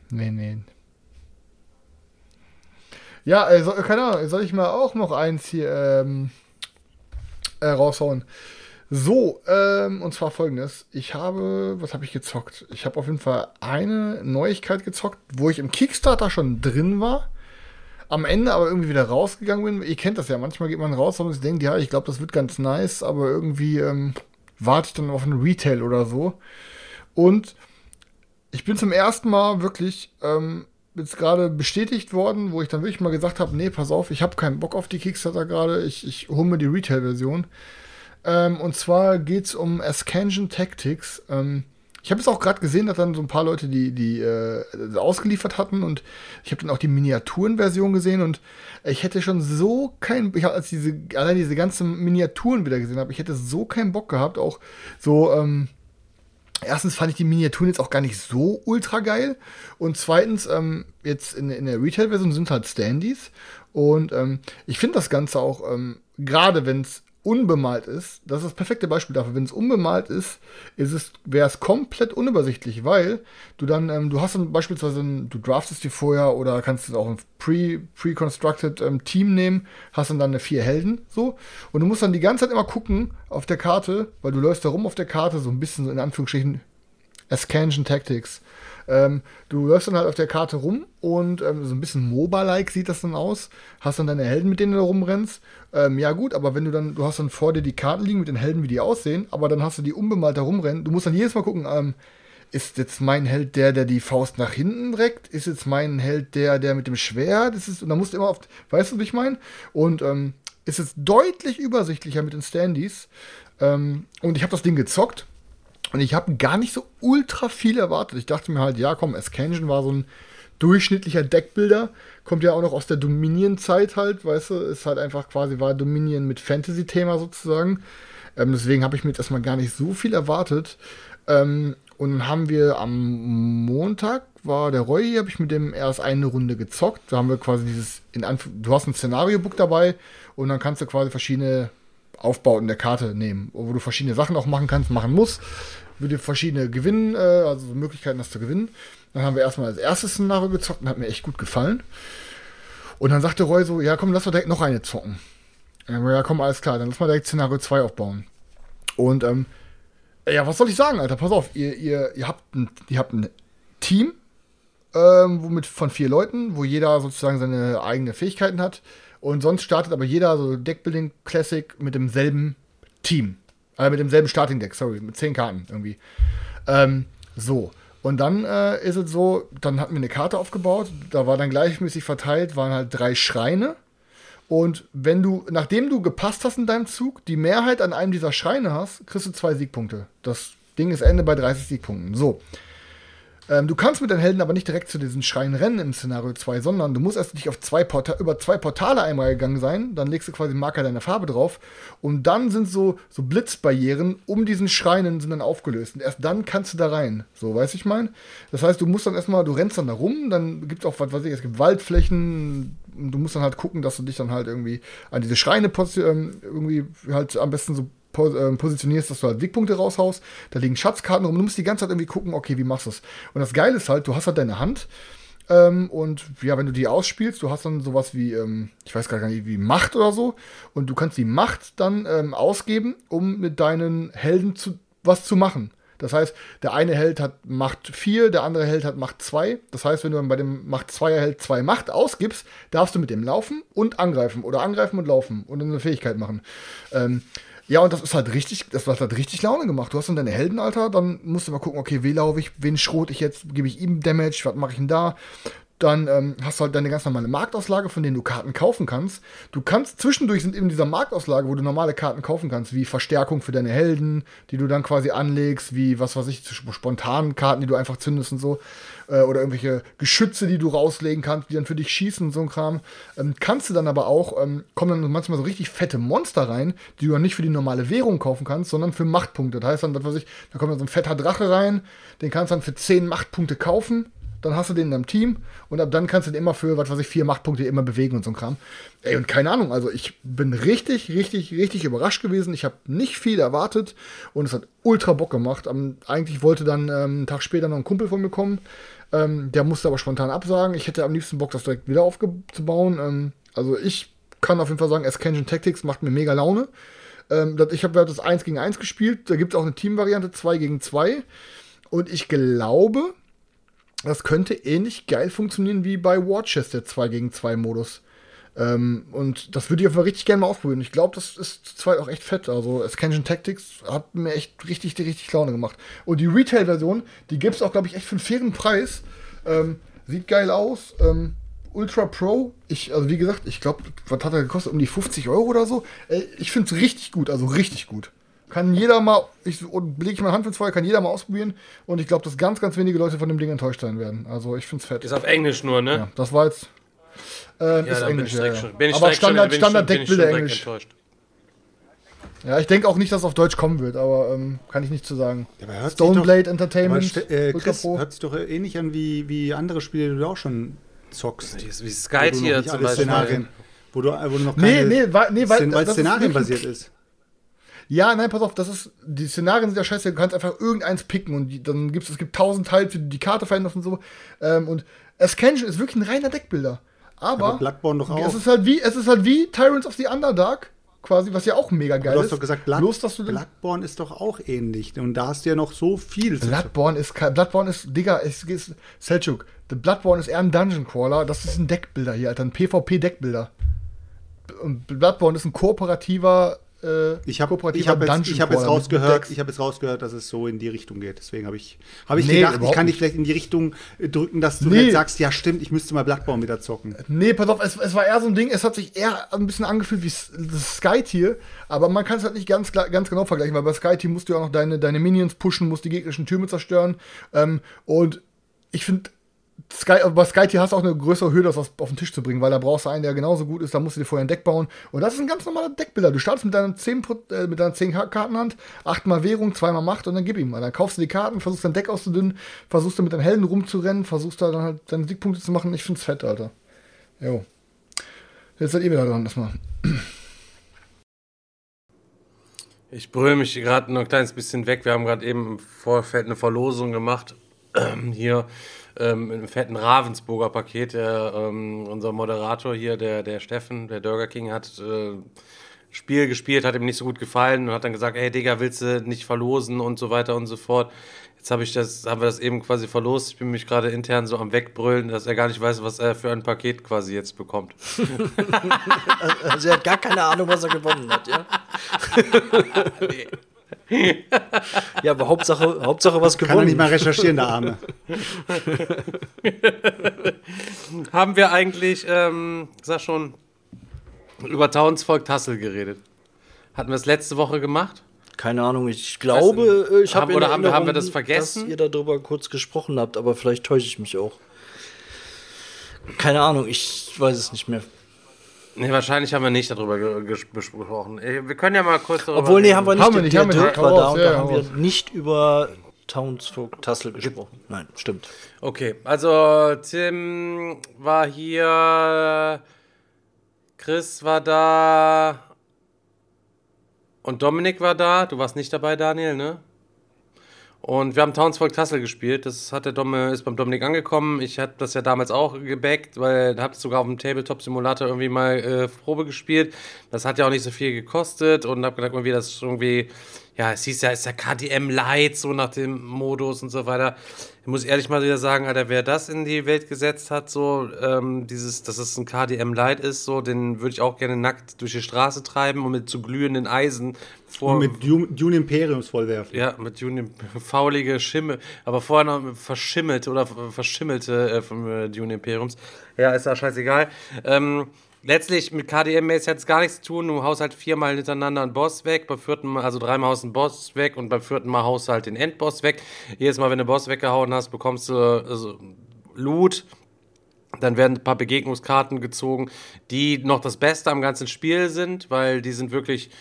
[SPEAKER 5] Ja, also, keine Ahnung, soll ich mal auch noch eins hier raushauen? So, und zwar folgendes. Was habe ich gezockt? Ich habe auf jeden Fall eine Neuigkeit gezockt, wo ich im Kickstarter schon drin war, am Ende aber irgendwie wieder rausgegangen bin. Ihr kennt das ja, manchmal geht man raus und denkt, ja, ich glaube, das wird ganz nice, aber irgendwie warte ich dann auf einen Retail oder so. Und ich bin zum ersten Mal wirklich jetzt gerade bestätigt worden, wo ich dann wirklich mal gesagt habe, nee, pass auf, ich habe keinen Bock auf die Kickstarter gerade, ich hole mir die Retail-Version. Und zwar geht's um Ascension Tactics. Ich habe es auch gerade gesehen, dass dann so ein paar Leute die ausgeliefert hatten und ich habe dann auch die Miniaturenversion gesehen und ich hätte schon so als allein diese ganzen Miniaturen wieder gesehen habe, ich hätte so keinen Bock gehabt, auch so, erstens fand ich die Miniaturen jetzt auch gar nicht so ultra geil und zweitens, jetzt in der Retail-Version sind halt Standees und ich finde das Ganze auch, gerade wenn es unbemalt ist, das ist das perfekte Beispiel dafür. Wenn es unbemalt ist, wäre es komplett unübersichtlich, weil du dann, du hast dann beispielsweise, du draftest die vorher oder kannst auch ein pre-constructed Team nehmen, hast dann 4 Helden, so, und du musst dann die ganze Zeit immer gucken auf der Karte, weil du läufst da rum auf der Karte, so ein bisschen so in Anführungsstrichen Ascension Tactics. Du läufst dann halt auf der Karte rum und so ein bisschen MOBA-like sieht das dann aus. Hast dann deine Helden, mit denen du da rumrennst. Ja gut, aber wenn du hast dann vor dir die Karten liegen mit den Helden, wie die aussehen, aber dann hast du die unbemalt da rumrennen. Du musst dann jedes Mal gucken, ist jetzt mein Held der die Faust nach hinten reckt? Ist jetzt mein Held der mit dem Schwert? Und da musst du immer oft, weißt du, wie ich meine? Und ist es deutlich übersichtlicher mit den Standees. Und ich habe das Ding gezockt und ich habe gar nicht so ultra viel erwartet. Ich dachte mir halt, ja komm, Ascension war so ein durchschnittlicher Deckbilder, kommt ja auch noch aus der Dominion-Zeit halt, weißt du, ist halt einfach quasi, war Dominion mit Fantasy-Thema sozusagen. Deswegen habe ich mir jetzt erstmal gar nicht so viel erwartet. Und dann haben wir am Montag, war der Roy hier, habe ich mit dem erst eine Runde gezockt. Da haben wir quasi du hast ein Szenario-Book dabei und dann kannst du quasi verschiedene Aufbauten der Karte nehmen, wo du verschiedene Sachen auch machen musst, wo du verschiedene gewinnen, also Möglichkeiten hast zu gewinnen. Dann haben wir erstmal das erste Szenario gezockt und hat mir echt gut gefallen. Und dann sagte Roy so, ja komm, lass doch direkt noch eine zocken. Ja komm, alles klar, dann lass mal direkt Szenario 2 aufbauen. Und ja, was soll ich sagen, Alter, pass auf, ihr habt ein Team von 4 Leuten, wo jeder sozusagen seine eigenen Fähigkeiten hat. Und sonst startet aber jeder so Deckbuilding Classic mit demselben Team. Mit demselben Starting-Deck, sorry, mit 10 Karten irgendwie. So. Und dann ist es so, dann hatten wir eine Karte aufgebaut, da war dann gleichmäßig verteilt, waren halt 3 Schreine. Und nachdem du gepasst hast in deinem Zug, die Mehrheit an einem dieser Schreine hast, kriegst du 2 Siegpunkte. Das Ding ist Ende bei 30 Siegpunkten. So. Du kannst mit deinen Helden aber nicht direkt zu diesen Schreien rennen im Szenario 2, sondern du musst erst dich auf über 2 Portale einmal gegangen sein, dann legst du quasi einen Marker deiner Farbe drauf und dann sind so Blitzbarrieren um diesen Schreinen sind dann aufgelöst und erst dann kannst du da rein. So, weißt du, ich meine? Das heißt, du rennst dann da rum, dann gibt es auch, was weiß ich, es gibt Waldflächen, du musst dann halt gucken, dass du dich dann halt irgendwie an diese Schreine irgendwie halt am besten so positionierst, dass du halt Wegpunkte raushaust, da liegen Schatzkarten rum, du musst die ganze Zeit irgendwie gucken, okay, wie machst du es? Und das Geile ist halt, du hast halt deine Hand und ja, wenn du die ausspielst, du hast dann sowas wie, ich weiß gar nicht, wie Macht oder so und du kannst die Macht dann ausgeben, um mit deinen Helden was zu machen. Das heißt, der eine Held hat Macht 4, der andere Held hat Macht 2. Das heißt, wenn du dann bei dem Macht 2er Held 2 Macht ausgibst, darfst du mit dem laufen und angreifen oder angreifen und laufen und eine Fähigkeit machen. Ja, und das hat halt richtig Laune gemacht. Du hast dann deine Helden, Alter, dann musst du mal gucken, okay, wie laufe ich, wen schrot ich jetzt, gebe ich ihm Damage, was mache ich denn da? Dann hast du halt deine ganz normale Marktauslage, von denen du Karten kaufen kannst. Zwischendurch sind in dieser Marktauslage, wo du normale Karten kaufen kannst, wie Verstärkung für deine Helden, die du dann quasi anlegst, wie, was weiß ich, spontanen Karten, die du einfach zündest und so. Oder irgendwelche Geschütze, die du rauslegen kannst, die dann für dich schießen und so ein Kram. Kannst du dann aber auch, kommen dann manchmal so richtig fette Monster rein, die du dann nicht für die normale Währung kaufen kannst, sondern für Machtpunkte. Das heißt dann, was weiß ich, da kommt dann so ein fetter Drache rein, den kannst du dann für 10 Machtpunkte kaufen. Dann hast du den in deinem Team und ab dann kannst du den immer für, was weiß ich, 4 Machtpunkte immer bewegen und so ein Kram. Ey, und keine Ahnung, also ich bin richtig überrascht gewesen. Ich habe nicht viel erwartet und es hat ultra Bock gemacht. Eigentlich wollte dann einen Tag später noch ein Kumpel von mir kommen. Der musste aber spontan absagen. Ich hätte am liebsten Bock, das direkt wieder aufzubauen. Also ich kann auf jeden Fall sagen, Ascension Tactics macht mir mega Laune. Ich habe das 1 gegen 1 gespielt. Da gibt es auch eine Teamvariante 2 gegen 2. Und ich glaube, das könnte ähnlich geil funktionieren wie bei War Chest, der 2 gegen 2 Modus. Und das würde ich einfach richtig gerne mal ausprobieren. Ich glaube, das ist zu zweit auch echt fett. Also Ascension Tactics hat mir echt richtig Laune gemacht. Und die Retail-Version, die gibt es auch, glaube ich, echt für einen fairen Preis. Sieht geil aus. Ultra Pro. Also wie gesagt, ich glaube, was hat er gekostet? Um die 50 € oder so. Ich finde es richtig gut, also richtig gut. Kann jeder mal, lege ich meine Hand ins Feuer, kann jeder mal ausprobieren. Und ich glaube, dass ganz wenige Leute von dem Ding enttäuscht sein werden. Also ich finde es fett.
[SPEAKER 4] Ist auf Englisch nur, ne?
[SPEAKER 5] Ja, das war jetzt. Ist Englisch, ja. Aber Standard-Deckbilder Englisch. Enttäuscht. Ja, ich denke auch nicht, dass es auf Deutsch kommen wird, aber kann ich nicht zu sagen.
[SPEAKER 6] Ja,
[SPEAKER 5] Stoneblade Entertainment,
[SPEAKER 6] Chris, hört sich doch ähnlich an wie andere Spiele, die du auch schon zockst.
[SPEAKER 4] Wie Sky hier zum Beispiel.
[SPEAKER 6] Szenarien, wo du noch keine weil Szenarien basiert ist.
[SPEAKER 5] Ja, nein, pass auf, die Szenarien sind ja scheiße, du kannst einfach irgendeins picken und dann es gibt 1000 Teile, die Karte veränderst und so. Und Ascension ist wirklich ein reiner Deckbilder. Aber
[SPEAKER 6] Bloodborne doch auch.
[SPEAKER 5] Es ist halt wie Tyrants of the Underdark, quasi, was ja auch mega geil ist.
[SPEAKER 6] Du hast doch gesagt, Bloodborne ist doch auch ähnlich. Und da hast du ja noch so viel.
[SPEAKER 5] Bloodborne ist, Digga, Selchuk, Bloodborne ist eher ein Dungeon Crawler, das ist ein Deckbilder hier, Alter, ein PvP-Deckbilder. Und Bloodborne ist ein kooperativer
[SPEAKER 6] Ich habe
[SPEAKER 5] kooperativer
[SPEAKER 6] jetzt, ich hab jetzt
[SPEAKER 5] Dungeon Crawler mit
[SPEAKER 6] rausgehört, dass es so in die Richtung geht. Deswegen habe ich
[SPEAKER 5] Nee,
[SPEAKER 6] gedacht, ich
[SPEAKER 5] überhaupt
[SPEAKER 6] kann dich
[SPEAKER 5] nicht.
[SPEAKER 6] vielleicht in die Richtung drücken, dass du
[SPEAKER 5] Nee.
[SPEAKER 6] jetzt sagst, ja stimmt, ich müsste mal Bloodborne wieder zocken.
[SPEAKER 5] Nee, pass auf, es war eher so ein Ding, es hat sich eher ein bisschen angefühlt wie das Sky-Tier, aber man kann es halt nicht ganz genau vergleichen, weil bei Sky-Tier musst du ja auch noch deine Minions pushen, musst die gegnerischen Türme zerstören. Und ich finde, bei Sky-Tier hast du auch eine größere Hürde, das auf den Tisch zu bringen, weil da brauchst du einen, der genauso gut ist, da musst du dir vorher ein Deck bauen. Und das ist ein ganz normaler Deckbilder. Du startest mit deiner 10 Kartenhand, 8-mal Währung, 2-mal Macht und dann gib ihm mal. Dann kaufst du die Karten, versuchst dein Deck auszudünnen, versuchst du mit deinen Helden rumzurennen, versuchst da dann halt deine Siegpunkte zu machen. Ich find's fett, Alter. Jo. Jetzt seid ihr wieder dran, erstmal.
[SPEAKER 4] Ich brülle mich gerade noch ein kleines bisschen weg. Wir haben gerade eben im Vorfeld eine Verlosung gemacht. Hier im fetten Ravensburger Paket. Unser Moderator hier, der Steffen, der Burger King, hat Spiel gespielt, hat ihm nicht so gut gefallen und hat dann gesagt, ey Digga, willst du nicht verlosen und so weiter und so fort. Jetzt haben wir das eben quasi verlost. Ich bin mich gerade intern so am Wegbrüllen, dass er gar nicht weiß, was er für ein Paket quasi jetzt bekommt.
[SPEAKER 7] Also er hat gar keine Ahnung, was er gewonnen hat, ja?
[SPEAKER 4] Nee.
[SPEAKER 7] Ja, aber Hauptsache was
[SPEAKER 6] Kann er
[SPEAKER 7] gewonnen.
[SPEAKER 6] nicht mal recherchieren, der Arme.
[SPEAKER 4] Haben wir eigentlich, sag schon, über Townsvolk Tassel geredet? Hatten wir es letzte Woche gemacht?
[SPEAKER 7] Keine Ahnung, ich glaube, ich habe
[SPEAKER 4] Oder haben wir das vergessen?
[SPEAKER 7] dass ihr darüber kurz gesprochen habt, aber vielleicht täusche ich mich auch. Keine Ahnung, ich weiß es nicht mehr.
[SPEAKER 4] Nee, wahrscheinlich haben wir nicht darüber besprochen. Wir können ja mal kurz darüber
[SPEAKER 7] Obwohl, nee,
[SPEAKER 4] reden.
[SPEAKER 7] haben wir nicht.
[SPEAKER 5] Haben wir nicht,
[SPEAKER 7] der
[SPEAKER 5] haben wir
[SPEAKER 7] Dirk
[SPEAKER 5] nicht.
[SPEAKER 7] war
[SPEAKER 5] Hau
[SPEAKER 7] da
[SPEAKER 5] raus,
[SPEAKER 7] und
[SPEAKER 5] ja,
[SPEAKER 7] da haben
[SPEAKER 5] hau
[SPEAKER 7] wir
[SPEAKER 5] raus.
[SPEAKER 7] nicht über Townsfolk Tassel gesprochen. Nein, stimmt.
[SPEAKER 4] Okay, also Tim war hier, Chris war da und Dominik war da. Du warst nicht dabei, Daniel, ne? Und wir haben Townsvolk Tassel gespielt. Das hat ist beim Dominik angekommen. Ich hatte das ja damals auch gebackt, weil da habe ich sogar auf dem Tabletop-Simulator irgendwie mal Probe gespielt. Das hat ja auch nicht so viel gekostet und habe gedacht, irgendwie, das ist irgendwie, ja, es hieß ja, ist ja KDM Light, so nach dem Modus und so weiter. Ich muss ehrlich mal wieder sagen, Alter, wer das in die Welt gesetzt hat, so, dass es ein KDM Light ist, so, den würde ich auch gerne nackt durch die Straße treiben und mit so glühenden Eisen
[SPEAKER 6] Und mit Dune Imperiums vollwerfen.
[SPEAKER 4] ja, mit Dune, faulige Schimmel, aber vorher noch verschimmelte von Dune Imperiums. Ja, ist ja scheißegal. Letztlich mit KDM-mäßig hat es gar nichts zu tun. Du haust halt 4-mal hintereinander einen Boss weg, beim 4. Mal, also 3-mal haust du einen Boss weg und beim 4. Mal haust du halt den Endboss weg. Jedes Mal, wenn du den Boss weggehauen hast, bekommst du Loot. Dann werden ein paar Begegnungskarten gezogen, die noch das Beste am ganzen Spiel sind, weil die sind wirklich,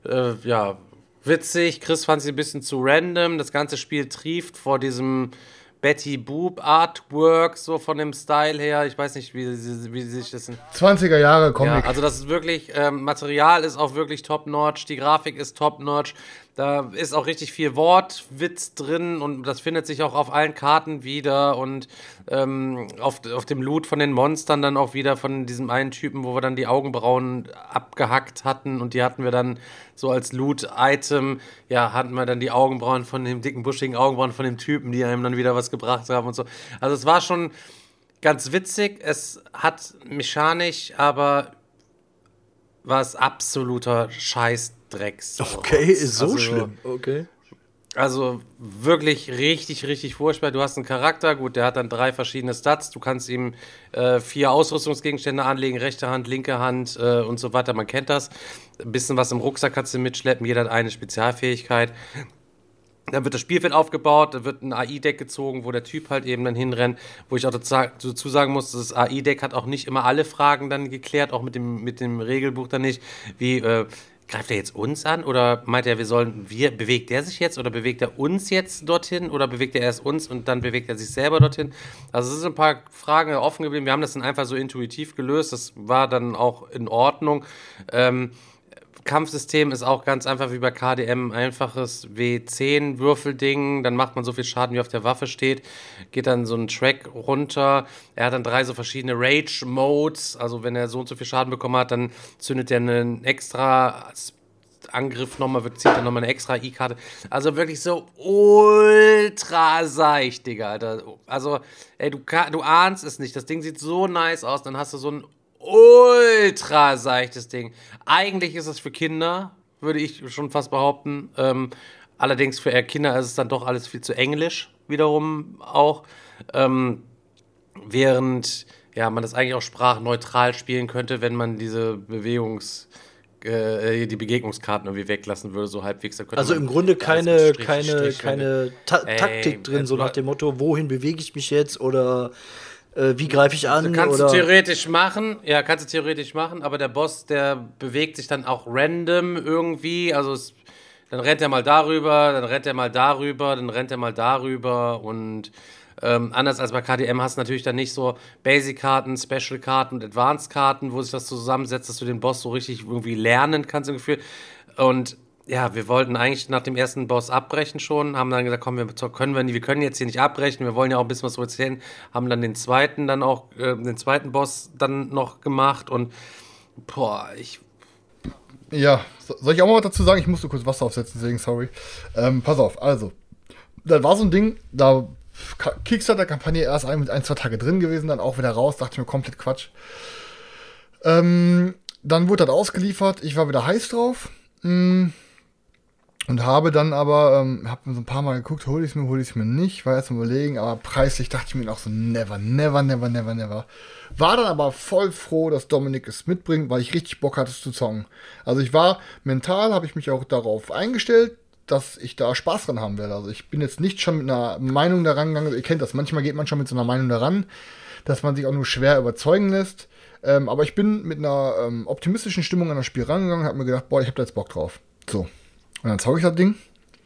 [SPEAKER 4] witzig. Chris fand sie ein bisschen zu random. Das ganze Spiel trieft vor diesem Betty Boop Artwork, so von dem Style her. Ich weiß nicht, wie sich das...
[SPEAKER 5] 20er Jahre Comic.
[SPEAKER 4] Ja, also das ist wirklich, Material ist auch wirklich top-notch, die Grafik ist top-notch, da ist auch richtig viel Wortwitz drin und das findet sich auch auf allen Karten wieder und auf dem Loot von den Monstern dann auch wieder von diesem einen Typen, wo wir dann die Augenbrauen abgehackt hatten und die hatten wir dann so als Loot-Item, ja, hatten wir dann die Augenbrauen von dem dicken, buschigen Augenbrauen von dem Typen, die einem dann wieder was gebracht haben und so. Also es war schon ganz witzig, es hat mechanisch, aber war es absoluter Scheißdrecks.
[SPEAKER 7] Okay, ist so
[SPEAKER 4] Also,
[SPEAKER 7] schlimm. Okay.
[SPEAKER 4] Also wirklich richtig, richtig furchtbar. Du hast einen Charakter, gut, der hat dann 3 verschiedene Stats. Du kannst ihm 4 Ausrüstungsgegenstände anlegen, rechte Hand, linke Hand und so weiter. Man kennt das. Ein bisschen was im Rucksack kannst du mitschleppen. Jeder hat eine Spezialfähigkeit. Dann wird das Spielfeld aufgebaut, da wird ein AI-Deck gezogen, wo der Typ halt eben dann hinrennt, wo ich auch dazu sagen muss, das AI-Deck hat auch nicht immer alle Fragen dann geklärt, auch mit dem Regelbuch dann nicht, wie, greift er jetzt uns an oder meint er, bewegt er sich jetzt oder bewegt er uns jetzt dorthin oder bewegt er erst uns und dann bewegt er sich selber dorthin? Also es sind ein paar Fragen offen geblieben, wir haben das dann einfach so intuitiv gelöst, das war dann auch in Ordnung. Kampfsystem ist auch ganz einfach wie bei KDM, einfaches W10-Würfelding, dann macht man so viel Schaden, wie auf der Waffe steht, geht dann so einen Track runter, er hat dann 3 so verschiedene Rage-Modes, also wenn er so und so viel Schaden bekommen hat, dann zündet er einen extra Angriff nochmal, zieht er nochmal eine extra I-Karte, also wirklich so ultra seicht, Digga, Alter, also, ey, du ahnst es nicht, das Ding sieht so nice aus, dann hast du so ein ultra seichtes Ding. Eigentlich ist es für Kinder, würde ich schon fast behaupten. Allerdings für eher Kinder ist es dann doch alles viel zu englisch, wiederum auch. Während man das eigentlich auch sprachneutral spielen könnte, wenn man diese die Begegnungskarten irgendwie weglassen würde, so halbwegs.
[SPEAKER 7] Also im Grunde keine Taktik drin, so nach dem Motto, wohin bewege ich mich jetzt oder wie greife ich an?
[SPEAKER 4] Kannst du theoretisch machen, aber der Boss, der bewegt sich dann auch random irgendwie, also dann rennt er mal darüber, dann rennt er mal darüber, dann rennt er mal darüber und anders als bei KDM hast du natürlich dann nicht so Basic-Karten, Special-Karten und Advanced-Karten, wo sich das zusammensetzt, dass du den Boss so richtig irgendwie lernen kannst im Gefühl. Und ja, wir wollten eigentlich nach dem ersten Boss abbrechen schon, haben dann gesagt, komm, wir können jetzt hier nicht abbrechen, wir wollen ja auch ein bisschen was erzählen, haben dann den zweiten Boss dann noch gemacht und
[SPEAKER 5] Ja, soll ich auch mal was dazu sagen? Ich musste kurz Wasser aufsetzen, deswegen sorry. Pass auf, also, da war so ein Ding, da Kickstarter-Kampagne erst 1-2 Tage drin gewesen, dann auch wieder raus, dachte ich mir, komplett Quatsch. Dann wurde das ausgeliefert, ich war wieder heiß drauf und habe dann aber, hab mir so ein paar Mal geguckt, hol ich es mir nicht, war erst mal überlegen, aber preislich dachte ich mir auch so, never. War dann aber voll froh, dass Dominik es mitbringt, weil ich richtig Bock hatte, es zu zocken. Also ich war mental, habe ich mich auch darauf eingestellt, dass ich da Spaß dran haben werde. Also ich bin jetzt nicht schon mit einer Meinung daran gegangen, also ihr kennt das, manchmal geht man schon mit so einer Meinung daran, dass man sich auch nur schwer überzeugen lässt. Aber ich bin mit einer optimistischen Stimmung an das Spiel rangegangen und habe mir gedacht, boah, ich habe da jetzt Bock drauf. So, und dann zocke ich das Ding.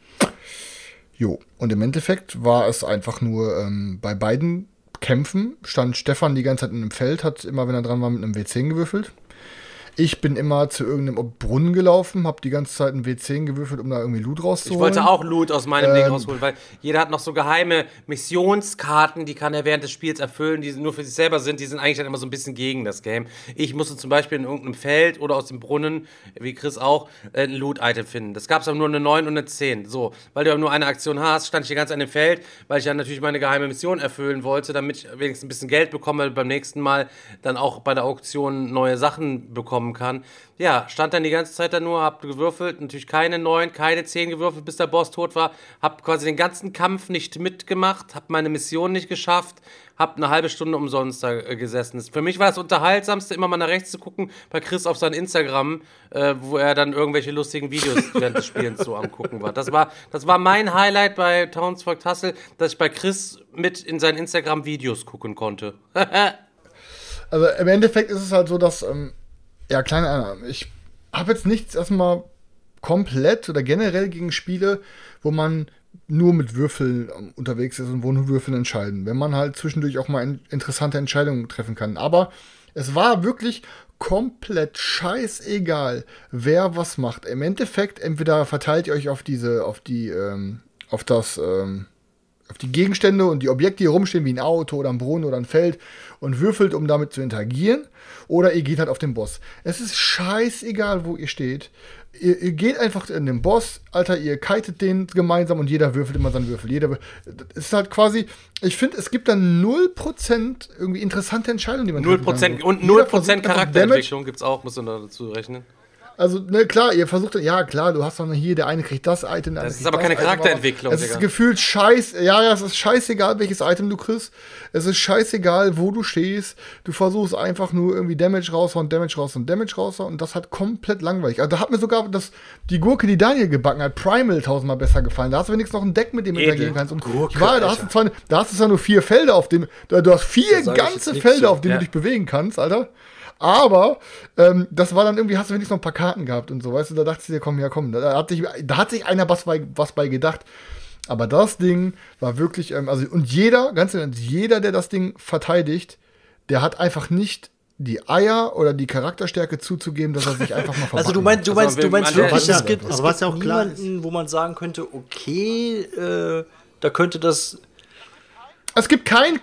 [SPEAKER 5] Jo, und im Endeffekt war es einfach nur bei beiden Kämpfen stand Stefan die ganze Zeit in einem Feld, hat immer, wenn er dran war, mit einem W10 gewürfelt. Ich bin immer zu irgendeinem Brunnen gelaufen, habe die ganze Zeit einen W10 gewürfelt, um da irgendwie Loot rauszuholen.
[SPEAKER 4] Ich wollte auch Loot aus meinem Ding rausholen, weil jeder hat noch so geheime Missionskarten, die kann er während des Spiels erfüllen, die nur für sich selber sind. Die sind eigentlich dann immer so ein bisschen gegen das Game. Ich musste zum Beispiel in irgendeinem Feld oder aus dem Brunnen, wie Chris auch, ein Loot-Item finden. Das gab es aber nur eine 9 und eine 10. So, weil du aber nur eine Aktion hast, stand ich hier ganz an dem Feld, weil ich dann natürlich meine geheime Mission erfüllen wollte, damit ich wenigstens ein bisschen Geld bekomme, weil beim nächsten Mal dann auch bei der Auktion neue Sachen bekommen kann. Ja, stand dann die ganze Zeit da nur, hab gewürfelt, natürlich keine 9, keine 10 gewürfelt, bis der Boss tot war, hab quasi den ganzen Kampf nicht mitgemacht, hab meine Mission nicht geschafft, hab eine halbe Stunde umsonst da gesessen. Für mich war das Unterhaltsamste, immer mal nach rechts zu gucken, bei Chris auf sein Instagram, wo er dann irgendwelche lustigen Videos während des Spielens so am gucken war. Das war mein Highlight bei Townsfolk Tassel, dass ich bei Chris mit in seinen Instagram-Videos gucken konnte.
[SPEAKER 5] Also im Endeffekt ist es halt so, dass ja, kleine Einnahmen. Ich habe jetzt nichts erstmal komplett oder generell gegen Spiele, wo man nur mit Würfeln unterwegs ist und wo nur Würfeln entscheiden. Wenn man halt zwischendurch auch mal interessante Entscheidungen treffen kann. Aber es war wirklich komplett scheißegal, wer was macht. Im Endeffekt, entweder verteilt ihr euch auf die Gegenstände und die Objekte, die hier rumstehen, wie ein Auto oder ein Brunnen oder ein Feld und würfelt, um damit zu interagieren. Oder ihr geht halt auf den Boss. Es ist scheißegal, wo ihr steht. Ihr geht einfach in den Boss, Alter, ihr kitet den gemeinsam und jeder würfelt immer seinen Würfel. Es ist halt quasi, ich finde, es gibt dann 0% irgendwie interessante Entscheidungen, die man
[SPEAKER 4] 0% und 0% Charakterentwicklung gibt es auch, muss man dazu rechnen.
[SPEAKER 5] Also, ne, klar, ihr versucht dann, ja, klar, du hast dann hier, der eine kriegt das Item, der andere
[SPEAKER 4] Das ist aber keine Charakterentwicklung,
[SPEAKER 5] Es ist gefühlt es ist scheißegal, welches Item du kriegst. Es ist scheißegal, wo du stehst. Du versuchst einfach nur irgendwie Damage raushauen und das hat komplett langweilig. Also, da hat mir sogar die Gurke, die Daniel gebacken hat, Primal 1000-mal besser gefallen. Da hast du wenigstens noch ein Deck, mit dem du interagieren kannst. Und
[SPEAKER 7] Gurke,
[SPEAKER 5] da hast du zwar nur 4 Felder, auf dem, du hast 4 ganze Felder, auf denen du dich bewegen kannst, Alter. Aber das war dann irgendwie, hast du wenigstens noch ein paar Karten gehabt und so, weißt du, da dachte ich dir, komm, da hat sich einer was bei gedacht. Aber das Ding war wirklich, und jeder, der das Ding verteidigt, der hat einfach nicht die Eier oder die Charakterstärke zuzugeben, dass er sich einfach mal verpackt.
[SPEAKER 7] Also du meinst wirklich, es gibt
[SPEAKER 6] auch
[SPEAKER 7] niemanden, wo man sagen könnte, okay, da könnte das...
[SPEAKER 5] Es gibt keinen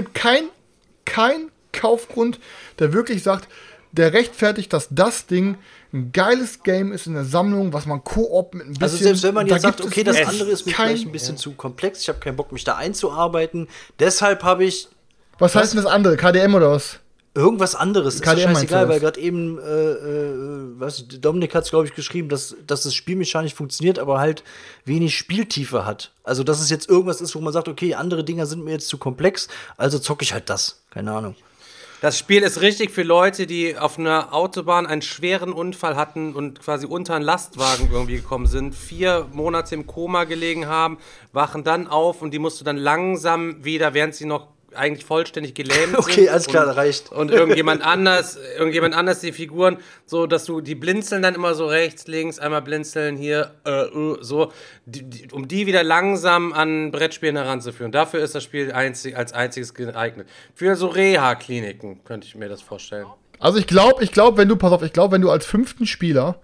[SPEAKER 5] Kaufgrund, der wirklich sagt, der rechtfertigt, dass das Ding ein geiles Game ist in der Sammlung, was man Koop mit ein bisschen...
[SPEAKER 7] Also selbst wenn man jetzt sagt, okay, das andere ist mir vielleicht ein bisschen zu komplex, ich habe keinen Bock, mich da einzuarbeiten, deshalb habe ich...
[SPEAKER 5] Was heißt denn das andere? KDM oder was?
[SPEAKER 7] Irgendwas anderes, ist ja
[SPEAKER 5] KDM meinst
[SPEAKER 7] scheißegal,
[SPEAKER 5] du das?
[SPEAKER 7] weil gerade eben, Dominik hat es, glaube ich, geschrieben, dass das spielmechanisch funktioniert, aber halt wenig Spieltiefe hat. Also, dass es jetzt irgendwas ist, wo man sagt, okay, andere Dinger sind mir jetzt zu komplex, also zocke ich halt das. Keine Ahnung.
[SPEAKER 4] Das Spiel ist richtig für Leute, die auf einer Autobahn einen schweren Unfall hatten und quasi unter einen Lastwagen irgendwie gekommen sind, 4 Monate im Koma gelegen haben, wachen dann auf und die musst du dann langsam wieder, während sie noch eigentlich vollständig gelähmt sind.
[SPEAKER 7] Okay, alles klar, reicht.
[SPEAKER 4] Und irgendjemand anders die Figuren, so dass du, die blinzeln dann immer so rechts, links, einmal blinzeln hier, so, um die wieder langsam an Brettspielen heranzuführen. Dafür ist das Spiel als einziges geeignet. Für so Reha-Kliniken könnte ich mir das vorstellen.
[SPEAKER 5] Also ich glaube, wenn du als fünften Spieler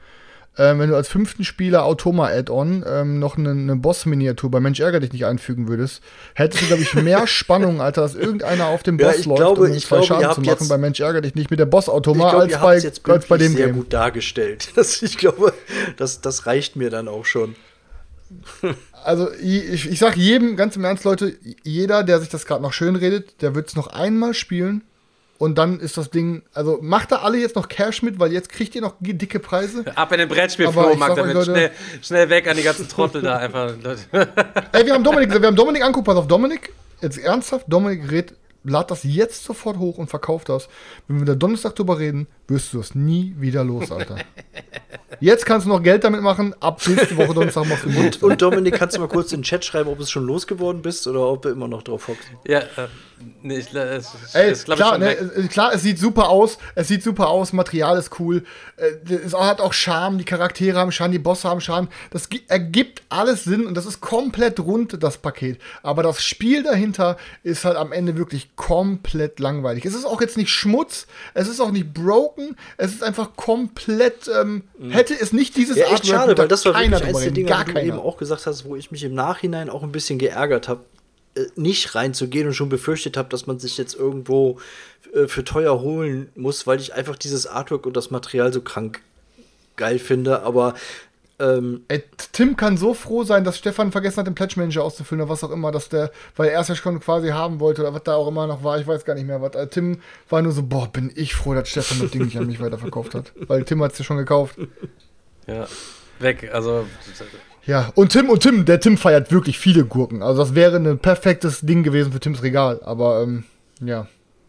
[SPEAKER 5] Automa-Add-on noch eine Boss-Miniatur bei Mensch ärger dich nicht einfügen würdest, hättest du, glaube ich, mehr Spannung, Alter, dass irgendeiner auf dem Boss läuft, um zwei Schaden zu machen bei Mensch ärger dich nicht mit der Boss-Automa als bei dem
[SPEAKER 7] sehr
[SPEAKER 5] Game.
[SPEAKER 7] gut dargestellt. Ich glaube, das reicht mir dann auch schon.
[SPEAKER 5] Also ich sag jedem, ganz im Ernst, Leute, jeder, der sich das gerade noch schön redet, der wird es noch einmal spielen. Und dann ist das Ding, also macht da alle jetzt noch Cash mit, weil jetzt kriegt ihr noch dicke Preise.
[SPEAKER 4] Ab in den Brettspiel-Flohmarkt, damit schnell weg an die ganzen Trottel da einfach.
[SPEAKER 5] Ey, wir haben Dominik anguckt, pass auf, Dominik, jetzt ernsthaft, Dominik lad das jetzt sofort hoch und verkauft das. Wenn wir da Donnerstag drüber reden, wirst du das nie wieder los, Alter. Jetzt kannst du noch Geld damit machen, ab nächste Woche Donnerstag machst du
[SPEAKER 7] Und Dominik, kannst du mal kurz in den Chat schreiben, ob es schon losgeworden bist oder ob du immer noch drauf hockst?
[SPEAKER 4] Ja, nee,
[SPEAKER 5] klar, es sieht super aus, Material ist cool, es hat auch Charme, die Charaktere haben Charme, die Bosse haben Charme, das ergibt alles Sinn und das ist komplett rund, das Paket. Aber das Spiel dahinter ist halt am Ende wirklich komplett langweilig. Es ist auch jetzt nicht Schmutz, es ist auch nicht broken, es ist einfach komplett, hätte es nicht dieses
[SPEAKER 7] ja, echt schade, weil das war wirklich eins der Dinge,
[SPEAKER 5] wie
[SPEAKER 7] du eben auch gesagt hast, wo ich mich im Nachhinein auch ein bisschen geärgert habe, nicht reinzugehen und schon befürchtet habe, dass man sich jetzt irgendwo für teuer holen muss, weil ich einfach dieses Artwork und das Material so krank geil finde, aber
[SPEAKER 5] Tim kann so froh sein, dass Stefan vergessen hat, den Pledge Manager auszufüllen oder was auch immer, weil er es ja schon quasi haben wollte oder was da auch immer noch war, ich weiß gar nicht mehr was. Tim war nur so, boah, bin ich froh, dass Stefan das Ding nicht an mich weiterverkauft hat, weil Tim hat es ja schon gekauft.
[SPEAKER 4] Ja, weg, also...
[SPEAKER 5] Ja, und Tim feiert wirklich viele Gurken, also das wäre ein perfektes Ding gewesen für Tims Regal, aber ja.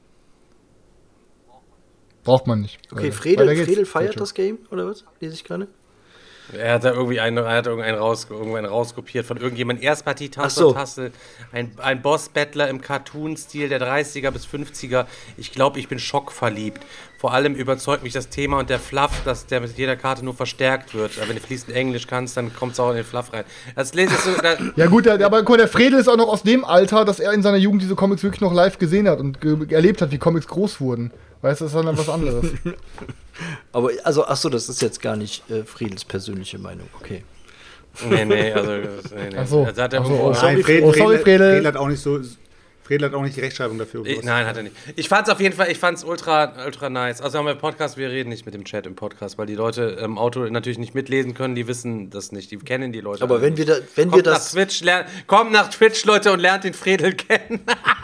[SPEAKER 5] Braucht man nicht.
[SPEAKER 7] Okay, Fredel feiert das Game, oder was? Lese ich gerade?
[SPEAKER 4] Er hat da irgendwie irgendeinen rauskopiert von irgendjemandem. Erstpartie-Tassel, ein Boss-Battler im Cartoon-Stil der 30er bis 50er. Ich glaube, ich bin schockverliebt. Vor allem überzeugt mich das Thema und der Fluff, dass der mit jeder Karte nur verstärkt wird. Wenn du fließend Englisch kannst, dann kommt es auch in den Fluff rein.
[SPEAKER 5] Ja gut, aber guck mal, der Fredel ist auch noch aus dem Alter, dass er in seiner Jugend diese Comics wirklich noch live gesehen hat und erlebt hat, wie Comics groß wurden. Weißt du, das ist dann was anderes.
[SPEAKER 7] Aber, also, achso, das ist jetzt gar nicht Friedels persönliche Meinung, okay.
[SPEAKER 4] Nee.
[SPEAKER 5] Achso.
[SPEAKER 6] Nein, Fredel hat auch nicht so... Fredel hat auch nicht die Rechtschreibung dafür.
[SPEAKER 4] Nein, hat er nicht. Ich fand's auf jeden Fall, ultra nice. Also haben wir Podcast, wir reden nicht mit dem Chat im Podcast, weil die Leute im Auto natürlich nicht mitlesen können, die wissen das nicht, die kennen die Leute.
[SPEAKER 7] Aber wenn wir das...
[SPEAKER 4] Kommt nach Twitch, Leute, und lernt den Fredel kennen.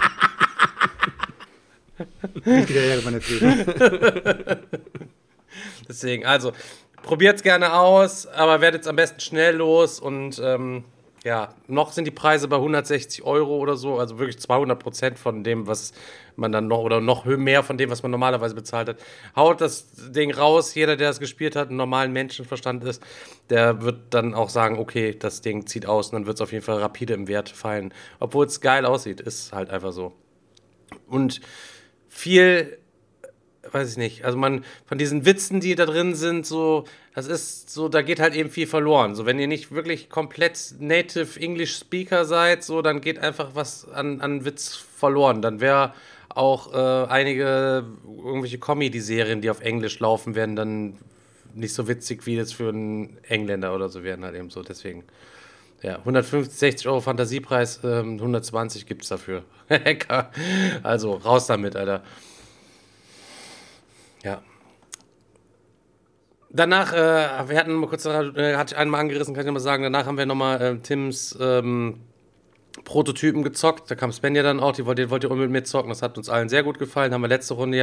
[SPEAKER 6] Richtiger Ehre, meine Fredel.
[SPEAKER 4] Deswegen, also, probiert's gerne aus, aber werdet's am besten schnell los und ja, noch sind die Preise bei 160 Euro oder so, also wirklich 200% von dem, was man dann noch, oder noch mehr von dem, was man normalerweise bezahlt hat. Haut das Ding raus, jeder, der es gespielt hat, einen normalen Menschenverstand ist, der wird dann auch sagen, okay, das Ding zieht aus und dann wird es auf jeden Fall rapide im Wert fallen. Obwohl es geil aussieht, ist halt einfach so. Und viel... weiß ich nicht, also von diesen Witzen, die da drin sind, so, das ist so, da geht halt eben viel verloren. So, wenn ihr nicht wirklich komplett Native English Speaker seid, so, dann geht einfach was an Witz verloren. Dann wäre auch irgendwelche Comedy-Serien, die auf Englisch laufen, werden dann nicht so witzig, wie das für einen Engländer oder so werden halt eben so, deswegen. Ja, 160 Euro Fantasiepreis, 120 gibt's dafür. Also, raus damit, Alter. Ja. Danach, hatte ich einmal angerissen, kann ich nochmal sagen, danach haben wir nochmal Tims Prototypen gezockt. Da kam Sven ja dann auch, die wollte unbedingt mit mir zocken. Das hat uns allen sehr gut gefallen. Haben wir letzte Woche.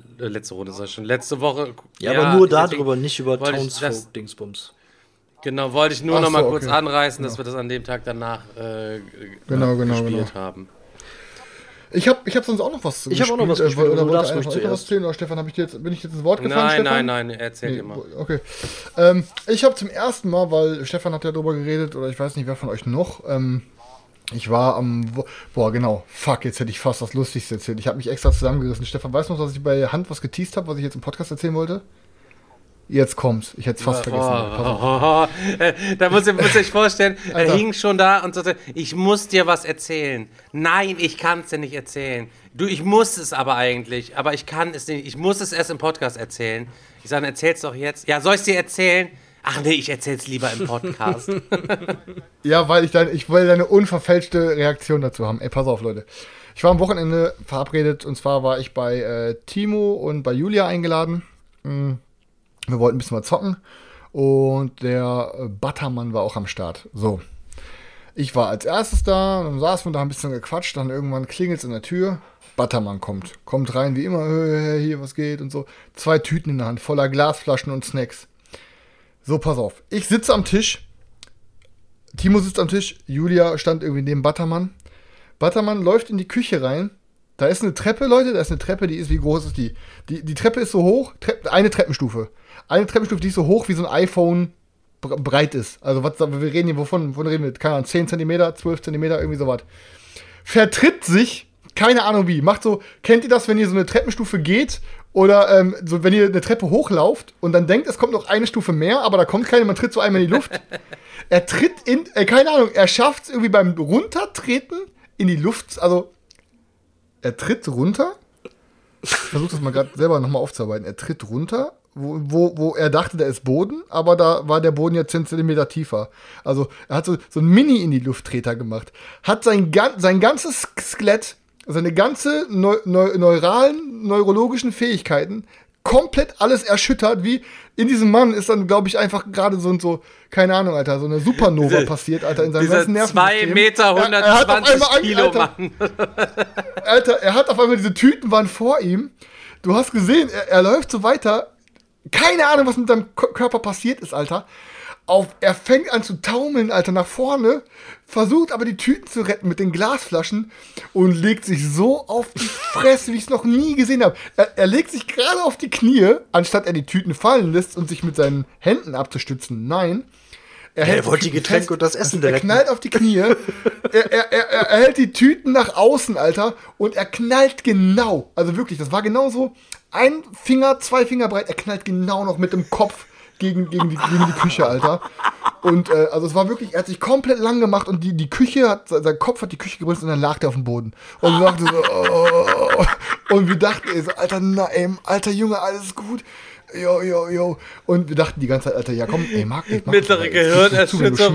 [SPEAKER 7] Ja, aber nur darüber, nicht über Townsfolk-Dingsbums.
[SPEAKER 4] Genau, wollte ich nur noch mal kurz anreißen, dass wir das an dem Tag danach gespielt haben.
[SPEAKER 5] Ich hab sonst auch noch was
[SPEAKER 7] Ich habe auch noch was gespielt,
[SPEAKER 5] oder
[SPEAKER 7] du darfst ruhig
[SPEAKER 5] was
[SPEAKER 7] zuerst.
[SPEAKER 5] erzählen? Oder Stefan, bin ich jetzt ins Wort gefallen, Stefan?
[SPEAKER 4] Nein, erzähl dir mal.
[SPEAKER 5] Okay. Ich habe zum ersten Mal, weil Stefan hat ja drüber geredet, oder ich weiß nicht, wer von euch noch, ich war jetzt hätte ich fast das Lustigste erzählt. Ich habe mich extra zusammengerissen. Stefan, weißt du noch, dass ich bei Hand was geteased habe, was ich jetzt im Podcast erzählen wollte? Jetzt kommt's. Ich hätte es fast vergessen.
[SPEAKER 4] Da muss ich euch vorstellen, er hing schon da und sagte, ich muss dir was erzählen. Nein, ich kann es dir nicht erzählen. Ich muss es aber eigentlich, aber ich kann es nicht. Ich muss es erst im Podcast erzählen. Ich sage, erzähl's doch jetzt. Ja, soll ich es dir erzählen? Ach nee, ich erzähl's lieber im Podcast.
[SPEAKER 5] Ja, weil ich wollte eine unverfälschte Reaktion dazu haben. Ey, pass auf, Leute. Ich war am Wochenende verabredet und zwar war ich bei Timo und bei Julia eingeladen. Wir wollten ein bisschen mal zocken und der Buttermann war auch am Start. So, ich war als erstes da und dann saßen wir da ein bisschen gequatscht, dann irgendwann klingelt es in der Tür, Buttermann kommt rein wie immer, hier, was geht und so. 2 Tüten in der Hand, voller Glasflaschen und Snacks. So, pass auf, ich sitze am Tisch, Timo sitzt am Tisch, Julia stand irgendwie neben Buttermann. Buttermann läuft in die Küche rein. Da ist eine Treppe, Leute, die ist, wie groß ist die? Die Treppe ist so hoch, eine Treppenstufe, die ist so hoch, wie so ein iPhone breit ist. Also, wir reden hier, wovon reden wir? Keine Ahnung, 10 cm, 12 cm, irgendwie sowas. Vertritt sich, keine Ahnung wie, macht so, kennt ihr das, wenn ihr so eine Treppenstufe geht oder so, wenn ihr eine Treppe hochlauft und dann denkt, es kommt noch eine Stufe mehr, aber da kommt keine, man tritt so einmal in die Luft. Er tritt keine Ahnung, er schafft es irgendwie beim Runtertreten in die Luft, also er tritt runter. Ich versuche das mal gerade selber nochmal aufzuarbeiten. Er tritt runter, wo er dachte, da ist Boden, aber da war der Boden jetzt 10 cm tiefer. Also er hat so ein Mini in die Lufttreter gemacht. Hat sein ganzes Skelett, seine ganze neurologischen Fähigkeiten komplett alles erschüttert, wie in diesem Mann ist dann, glaube ich, einfach gerade so, keine Ahnung, Alter, so eine Supernova passiert, Alter, in seinem ganzen Nervensystem.
[SPEAKER 4] 2 Meter, 120 Kilo,
[SPEAKER 5] Alter,
[SPEAKER 4] Mann.
[SPEAKER 5] Alter, er hat auf einmal diese Tüten waren vor ihm. Du hast gesehen, er läuft so weiter. Keine Ahnung, was mit seinem Körper passiert ist, Alter. Er fängt an zu taumeln, Alter, nach vorne, versucht aber die Tüten zu retten mit den Glasflaschen und legt sich so auf die Fresse, wie ich es noch nie gesehen habe. Er legt sich gerade auf die Knie, anstatt er die Tüten fallen lässt und sich mit seinen Händen abzustützen. Nein.
[SPEAKER 7] Er wollte die Getränke und das Essen direkt.
[SPEAKER 5] Er knallt auf die Knie, er hält die Tüten nach außen, Alter, und er knallt genau, also wirklich, das war genau so, 1 Finger, 2 Finger breit, er knallt genau noch mit dem Kopf gegen die Küche, Alter. Und also es war wirklich, er hat sich komplett lang gemacht und die Küche sein Kopf hat die Küche gebremst und dann lag der auf dem Boden. Und wir dachten so, oh. Und wir dachten, ey, so, Alter, nein, alter Junge, alles gut. Jo. Und wir dachten die ganze Zeit, Alter, ja komm, ey, Marc,
[SPEAKER 4] mittlere Gehirnerschütterung.
[SPEAKER 5] Wenn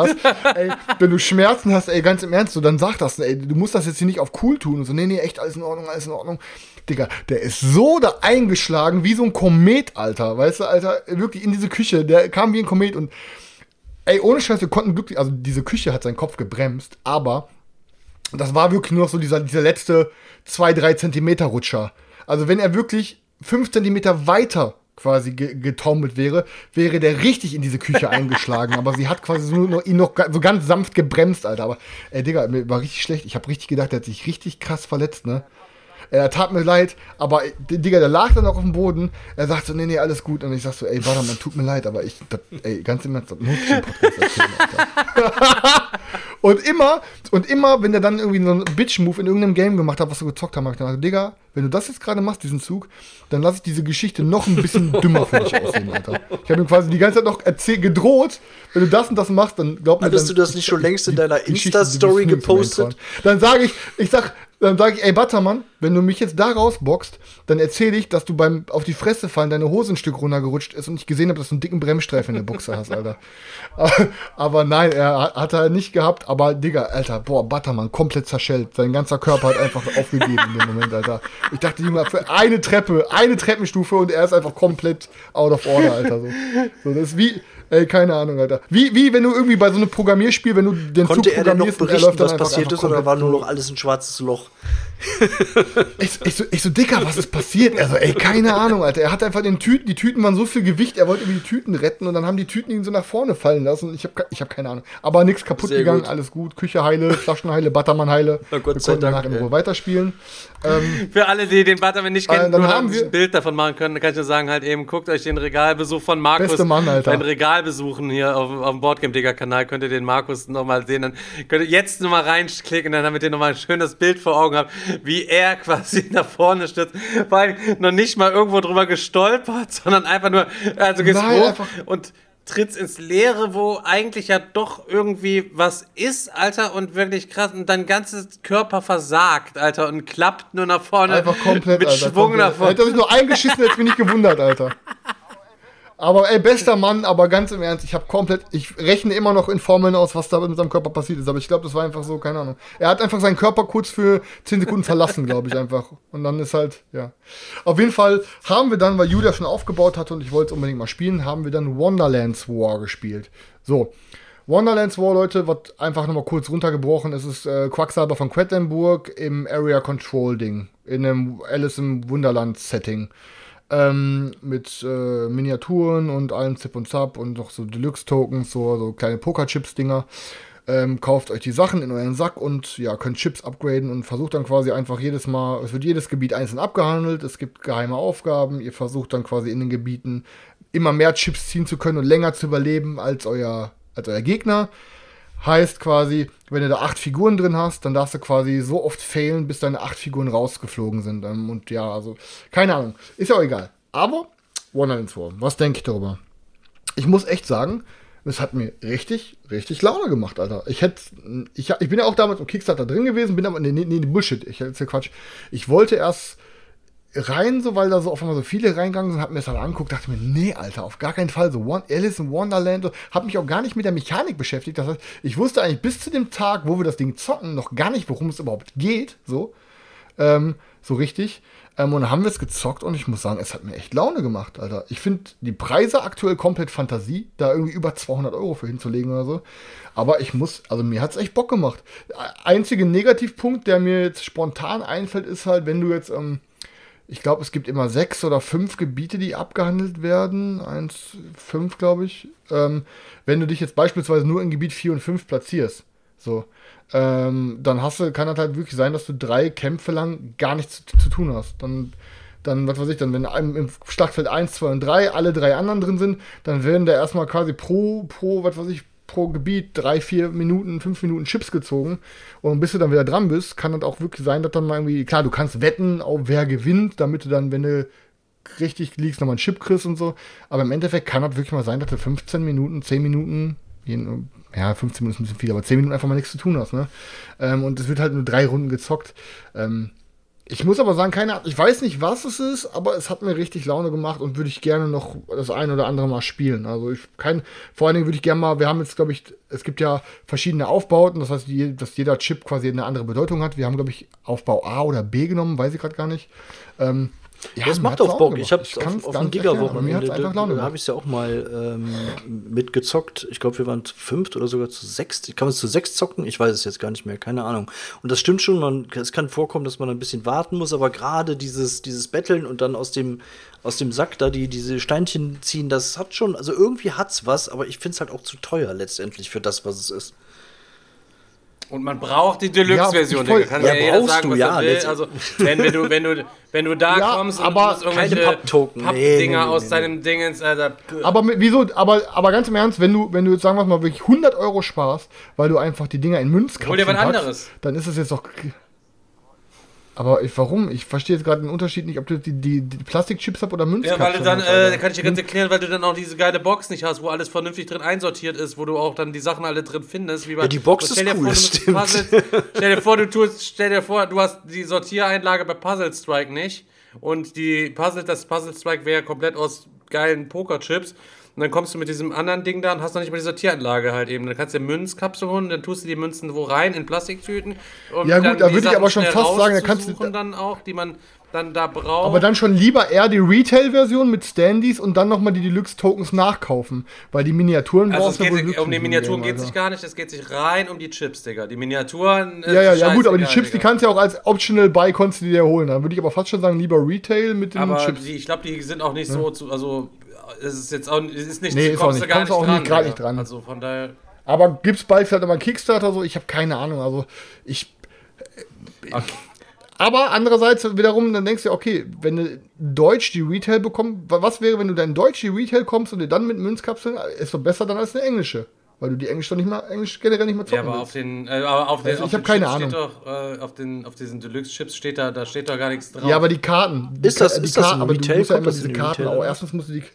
[SPEAKER 5] du Schmerzen hast, ey, ganz im Ernst, so, dann sag das, ey, du musst das jetzt hier nicht auf cool tun und so, nee, echt, alles in Ordnung. Digga, der ist so da eingeschlagen wie so ein Komet, Alter, weißt du, Alter, wirklich in diese Küche, der kam wie ein Komet und, ey, ohne Scheiß, wir konnten glücklich, also diese Küche hat seinen Kopf gebremst, aber das war wirklich nur noch so dieser letzte 2-3 Zentimeter Rutscher. Also wenn er wirklich 5 Zentimeter weiter quasi getaumelt wäre der richtig in diese Küche eingeschlagen. Aber sie hat quasi ihn noch so ganz sanft gebremst, Alter. Aber, ey, Digga, mir war richtig schlecht. Ich habe richtig gedacht, der hat sich richtig krass verletzt, ne? Er tat mir leid, aber, Digga, der lag dann auch auf dem Boden. Er sagt so, nee, alles gut. Und ich sag so, ey, warte mal, tut mir leid, aber ganz im Ernst, das muss ich im Podcast erzählen, Alter. Und immer, wenn der dann irgendwie so einen Bitch-Move in irgendeinem Game gemacht hat, was wir gezockt haben, hab ich gedacht, Digga, wenn du das jetzt gerade machst, diesen Zug, dann lass ich diese Geschichte noch ein bisschen dümmer für dich aussehen, Alter. Ich habe ihm quasi die ganze Zeit noch gedroht, wenn du das und das machst, dann glaub mir.
[SPEAKER 7] Hattest du das nicht schon längst in deiner Insta-Story gepostet?
[SPEAKER 5] Dann sage ich, ey Buttermann, wenn du mich jetzt da rausboxt, dann erzähle ich, dass du beim auf die Fresse fallen deine Hose ein Stück runtergerutscht ist und ich gesehen habe, dass du einen dicken Bremsstreifen in der Buchse hast, Alter. Aber nein, er hat er nicht gehabt, aber Digga, Alter, boah, Buttermann, komplett zerschellt. Sein ganzer Körper hat einfach aufgegeben in dem Moment, Alter. Ich dachte, Junge, für eine Treppenstufe und er ist einfach komplett out of order, Alter. So das ist wie, Ey, keine Ahnung, Alter. Wie wenn du irgendwie bei so einem Programmierspiel, wenn du den
[SPEAKER 7] Konnte
[SPEAKER 5] Zug
[SPEAKER 7] er denn noch
[SPEAKER 5] programmierst und er
[SPEAKER 7] berichten,
[SPEAKER 5] läuft dann
[SPEAKER 7] was
[SPEAKER 5] einfach
[SPEAKER 7] passiert ist, oder
[SPEAKER 5] komplett
[SPEAKER 7] war nur noch alles ein schwarzes Loch?
[SPEAKER 5] Ich so, Dicker, was ist passiert? Also, ey, keine Ahnung, Alter. Er hat einfach die Tüten waren so viel Gewicht, er wollte irgendwie die Tüten retten und dann haben die Tüten ihn so nach vorne fallen lassen. Ich hab keine Ahnung. Aber nichts kaputt
[SPEAKER 7] Sehr
[SPEAKER 5] gegangen,
[SPEAKER 7] gut.
[SPEAKER 5] alles gut. Küche heile, Flaschen heile, Buttermann heile.
[SPEAKER 7] Na Gott
[SPEAKER 5] Wir
[SPEAKER 7] sei
[SPEAKER 5] konnten
[SPEAKER 7] Dank,
[SPEAKER 5] danach in
[SPEAKER 7] ey.
[SPEAKER 5] Ruhe weiterspielen.
[SPEAKER 4] Für alle, die den Butterman nicht kennen,
[SPEAKER 5] dann
[SPEAKER 4] nur
[SPEAKER 5] haben
[SPEAKER 4] ein
[SPEAKER 5] wir-
[SPEAKER 4] Bild davon machen können, kann ich nur sagen, halt eben, guckt euch den Regalbesuch von Markus,
[SPEAKER 5] Beste Mann, Alter.
[SPEAKER 4] beim Regalbesuchen hier auf dem Boardgame-Digger-Kanal, könnt ihr den Markus nochmal sehen, dann könnt ihr jetzt nochmal reinklicken, dann damit ihr nochmal ein schönes Bild vor Augen habt, wie er quasi nach vorne stürzt, vor allem noch nicht mal irgendwo drüber gestolpert, sondern einfach nur, also gehst
[SPEAKER 5] Nein,
[SPEAKER 4] hoch
[SPEAKER 5] einfach-
[SPEAKER 4] und trittst ins Leere, wo eigentlich ja doch irgendwie was ist, Alter, und wirklich krass, und dein ganzer Körper versagt, Alter, und klappt nur nach vorne.
[SPEAKER 5] Einfach komplett,
[SPEAKER 4] mit
[SPEAKER 5] Alter.
[SPEAKER 4] Schwung
[SPEAKER 5] komplett.
[SPEAKER 4] nach vorne.
[SPEAKER 5] Hätte er sich nur eingeschissen, hätte ich mich nicht gewundert, Alter. Aber ey, bester Mann, aber ganz im Ernst, ich rechne immer noch in Formeln aus, was da mit seinem Körper passiert ist. Aber ich glaube, das war einfach so, keine Ahnung. Er hat einfach seinen Körper kurz für 10 Sekunden verlassen, glaube ich einfach. Und dann ist halt, ja. Auf jeden Fall haben wir dann, weil Julia schon aufgebaut hatte und ich wollte es unbedingt mal spielen, haben wir dann Wonderlands War gespielt. So. Wonderlands War, Leute, wird einfach nochmal kurz runtergebrochen. Es ist Quacksalber von Quedlinburg im Area Control Ding. In einem Alice im Wunderland Setting. Mit Miniaturen und allem Zip und Zap und noch so Deluxe-Tokens, so kleine Poker-Chips-Dinger. Kauft euch die Sachen in euren Sack und ja, könnt Chips upgraden und versucht dann quasi einfach jedes Mal, es wird jedes Gebiet einzeln abgehandelt, es gibt geheime Aufgaben, ihr versucht dann quasi in den Gebieten immer mehr Chips ziehen zu können und länger zu überleben als euer Gegner. Heißt quasi, wenn du da 8 Figuren drin hast, dann darfst du quasi so oft failen, bis deine 8 Figuren rausgeflogen sind. Und ja, also, keine Ahnung. Ist ja auch egal. Aber, Wonderlands War, was denke ich darüber? Ich muss echt sagen, es hat mir richtig, richtig Laune gemacht, Alter. Ich bin ja auch damals im Kickstarter drin gewesen, bin aber, nee, Bullshit, ich erzähl Quatsch. Ich wollte erst rein, so, weil da so auf einmal so viele reingegangen sind, hab mir das dann angeguckt, dachte mir, nee, Alter, auf gar keinen Fall, so Alice in Wonderland, so, hab mich auch gar nicht mit der Mechanik beschäftigt, das heißt, ich wusste eigentlich bis zu dem Tag, wo wir das Ding zocken, noch gar nicht, worum es überhaupt geht, so richtig, und dann haben wir es gezockt und ich muss sagen, es hat mir echt Laune gemacht, Alter. Ich finde die Preise aktuell komplett Fantasie, da irgendwie über 200 € für hinzulegen oder so, aber mir hat's echt Bock gemacht. Einziger Negativpunkt, der mir jetzt spontan einfällt, ist halt, wenn du jetzt, ich glaube, es gibt immer 6 oder 5 Gebiete, die abgehandelt werden. 5, glaube ich. Wenn du dich jetzt beispielsweise nur in Gebiet 4 und 5 platzierst, so, dann kann das halt wirklich sein, dass du 3 Kämpfe lang gar nichts zu tun hast. Dann, was weiß ich, dann, wenn im Schlachtfeld 1, 2 und 3 alle 3 anderen drin sind, dann werden da erstmal quasi pro Gebiet 3, 4 Minuten, 5 Minuten Chips gezogen. Und bis du dann wieder dran bist, kann das auch wirklich sein, dass dann mal irgendwie, klar, du kannst wetten, auf wer gewinnt, damit du dann, wenn du richtig liegst, nochmal einen Chip kriegst und so. Aber im Endeffekt kann das wirklich mal sein, dass du 15 Minuten, 10 Minuten, 15 Minuten ist ein bisschen viel, aber 10 Minuten einfach mal nichts zu tun hast, ne? Und es wird halt nur 3 Runden gezockt. Ich muss aber sagen, ich weiß nicht, was es ist, aber es hat mir richtig Laune gemacht und würde ich gerne noch das ein oder andere Mal spielen. Also vor allen Dingen würde ich gerne mal, wir haben jetzt, glaube ich, es gibt ja verschiedene Aufbauten, das heißt, dass jeder Chip quasi eine andere Bedeutung hat. Wir haben, glaube ich, Aufbau A oder B genommen, weiß ich gerade gar nicht. Ja,
[SPEAKER 7] das
[SPEAKER 5] mir
[SPEAKER 7] macht
[SPEAKER 5] hat's
[SPEAKER 7] auch
[SPEAKER 5] Laune
[SPEAKER 7] Bock. Ich
[SPEAKER 5] gemacht.
[SPEAKER 7] habe
[SPEAKER 5] kann's
[SPEAKER 7] auf
[SPEAKER 5] gar
[SPEAKER 7] dem
[SPEAKER 5] nicht erklären, aber mir
[SPEAKER 7] Giga-Wochenende,
[SPEAKER 5] hat's einfach Laune
[SPEAKER 7] da
[SPEAKER 5] gemacht.
[SPEAKER 7] habe ich es ja auch mal mitgezockt. Ich glaube, wir waren zu 5 oder sogar zu 6. Kann man es zu 6 zocken? Ich weiß es jetzt gar nicht mehr, keine Ahnung. Und das stimmt schon, es kann vorkommen, dass man ein bisschen warten muss, aber gerade dieses Betteln und dann aus dem Sack da diese Steinchen ziehen, das hat schon, also irgendwie hat's was, aber ich finde es halt auch zu teuer letztendlich für das, was es ist.
[SPEAKER 4] Und man braucht die Deluxe-Version.
[SPEAKER 5] Ja,
[SPEAKER 4] Kann
[SPEAKER 7] ja,
[SPEAKER 4] jeder
[SPEAKER 7] brauchst
[SPEAKER 4] sagen,
[SPEAKER 7] du,
[SPEAKER 4] was
[SPEAKER 7] ja,
[SPEAKER 4] er will. Also, wenn du da
[SPEAKER 5] Ja,
[SPEAKER 4] kommst und
[SPEAKER 5] aber
[SPEAKER 4] musst irgendwelche
[SPEAKER 7] keine Papptoken.
[SPEAKER 4] Pappdinger
[SPEAKER 7] Nee.
[SPEAKER 4] aus deinem Dingens, Alter.
[SPEAKER 5] Aber wieso? Aber ganz im Ernst, wenn du jetzt sagen wir mal wirklich 100 € sparst, weil du einfach die Dinger in Münzkapseln
[SPEAKER 4] Hol dir was
[SPEAKER 5] packst,
[SPEAKER 4] anderes.
[SPEAKER 5] dann ist es jetzt doch. Aber warum? Ich verstehe jetzt gerade den Unterschied nicht, ob du die Plastikchips hast oder
[SPEAKER 4] Ja,
[SPEAKER 5] Münzkapseln.
[SPEAKER 4] weil du dann,
[SPEAKER 5] hast, Alter.
[SPEAKER 4] kann ich dir ganz erklären, weil du dann auch diese geile Box nicht hast, wo alles vernünftig drin einsortiert ist, wo du auch dann die Sachen alle drin findest. Wie bei,
[SPEAKER 7] Ja, die Box
[SPEAKER 4] stell
[SPEAKER 7] ist
[SPEAKER 4] dir
[SPEAKER 7] cool,
[SPEAKER 4] vor,
[SPEAKER 7] das
[SPEAKER 4] du musst stell dir vor, du hast die Sortiereinlage bei Puzzle Strike nicht und das Puzzle Strike wäre komplett aus geilen Pokerchips. Und dann kommst du mit diesem anderen Ding da und hast noch nicht mal die Sortieranlage halt eben. Dann kannst du Münzkapsel holen, dann tust du die Münzen wo rein, in Plastiktüten.
[SPEAKER 5] Ja gut, da würde ich aber schon fast sagen, da kannst du
[SPEAKER 4] dann auch, die man dann da braucht.
[SPEAKER 5] Aber dann schon lieber eher die Retail-Version mit Standys und dann nochmal die Deluxe-Tokens nachkaufen. Weil die Miniaturen
[SPEAKER 4] brauchst
[SPEAKER 5] du
[SPEAKER 4] wohl wirklich. Um die Miniaturen geht es sich gar nicht, es geht sich rein um die Chips, Digga. Die Miniaturen.
[SPEAKER 5] Ja, gut, aber die Chips, die kannst du ja auch als Optional Buy konntest du dir holen. Dann würde ich aber fast schon sagen, lieber Retail mit den Chips.
[SPEAKER 4] Ich glaube, die sind auch nicht so, also es ist jetzt auch, es ist nicht,
[SPEAKER 5] nee, ist auch nicht, kommst du auch nicht dran.
[SPEAKER 4] Also von daher.
[SPEAKER 5] Aber gibt's bald vielleicht immer Kickstarter so? Ich habe keine Ahnung. Also
[SPEAKER 4] Okay.
[SPEAKER 5] Aber andererseits wiederum, dann denkst du, okay, wenn du Deutsch die Retail bekommst, was wäre, wenn du dann Deutsch die Retail kommst und dir dann mit Münzkapseln, ist doch besser dann als eine englische. Weil du die Englisch generell nicht mehr zocken
[SPEAKER 4] aber
[SPEAKER 5] willst.
[SPEAKER 4] Ich
[SPEAKER 5] habe keine Ahnung.
[SPEAKER 4] Auf diesen Deluxe-Chips steht da steht doch gar nichts drauf.
[SPEAKER 5] Ja, aber die Karten.
[SPEAKER 7] Ist das ein
[SPEAKER 5] aber
[SPEAKER 7] Retail?
[SPEAKER 5] du musst ja immer
[SPEAKER 7] Kommt das
[SPEAKER 5] diese
[SPEAKER 7] in
[SPEAKER 5] Karten
[SPEAKER 7] Retail?
[SPEAKER 5] auch. Erstens musst du die.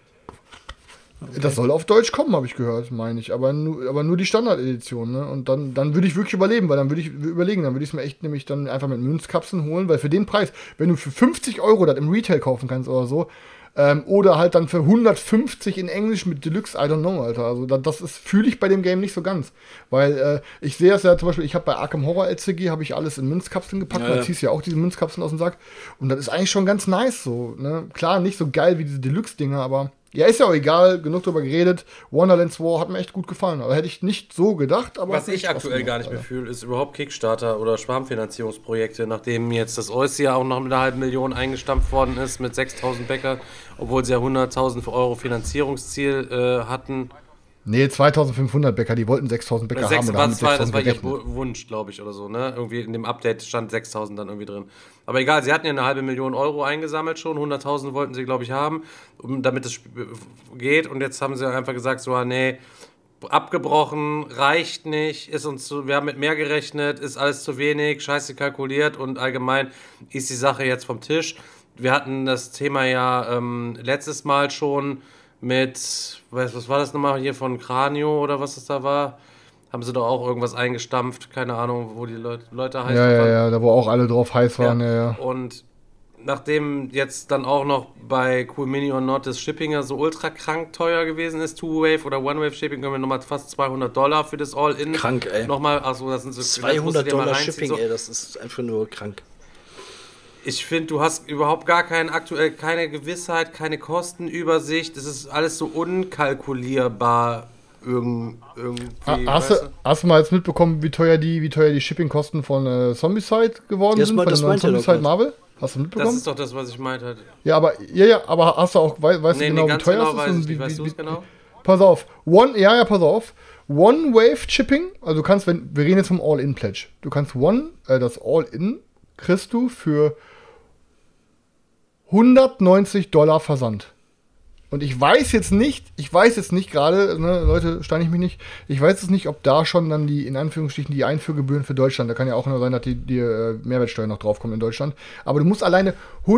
[SPEAKER 5] Das soll auf Deutsch kommen, habe ich gehört, meine ich. Aber nur die Standard-Edition, ne? Und dann würde ich wirklich überlegen, dann würde ich es mir echt nämlich dann einfach mit Münzkapseln holen, weil für den Preis, wenn du für 50 € das im Retail kaufen kannst oder so, oder halt dann für 150 in Englisch mit Deluxe, I don't know, Alter. Also das fühle ich bei dem Game nicht so ganz. Weil ich sehe es ja zum Beispiel, ich habe bei Arkham Horror LCG, habe ich alles in Münzkapseln gepackt, da ziehst du ja auch diese Münzkapseln aus dem Sack. Und das ist eigentlich schon ganz nice so, ne? Klar, nicht so geil wie diese Deluxe-Dinger, aber ja, ist ja auch egal, genug drüber geredet. Wonderlands War hat mir echt gut gefallen. Aber hätte ich nicht so gedacht. Aber
[SPEAKER 4] was ich aktuell gar nicht mehr fühle, ist überhaupt Kickstarter oder Schwarmfinanzierungsprojekte, nachdem jetzt das Odyssey ja auch noch mit 500.000 eingestampft worden ist mit 6.000 Bäcker, obwohl sie ja 100.000 € Finanzierungsziel hatten.
[SPEAKER 5] Nee, 2.500 Bäcker, die wollten 6.000 Bäcker haben.
[SPEAKER 4] Das war ihr Wunsch, glaube ich, oder so, ne? Irgendwie in dem Update stand 6.000 dann irgendwie drin. Aber egal, sie hatten ja 500.000 € eingesammelt schon, 100.000 wollten sie, glaube ich, haben, damit es geht. Und jetzt haben sie einfach gesagt, so, nee, abgebrochen, reicht nicht, wir haben mit mehr gerechnet, ist alles zu wenig, scheiße kalkuliert und allgemein ist die Sache jetzt vom Tisch. Wir hatten das Thema ja letztes Mal schon mit, was war das nochmal hier von Kranio oder was das da war? Haben sie doch auch irgendwas eingestampft, keine Ahnung, wo die Leute heiß waren.
[SPEAKER 5] Ja, da wo auch alle drauf heiß waren, ja.
[SPEAKER 4] Und nachdem jetzt dann auch noch bei Cool Mini or Not das Shipping ja so ultra krank teuer gewesen ist, Two-Wave oder One-Wave-Shipping, können wir nochmal fast $200 für das All-In.
[SPEAKER 7] Krank, ey.
[SPEAKER 4] Nochmal, also das sind so
[SPEAKER 7] $200 Shipping, so. Ey, das ist einfach nur krank.
[SPEAKER 4] Ich finde, du hast überhaupt gar keine Gewissheit, keine Kostenübersicht. Es ist alles so unkalkulierbar irgendwie.
[SPEAKER 5] Hast du mal jetzt mitbekommen, wie teuer die Shipping-Kosten von Zombicide geworden sind? Von dem neuen Zombicide Marvel? Hast du mitbekommen?
[SPEAKER 4] Das ist doch das, was ich meinte.
[SPEAKER 5] Ja, aber hast du auch, weißt du genau, wie teuer es ist?
[SPEAKER 4] Weißt du es genau?
[SPEAKER 5] Pass auf. Pass auf. One-Wave-Shipping, also du kannst, wir reden jetzt vom All-In-Pledge. Du kannst das All-In kriegst du für $190 Versand. Und ich weiß jetzt nicht gerade, ne, Leute, steinig mich nicht, ich weiß jetzt nicht, ob da schon dann die, in Anführungsstrichen, die Einführgebühren für Deutschland, da kann ja auch nur sein, dass die Mehrwertsteuer noch draufkommt in Deutschland, aber du musst alleine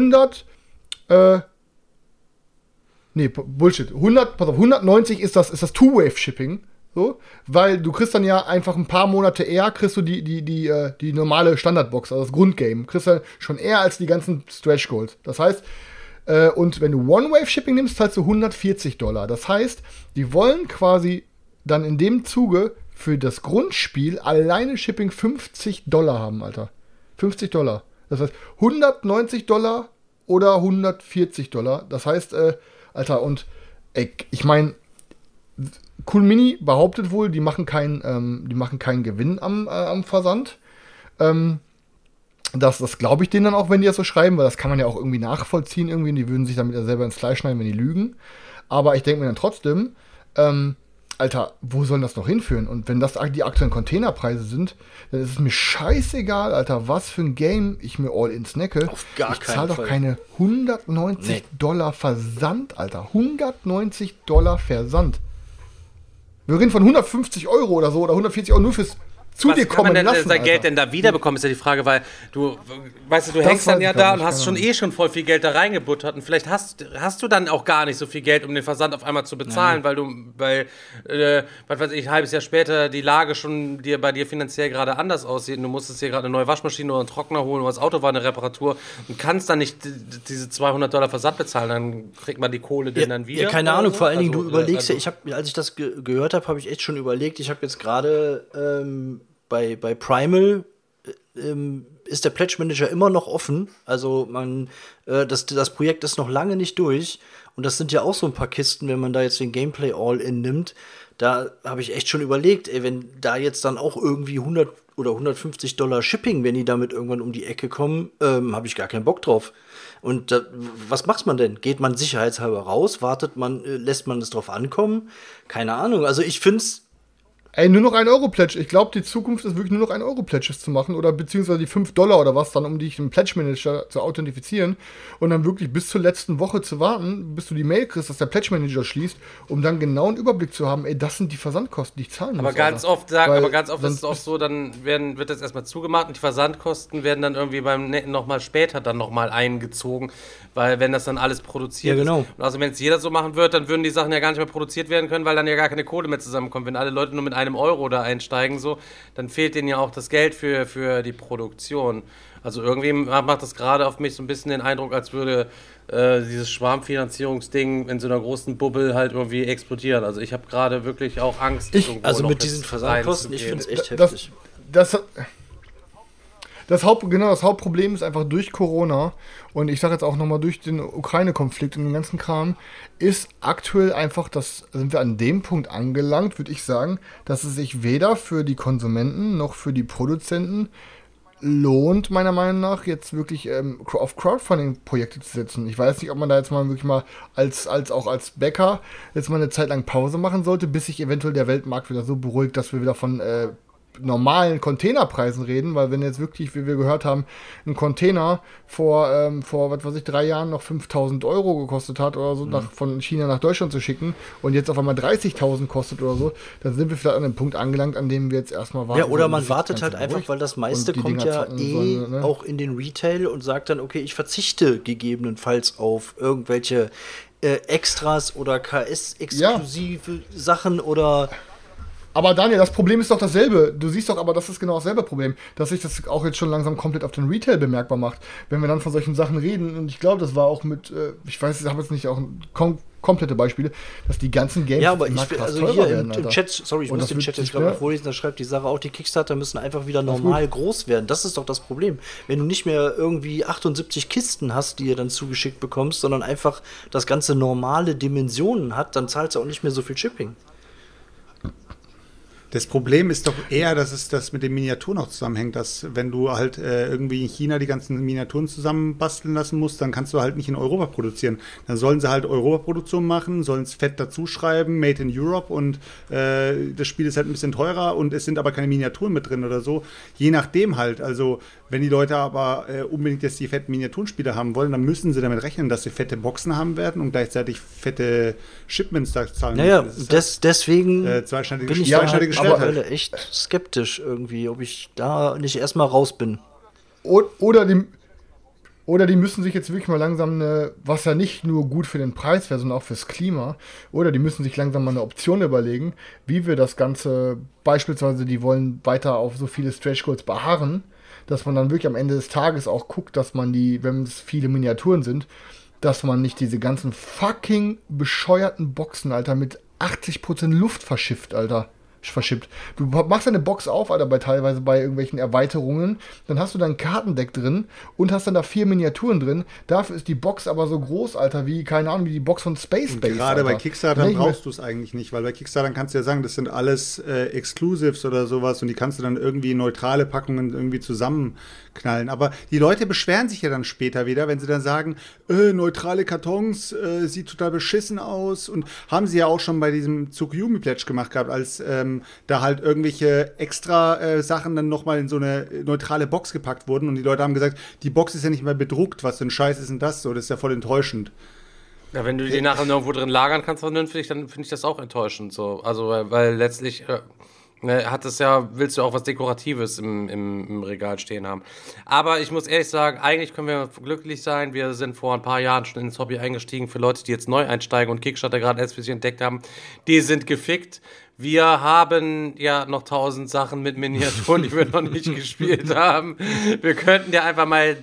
[SPEAKER 5] 190 ist das Two-Wave-Shipping, so, weil du kriegst dann ja einfach ein paar Monate eher, kriegst du die normale Standardbox, also das Grundgame, kriegst du schon eher als die ganzen Stretch Goals. Das heißt, und wenn du One-Wave-Shipping nimmst, zahlst du $140. Das heißt, die wollen quasi dann in dem Zuge für das Grundspiel alleine Shipping $50 haben, Alter. $50. Das heißt, $190 oder $140. Das heißt, Alter, und ich meine, Cool Mini behauptet wohl, die machen keinen Gewinn am Versand. Das glaube ich denen dann auch, wenn die das so schreiben, weil das kann man ja auch irgendwie nachvollziehen irgendwie. Und die würden sich damit ja selber ins Fleisch schneiden, wenn die lügen. Aber ich denke mir dann trotzdem, Alter, wo soll das noch hinführen? Und wenn das die aktuellen Containerpreise sind, dann ist es mir scheißegal, Alter, was für ein Game ich mir all in snacke.
[SPEAKER 7] Auf gar
[SPEAKER 5] ich
[SPEAKER 7] keinen
[SPEAKER 5] zahle doch keine $190 Versand, Alter. $190 Versand. Wir reden von 150 € oder so, oder 140 € nur zu dir kommen
[SPEAKER 4] lassen. Was kann man denn sein
[SPEAKER 5] Alter.
[SPEAKER 4] Geld denn da wiederbekommen, ist ja die Frage, weil du, weißt du, du
[SPEAKER 5] Das
[SPEAKER 4] hängst dann
[SPEAKER 5] weiß
[SPEAKER 4] ja
[SPEAKER 5] ich
[SPEAKER 4] da
[SPEAKER 5] gar
[SPEAKER 4] und
[SPEAKER 5] nicht,
[SPEAKER 4] hast
[SPEAKER 5] keine
[SPEAKER 4] schon voll viel Geld da reingebuttert und vielleicht hast du dann auch gar nicht so viel Geld, um den Versand auf einmal zu bezahlen, weil was weiß ich, ein halbes Jahr später die Lage schon bei dir finanziell gerade anders aussieht und du musstest dir gerade eine neue Waschmaschine oder einen Trockner holen oder das Auto war eine Reparatur und kannst dann nicht diese $200 Versand bezahlen, dann kriegt man die Kohle denn dann wieder.
[SPEAKER 7] Ja, keine Ahnung,
[SPEAKER 4] so?
[SPEAKER 7] vor allen Dingen,
[SPEAKER 4] Also,
[SPEAKER 7] du überlegst als ich das gehört habe, habe ich echt schon überlegt, ich habe jetzt gerade bei Primal ist der Pledge Manager immer noch offen. Also das Projekt ist noch lange nicht durch. Und das sind ja auch so ein paar Kisten, wenn man da jetzt den Gameplay All-In nimmt. Da habe ich echt schon überlegt, ey, wenn da jetzt dann auch irgendwie 100 oder $150 Shipping, wenn die damit irgendwann um die Ecke kommen, habe ich gar keinen Bock drauf. Und was macht man denn? Geht man sicherheitshalber raus? Lässt man es drauf ankommen? Keine Ahnung. Also ich finde es.
[SPEAKER 5] Ey, nur noch ein Euro-Pledge. Ich glaube, die Zukunft ist wirklich nur noch ein Euro-Pledges zu machen oder beziehungsweise die $5 oder was dann, um dich im Pledge-Manager zu authentifizieren und dann wirklich bis zur letzten Woche zu warten, bis du die Mail kriegst, dass der Pledge-Manager schließt, um dann genau einen Überblick zu haben, ey, das sind die Versandkosten, die ich zahlen muss.
[SPEAKER 4] Aber ganz oft ist es auch so, dann wird das erstmal zugemacht und die Versandkosten werden dann irgendwie beim nochmal später dann nochmal eingezogen, weil wenn das dann alles produziert ist. Und also wenn es jeder so machen wird, dann würden die Sachen ja gar nicht mehr produziert werden können, weil dann ja gar keine Kohle mehr zusammenkommt. Wenn alle Leute nur mit einem Euro da einsteigen, so, dann fehlt denen ja auch das Geld für die Produktion. Also irgendwie macht das gerade auf mich so ein bisschen den Eindruck, als würde dieses Schwarmfinanzierungsding in so einer großen Bubble halt irgendwie explodieren. Also ich habe gerade wirklich auch Angst.
[SPEAKER 7] Also mit diesen Versandkosten, ich finde es echt heftig.
[SPEAKER 5] Das Hauptproblem ist einfach durch Corona und ich sage jetzt auch nochmal durch den Ukraine-Konflikt und den ganzen Kram, ist aktuell einfach, sind wir an dem Punkt angelangt, würde ich sagen, dass es sich weder für die Konsumenten noch für die Produzenten lohnt, meiner Meinung nach, jetzt wirklich auf Crowdfunding-Projekte zu setzen. Ich weiß nicht, ob man da jetzt mal wirklich mal als Bäcker jetzt mal eine Zeit lang Pause machen sollte, bis sich eventuell der Weltmarkt wieder so beruhigt, dass wir wieder von normalen Containerpreisen reden, weil wenn jetzt wirklich, wie wir gehört haben, ein Container vor was weiß ich, 3 Jahren noch 5.000 € gekostet hat oder so, von China nach Deutschland zu schicken und jetzt auf einmal 30.000 kostet oder so, dann sind wir vielleicht an einem Punkt angelangt, an dem wir jetzt erstmal warten.
[SPEAKER 7] Ja, oder man wartet halt einfach, weil das meiste kommt ja auch in den Retail und sagt dann, okay, ich verzichte gegebenenfalls auf irgendwelche Extras oder KS-exklusive Sachen oder.
[SPEAKER 5] Aber Daniel, das Problem ist doch dasselbe. Du siehst doch, aber das ist genau dasselbe Problem, dass sich das auch jetzt schon langsam komplett auf den Retail bemerkbar macht. Wenn wir dann von solchen Sachen reden, und ich glaube, das war auch mit, ich weiß, ich habe jetzt nicht auch komplette Beispiele, dass die ganzen Games
[SPEAKER 7] aber hier im Chat, sorry, ich muss den Chat jetzt gerade mal vorlesen, da schreibt die Sache auch, die Kickstarter müssen einfach wieder normal groß werden. Das ist doch das Problem. Wenn du nicht mehr irgendwie 78 Kisten hast, die ihr dann zugeschickt bekommst, sondern einfach das Ganze normale Dimensionen hat, dann zahlst du auch nicht mehr so viel Shipping.
[SPEAKER 6] Das Problem ist doch eher, dass es das mit den Miniaturen auch zusammenhängt, dass wenn du halt irgendwie in China die ganzen Miniaturen zusammenbasteln lassen musst, dann kannst du halt nicht in Europa produzieren. Dann sollen sie halt Europaproduktion machen, sollen es fett dazu schreiben, Made in Europe und das Spiel ist halt ein bisschen teurer und es sind aber keine Miniaturen mit drin oder so. Je nachdem halt, also wenn die Leute aber unbedingt jetzt die fetten Miniaturenspiele haben wollen, dann müssen sie damit rechnen, dass sie fette Boxen haben werden und gleichzeitig fette Shipments da zahlen.
[SPEAKER 7] Naja, deswegen
[SPEAKER 6] bin ich
[SPEAKER 7] da echt skeptisch irgendwie, ob ich da nicht erstmal raus bin.
[SPEAKER 5] Oder die müssen sich jetzt wirklich mal langsam was ja nicht nur gut für den Preis wäre, sondern auch fürs Klima, oder die müssen sich langsam mal eine Option überlegen, wie wir das Ganze, beispielsweise die wollen weiter auf so viele Stretch Goals beharren, dass man dann wirklich am Ende des Tages auch guckt, dass man wenn es viele Miniaturen sind, dass man nicht diese ganzen fucking bescheuerten Boxen, Alter, mit 80% Luft verschifft. Du machst eine Box auf, Alter, teilweise bei irgendwelchen Erweiterungen, dann hast du da ein Kartendeck drin und hast dann da 4 Miniaturen drin. Dafür ist die Box aber so groß, Alter, wie, keine Ahnung, wie die Box von Space.
[SPEAKER 6] Gerade bei Kickstarter brauchst du es eigentlich nicht, weil bei Kickstarter kannst du ja sagen, das sind alles Exclusives oder sowas und die kannst du dann irgendwie in neutrale Packungen irgendwie zusammenknallen. Aber die Leute beschweren sich ja dann später wieder, wenn sie dann sagen, neutrale Kartons, sieht total beschissen aus, und haben sie ja auch schon bei diesem Tsukuyomi Pledge gemacht gehabt, als da halt irgendwelche extra Sachen dann nochmal in so eine neutrale Box gepackt wurden und die Leute haben gesagt, die Box ist ja nicht mehr bedruckt, was für ein Scheiß ist denn das so, das ist ja voll enttäuschend.
[SPEAKER 4] Ja, wenn du die nachher irgendwo drin lagern kannst vernünftig, dann finde ich das auch enttäuschend so. Also, weil letztlich Willst du auch was Dekoratives im Regal stehen haben. Aber ich muss ehrlich sagen, eigentlich können wir glücklich sein. Wir sind vor ein paar Jahren schon ins Hobby eingestiegen. Für Leute, die jetzt neu einsteigen und Kickstarter gerade erst für sich entdeckt haben, die sind gefickt. Wir haben ja noch 1000 Sachen mit Miniaturen, die wir noch nicht gespielt haben. Wir könnten ja einfach mal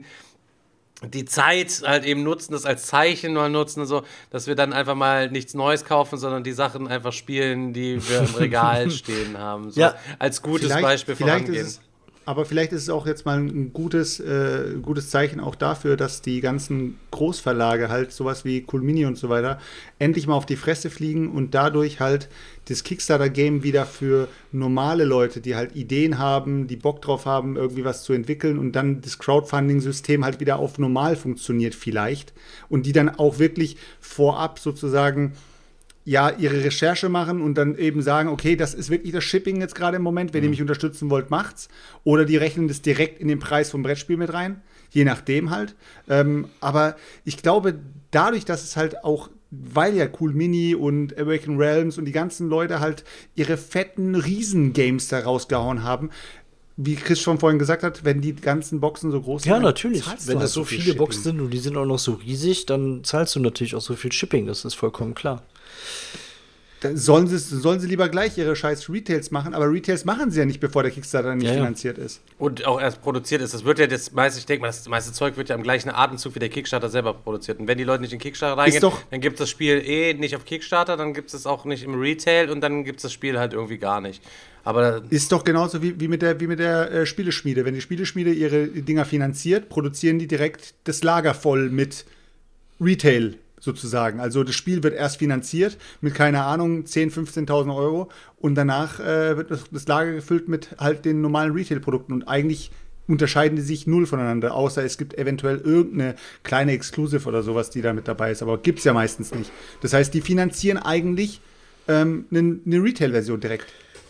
[SPEAKER 4] die Zeit halt eben nutzen, das als Zeichen mal nutzen, so, dass wir dann einfach mal nichts Neues kaufen, sondern die Sachen einfach spielen, die wir im Regal stehen haben. So, ja. Als gutes Beispiel vorangehen.
[SPEAKER 6] Aber vielleicht ist es auch jetzt mal ein gutes Zeichen auch dafür, dass die ganzen Großverlage halt sowas wie Cool Mini und so weiter endlich mal auf die Fresse fliegen und dadurch halt das Kickstarter-Game wieder für normale Leute, die halt Ideen haben, die Bock drauf haben, irgendwie was zu entwickeln und dann das Crowdfunding-System halt wieder auf normal funktioniert vielleicht und die dann auch wirklich vorab sozusagen ihre Recherche machen und dann eben sagen, okay, das ist wirklich das Shipping jetzt gerade im Moment, wenn ihr mich unterstützen wollt, macht's. Oder die rechnen das direkt in den Preis vom Brettspiel mit rein, je nachdem halt. Aber ich glaube, dadurch, dass es halt auch, weil ja Cool Mini und Awaken Realms und die ganzen Leute halt ihre fetten Riesen-Games da rausgehauen haben, wie Chris schon vorhin gesagt hat, wenn die ganzen Boxen so groß sind.
[SPEAKER 7] Ja, natürlich. Wenn das so viele Boxen sind und die sind auch noch so riesig, dann zahlst du natürlich auch so viel Shipping. Das ist vollkommen klar.
[SPEAKER 6] Dann sollen sie lieber gleich ihre scheiß Retails machen, aber Retails machen sie ja nicht, bevor der Kickstarter nicht finanziert ist.
[SPEAKER 4] Und auch erst produziert ist. Das wird ja das meiste Zeug wird ja im gleichen Atemzug wie der Kickstarter selber produziert. Und wenn die Leute nicht in Kickstarter reingehen, dann gibt es das Spiel nicht auf Kickstarter, dann gibt es es auch nicht im Retail und dann gibt es das Spiel halt irgendwie gar nicht. Aber
[SPEAKER 6] ist doch genauso wie mit der Spieleschmiede. Wenn die Spieleschmiede ihre Dinger finanziert, produzieren die direkt das Lager voll mit Retail sozusagen. Also das Spiel wird erst finanziert mit, keine Ahnung, 10.000, 15.000 Euro und danach wird das Lager gefüllt mit halt den normalen Retail-Produkten und eigentlich unterscheiden die sich null voneinander, außer es gibt eventuell irgendeine kleine Exclusive oder sowas, die da mit dabei ist, aber gibt's ja meistens nicht. Das heißt, die finanzieren eigentlich eine Retail-Version direkt.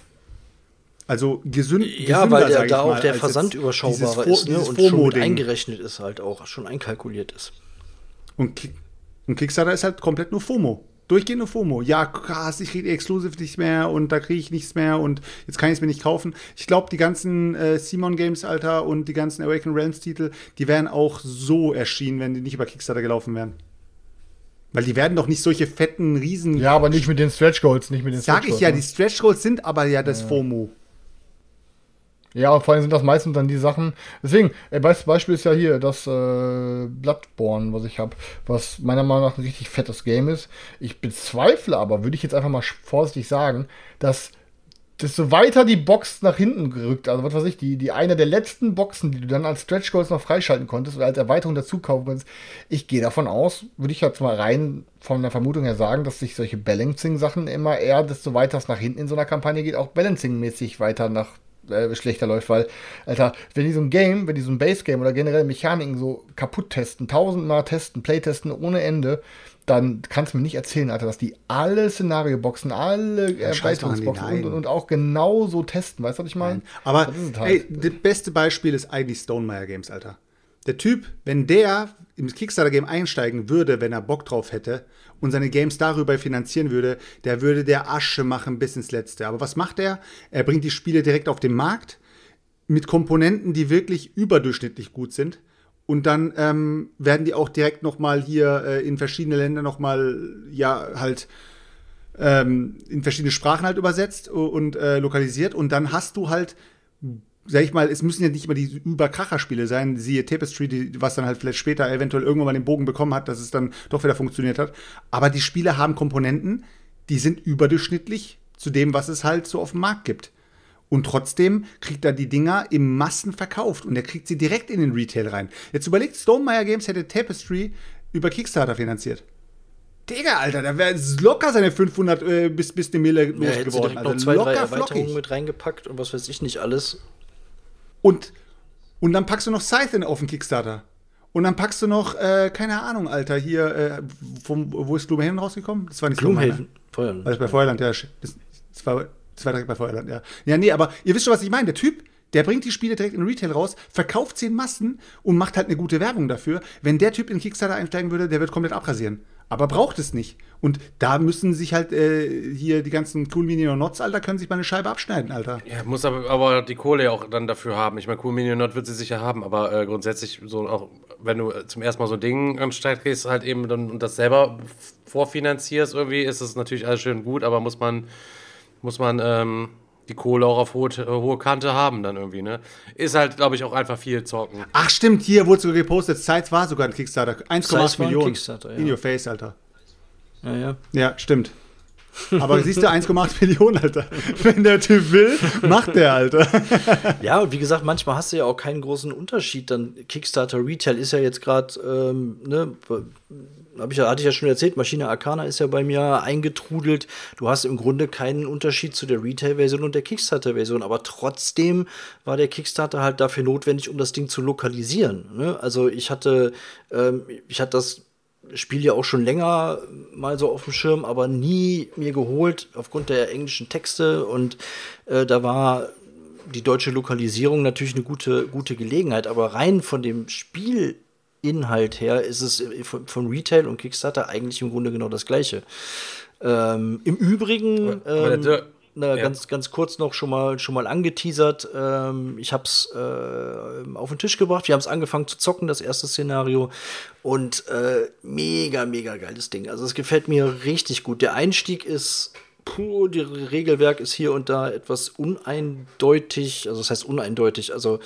[SPEAKER 6] Also gesünder,
[SPEAKER 7] weil da auch der Versand überschaubarer ist, ne? Und schon mit eingerechnet ist halt auch, schon einkalkuliert ist.
[SPEAKER 6] Und Kickstarter ist halt komplett nur FOMO. Durchgehende FOMO. Ja, krass, ich kriege Exclusive nicht mehr und da kriege ich nichts mehr und jetzt kann ich es mir nicht kaufen. Ich glaube, die ganzen Simon Games, Alter, und die ganzen Awaken Realms Titel, die wären auch so erschienen, wenn die nicht über Kickstarter gelaufen wären. Weil die werden doch nicht solche fetten Riesen...
[SPEAKER 5] Ja, aber nicht mit den Stretch Goals,
[SPEAKER 6] Sag ich ja, die Stretch Goals sind aber ja das FOMO.
[SPEAKER 5] Ja, und vor allem sind das meistens dann die Sachen. Deswegen, bestes Beispiel ist ja hier das Bloodborne, was ich habe, was meiner Meinung nach ein richtig fettes Game ist. Ich bezweifle aber, würde ich jetzt einfach mal vorsichtig sagen, dass desto weiter die Box nach hinten gerückt, also was weiß ich, die eine der letzten Boxen, die du dann als Stretch Goals noch freischalten konntest oder als Erweiterung dazu kaufen konntest, ich gehe davon aus, würde ich jetzt mal rein von der Vermutung her sagen, dass sich solche Balancing-Sachen immer eher, desto weiter es nach hinten in so einer Kampagne geht, auch Balancing-mäßig weiter nach schlechter läuft, weil, Alter, wenn die so ein Base-Game oder generell Mechaniken so kaputt testen, 1000-mal testen, Playtesten ohne Ende, dann kannst du mir nicht erzählen, Alter, dass die alle Szenario-Boxen, alle Erweiterungsboxen und auch genauso testen, weißt du, was ich meine?
[SPEAKER 6] Aber, halt, das beste Beispiel ist eigentlich Stonemaier Games, Alter. Der Typ, wenn der im Kickstarter-Game einsteigen würde, wenn er Bock drauf hätte und seine Games darüber finanzieren würde, der würde der Asche machen bis ins Letzte. Aber was macht er? Er bringt die Spiele direkt auf den Markt mit Komponenten, die wirklich überdurchschnittlich gut sind. Und dann werden die auch direkt noch mal hier in verschiedene Länder noch mal, in verschiedene Sprachen halt übersetzt und lokalisiert. Und dann hast du halt, sag ich mal, es müssen ja nicht immer die Überkracher-Spiele sein, siehe Tapestry, was dann halt vielleicht später eventuell irgendwann mal den Bogen bekommen hat, dass es dann doch wieder funktioniert hat. Aber die Spiele haben Komponenten, die sind überdurchschnittlich zu dem, was es halt so auf dem Markt gibt. Und trotzdem kriegt er die Dinger im Massen verkauft und er kriegt sie direkt in den Retail rein. Jetzt überlegt, Stonemaier Games hätte Tapestry über Kickstarter finanziert. Digga, Alter, da wäre locker seine 500 bis eine Mille losgeworden.
[SPEAKER 7] Also noch 2, 3 Erweiterungen mit reingepackt und was weiß ich nicht alles.
[SPEAKER 6] Und dann packst du noch Scythe auf den Kickstarter. Und dann packst du noch, keine Ahnung, Alter, hier, wo ist Gloomhaven rausgekommen? Das war nicht
[SPEAKER 7] Gloomhaven.
[SPEAKER 6] Feuerland. Also bei Feuerland, ja. Das war direkt bei Feuerland, ja. Ja, nee, aber ihr wisst schon, was ich meine. Der Typ, der bringt die Spiele direkt in Retail raus, verkauft sie in Massen und macht halt eine gute Werbung dafür. Wenn der Typ in Kickstarter einsteigen würde, der wird komplett abrasieren. aber braucht es nicht. Und da müssen sich halt hier die ganzen Cool Mini und Nots, Alter, können sich mal eine Scheibe abschneiden, Alter.
[SPEAKER 4] Ja, muss aber die Kohle ja auch dann dafür haben. Ich meine, Cool Mini und Not wird sie sicher haben, aber grundsätzlich so auch, wenn du zum ersten Mal so ein Ding am Start kriegst, halt eben dann und das selber vorfinanzierst irgendwie, ist es natürlich alles schön gut, aber muss man die Kohle auch auf hohe Kante haben dann irgendwie, ne? Ist halt, glaube ich, auch einfach viel zocken.
[SPEAKER 6] Ach stimmt, hier wurde sogar gepostet, Size war sogar ein Kickstarter. 1,8 Millionen.
[SPEAKER 7] Kickstarter, ja.
[SPEAKER 6] In your face, Alter.
[SPEAKER 7] Ja.
[SPEAKER 6] Ja, stimmt. Aber siehst du, 1,8 Millionen, Alter. Wenn der Typ will, macht der, Alter.
[SPEAKER 7] Ja, und wie gesagt, manchmal hast du ja auch keinen großen Unterschied. Dann Kickstarter Retail ist ja jetzt gerade, hatte ich ja schon erzählt, Maschine Arcana ist ja bei mir eingetrudelt. Du hast im Grunde keinen Unterschied zu der Retail-Version und der Kickstarter-Version, aber trotzdem war der Kickstarter halt dafür notwendig, um das Ding zu lokalisieren. Ne? Also ich hatte das Spiel ja auch schon länger mal so auf dem Schirm, aber nie mir geholt aufgrund der englischen Texte und da war die deutsche Lokalisierung natürlich eine gute Gelegenheit, aber rein von dem Spielinhalt her ist es von Retail und Kickstarter eigentlich im Grunde genau das Gleiche. Im Übrigen ganz kurz noch schon mal angeteasert. Ich habe es auf den Tisch gebracht. Wir haben es angefangen zu zocken, das erste Szenario. Und mega, mega geiles Ding. Also es gefällt mir richtig gut. Der Einstieg ist, das Regelwerk ist hier und da etwas uneindeutig. Also das heißt uneindeutig. Also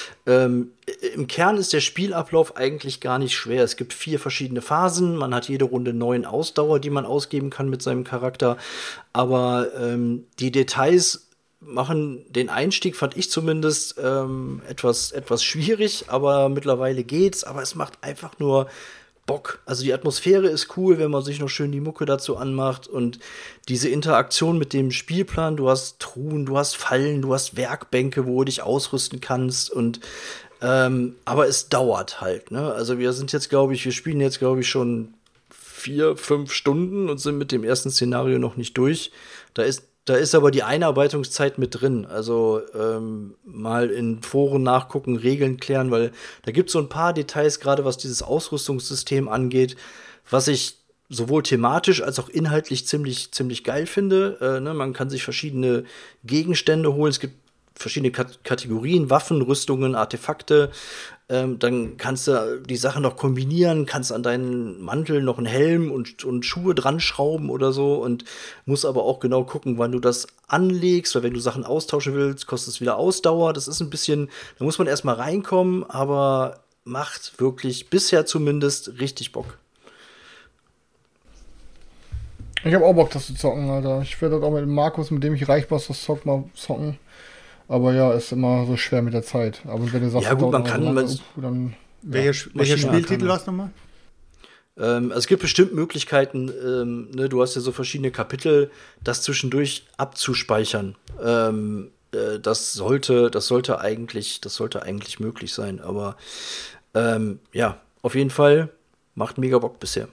[SPEAKER 7] im Kern ist der Spielablauf eigentlich gar nicht schwer. Es gibt 4 verschiedene Phasen. Man hat jede Runde 9 Ausdauer, die man ausgeben kann mit seinem Charakter. Aber die Details machen den Einstieg, fand ich zumindest, etwas schwierig. Aber mittlerweile geht's. Aber es macht einfach nur Bock. Also die Atmosphäre ist cool, wenn man sich noch schön die Mucke dazu anmacht und diese Interaktion mit dem Spielplan, du hast Truhen, du hast Fallen, du hast Werkbänke, wo du dich ausrüsten kannst und aber es dauert halt, ne? Also wir spielen jetzt, glaube ich, schon 4-5 Stunden und sind mit dem ersten Szenario noch nicht durch. Da ist aber die Einarbeitungszeit mit drin. Also mal in Foren nachgucken, Regeln klären, weil da gibt es so ein paar Details, gerade was dieses Ausrüstungssystem angeht, was ich sowohl thematisch als auch inhaltlich ziemlich geil finde. Man kann sich verschiedene Gegenstände holen. Es gibt verschiedene Kategorien, Waffen, Rüstungen, Artefakte. Dann kannst du die Sachen noch kombinieren, kannst an deinen Mantel noch einen Helm und Schuhe dran schrauben oder so und musst aber auch genau gucken, wann du das anlegst, weil wenn du Sachen austauschen willst, kostet es wieder Ausdauer. Das ist ein bisschen, da muss man erstmal reinkommen, aber macht wirklich bisher zumindest richtig Bock.
[SPEAKER 5] Ich habe auch Bock, das zu zocken, Alter. Ich werde das auch mit Markus, mit dem ich Reichboss das mal zocken. Aber ja, ist immer so schwer mit der Zeit. Aber wenn du sagst,
[SPEAKER 7] ja gut, man kann...
[SPEAKER 5] dann,
[SPEAKER 6] welcher Spieltitel war es nochmal?
[SPEAKER 7] Also es gibt bestimmt Möglichkeiten, du hast ja so verschiedene Kapitel, das zwischendurch abzuspeichern. Das sollte eigentlich möglich sein. Aber ja, auf jeden Fall macht mega Bock bisher.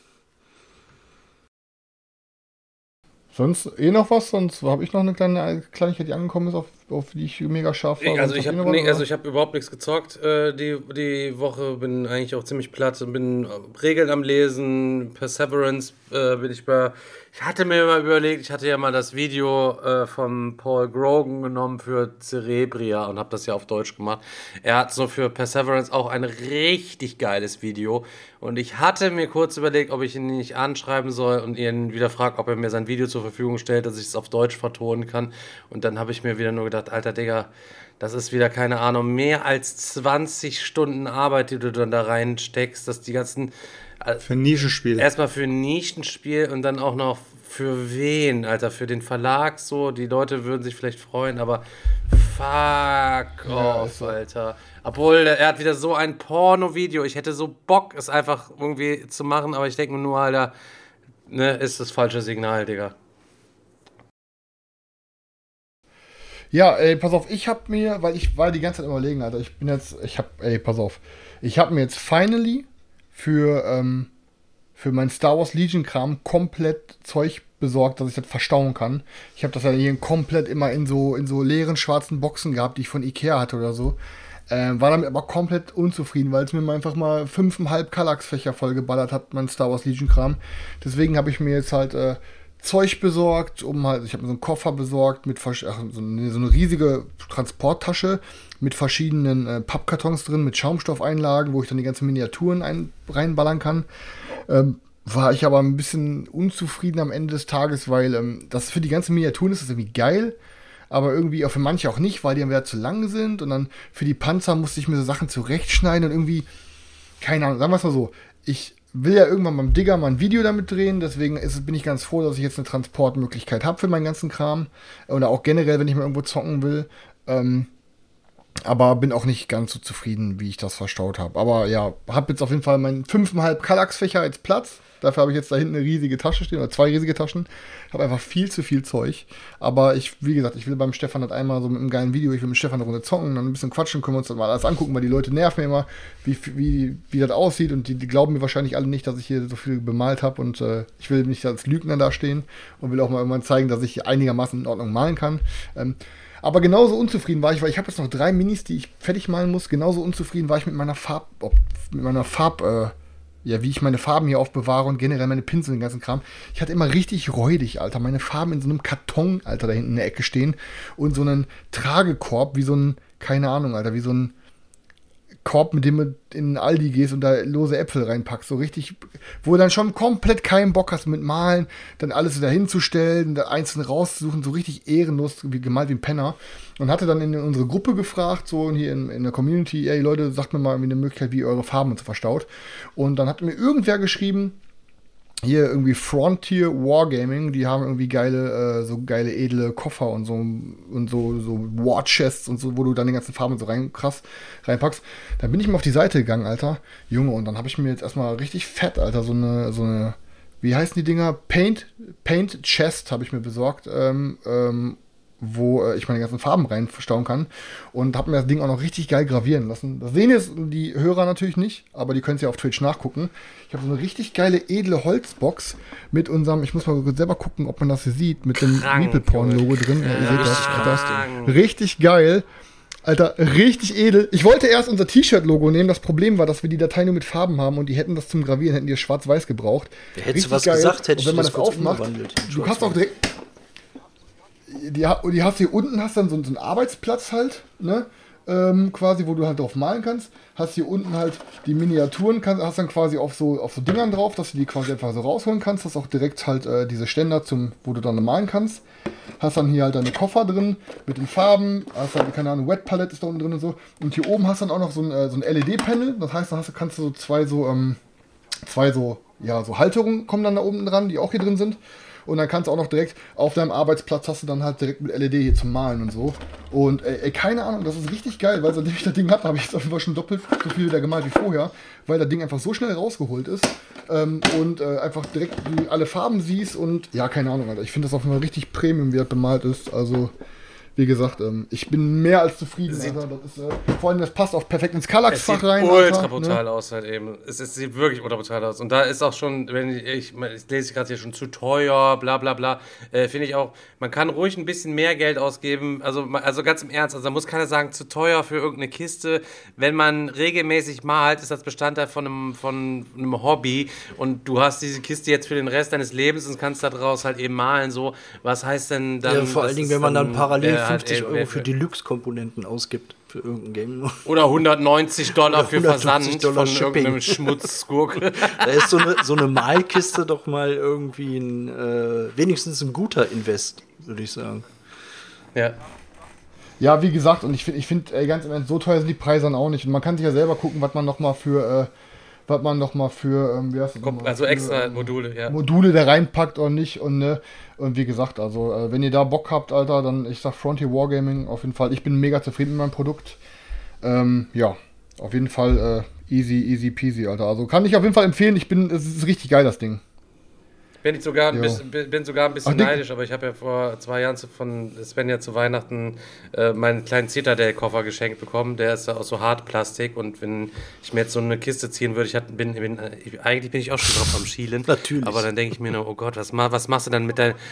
[SPEAKER 5] Sonst noch was? Sonst habe ich noch eine kleine Kleinigkeit, die angekommen ist, auf die ich mega scharf war.
[SPEAKER 4] Also ich habe überhaupt nichts gezockt die Woche, bin eigentlich auch ziemlich platt und bin Regeln am Lesen, Perseverance bin ich bei... Ich hatte mir mal überlegt, ich hatte ja mal das Video von Paul Grogan genommen für Cerebria und habe das ja auf Deutsch gemacht. Er hat so für Perseverance auch ein richtig geiles Video und ich hatte mir kurz überlegt, ob ich ihn nicht anschreiben soll und ihn wieder frage, ob er mir sein Video zur Verfügung stellt, dass ich es auf Deutsch vertonen kann. Und dann habe ich mir wieder nur gedacht, alter Digga, das ist wieder, keine Ahnung, mehr als 20 Stunden Arbeit, die du dann da reinsteckst, dass die ganzen...
[SPEAKER 6] Für ein Nischenspiel.
[SPEAKER 4] Erstmal für ein Nischenspiel und dann auch noch für wen, Alter? Für den Verlag so. Die Leute würden sich vielleicht freuen, aber fuck off, Alter. Obwohl, er hat wieder so ein Porno-Video. Ich hätte so Bock, es einfach irgendwie zu machen, aber ich denke mir nur, Alter, ne, ist das falsche Signal, Digga.
[SPEAKER 5] Ja, ey, pass auf, ich habe mir, weil ich war die ganze Zeit überlegen, Alter, pass auf. Ich habe mir jetzt finally für mein Star Wars Legion-Kram komplett Zeug besorgt, dass ich das verstauen kann. Ich habe das ja hier komplett immer in so leeren schwarzen Boxen gehabt, die ich von Ikea hatte oder so. War damit aber komplett unzufrieden, weil es mir einfach mal 5,5 Kallax-Fächer vollgeballert hat, mein Star Wars Legion-Kram. Deswegen habe ich mir jetzt halt Zeug besorgt, ich habe mir so einen Koffer besorgt mit so eine riesige Transporttasche mit verschiedenen Pappkartons drin, mit Schaumstoffeinlagen, wo ich dann die ganzen Miniaturen reinballern kann. War ich aber ein bisschen unzufrieden am Ende des Tages, weil das für die ganzen Miniaturen ist das irgendwie geil, aber irgendwie auch für manche auch nicht, weil die dann wieder zu lang sind und dann für die Panzer musste ich mir so Sachen zurechtschneiden und irgendwie, keine Ahnung, sagen wir es mal so, ich will ja irgendwann beim Digger mal ein Video damit drehen, deswegen bin ich ganz froh, dass ich jetzt eine Transportmöglichkeit habe für meinen ganzen Kram oder auch generell, wenn ich mal irgendwo zocken will, aber bin auch nicht ganz so zufrieden, wie ich das verstaut habe. Aber ja, habe jetzt auf jeden Fall meinen 5,5 Kallax-Fächer als Platz. Dafür habe ich jetzt da hinten eine riesige Tasche stehen, oder 2 riesige Taschen. Habe einfach viel zu viel Zeug. Aber wie gesagt, ich will beim Stefan halt einmal so mit einem geilen Video, ich will mit Stefan eine Runde zocken, dann ein bisschen quatschen, können wir uns das mal alles angucken, weil die Leute nerven mir immer, wie das aussieht. Und die glauben mir wahrscheinlich alle nicht, dass ich hier so viel bemalt habe. Und ich will nicht als Lügner dastehen und will auch mal irgendwann zeigen, dass ich einigermaßen in Ordnung malen kann. Aber genauso unzufrieden war ich, weil ich habe jetzt noch 3 Minis, die ich fertig malen muss. Genauso unzufrieden war ich mit meiner wie ich meine Farben hier aufbewahre und generell meine Pinsel und den ganzen Kram. Ich hatte immer richtig räudig, Alter, meine Farben in so einem Karton, Alter, da hinten in der Ecke stehen und so einen Tragekorb, wie so ein, keine Ahnung, Alter, wie so ein Korb, mit dem du in den Aldi gehst und da lose Äpfel reinpackst, so richtig, wo du dann schon komplett keinen Bock hast mit Malen, dann alles wieder hinzustellen, da einzeln rauszusuchen, so richtig ehrenlos, gemalt wie ein Penner. Und hatte dann in unsere Gruppe gefragt, so hier in der Community, ey Leute, sagt mir mal irgendwie eine Möglichkeit, wie ihr eure Farben verstaut. Und dann hat mir irgendwer geschrieben, hier irgendwie Frontier Wargaming, die haben irgendwie so geile edle Koffer und so War Chests und so, wo du dann die ganzen Farben so reinpackst. Dann bin ich mal auf die Seite gegangen, Alter, Junge, und dann habe ich mir jetzt erstmal richtig fett, Alter, so eine, wie heißen die Dinger? Paint Chest habe ich mir besorgt, wo ich meine ganzen Farben rein verstauen kann und habe mir das Ding auch noch richtig geil gravieren lassen. Das sehen jetzt die Hörer natürlich nicht, aber die können es ja auf Twitch nachgucken. Ich habe so eine richtig geile, edle Holzbox mit unserem, ich muss mal selber gucken, ob man das hier sieht, mit dem Meeple-Porn-Logo drin. Ja, ihr seht das. Richtig geil. Alter, richtig edel. Ich wollte erst unser T-Shirt-Logo nehmen. Das Problem war, dass wir die Datei nur mit Farben haben und die hätten das zum Gravieren, hätten die schwarz-weiß gebraucht.
[SPEAKER 7] Hättest du was geil. Gesagt, hätte ich
[SPEAKER 5] wenn man das aufmacht, du hast auch direkt die hast hier unten hast dann so einen Arbeitsplatz halt, ne? Quasi, wo du halt drauf malen kannst. Hast hier unten halt die Miniaturen, hast dann quasi auf so Dingern drauf, dass du die quasi einfach so rausholen kannst. Hast auch direkt halt diese Ständer, wo du dann malen kannst. Hast dann hier halt deine Koffer drin mit den Farben. Hast dann, keine Ahnung, Wet Palette ist da unten drin und so. Und hier oben hast du dann auch noch so ein LED-Panel. Das heißt, kannst du so zwei Halterungen kommen dann da oben dran, die auch hier drin sind. Und dann kannst du auch noch direkt auf deinem Arbeitsplatz hast du dann halt direkt mit LED hier zum Malen und so. Und keine Ahnung, das ist richtig geil, weil seitdem ich das Ding habe, habe ich jetzt auf jeden Fall schon doppelt so viel wieder gemalt wie vorher, weil das Ding einfach so schnell rausgeholt ist und einfach direkt du alle Farben siehst und ja, keine Ahnung, Alter. Ich finde das auf jeden Fall richtig Premium, wie das bemalt ist. Also, wie gesagt, ich bin mehr als zufrieden, Alter. Das ist, vor allem, das passt auch perfekt ins Kallax-Fach rein.
[SPEAKER 4] Es sieht ultra brutal aus halt eben. Es sieht wirklich ultra brutal aus. Und da ist auch schon, ich lese gerade hier schon zu teuer, bla bla bla, finde ich auch, man kann ruhig ein bisschen mehr Geld ausgeben. Also ganz im Ernst, also da muss keiner sagen, zu teuer für irgendeine Kiste. Wenn man regelmäßig malt, ist das Bestandteil von einem Hobby und du hast diese Kiste jetzt für den Rest deines Lebens und kannst da draus halt eben malen. So, was heißt denn dann? Ja,
[SPEAKER 7] vor allen Dingen, wenn man dann parallel 50 Euro für Deluxe-Komponenten ausgibt für irgendein Game.
[SPEAKER 4] Oder $190 für Versand von
[SPEAKER 7] Shipping.
[SPEAKER 4] Irgendeinem Schmutzgurke.
[SPEAKER 7] Da ist so eine Malkiste doch mal irgendwie wenigstens ein guter Invest, würde ich sagen.
[SPEAKER 4] Ja.
[SPEAKER 5] Ja, wie gesagt, und ich finde, ganz im Ernst, so teuer sind die Preise dann auch nicht. Und man kann sich ja selber gucken, was man noch mal für wie heißt das nochmal?
[SPEAKER 4] Also extra Module, ja.
[SPEAKER 5] Module da reinpackt oder nicht. Und wie gesagt, also wenn ihr da Bock habt, Alter, dann, ich sag Frontier Wargaming auf jeden Fall. Ich bin mega zufrieden mit meinem Produkt. Ja, auf jeden Fall easy peasy, Alter. Also kann ich auf jeden Fall empfehlen. Es ist richtig geil, das Ding.
[SPEAKER 4] Bin sogar ein bisschen neidisch, aber ich habe ja vor 2 Jahren von Svenja zu Weihnachten meinen kleinen Citadel-Koffer geschenkt bekommen. Der ist aus so Hartplastik und wenn ich mir jetzt so eine Kiste ziehen würde, eigentlich bin ich auch schon drauf am Schielen.
[SPEAKER 7] Natürlich.
[SPEAKER 4] Aber dann denke ich mir nur, oh Gott, was machst du dann mit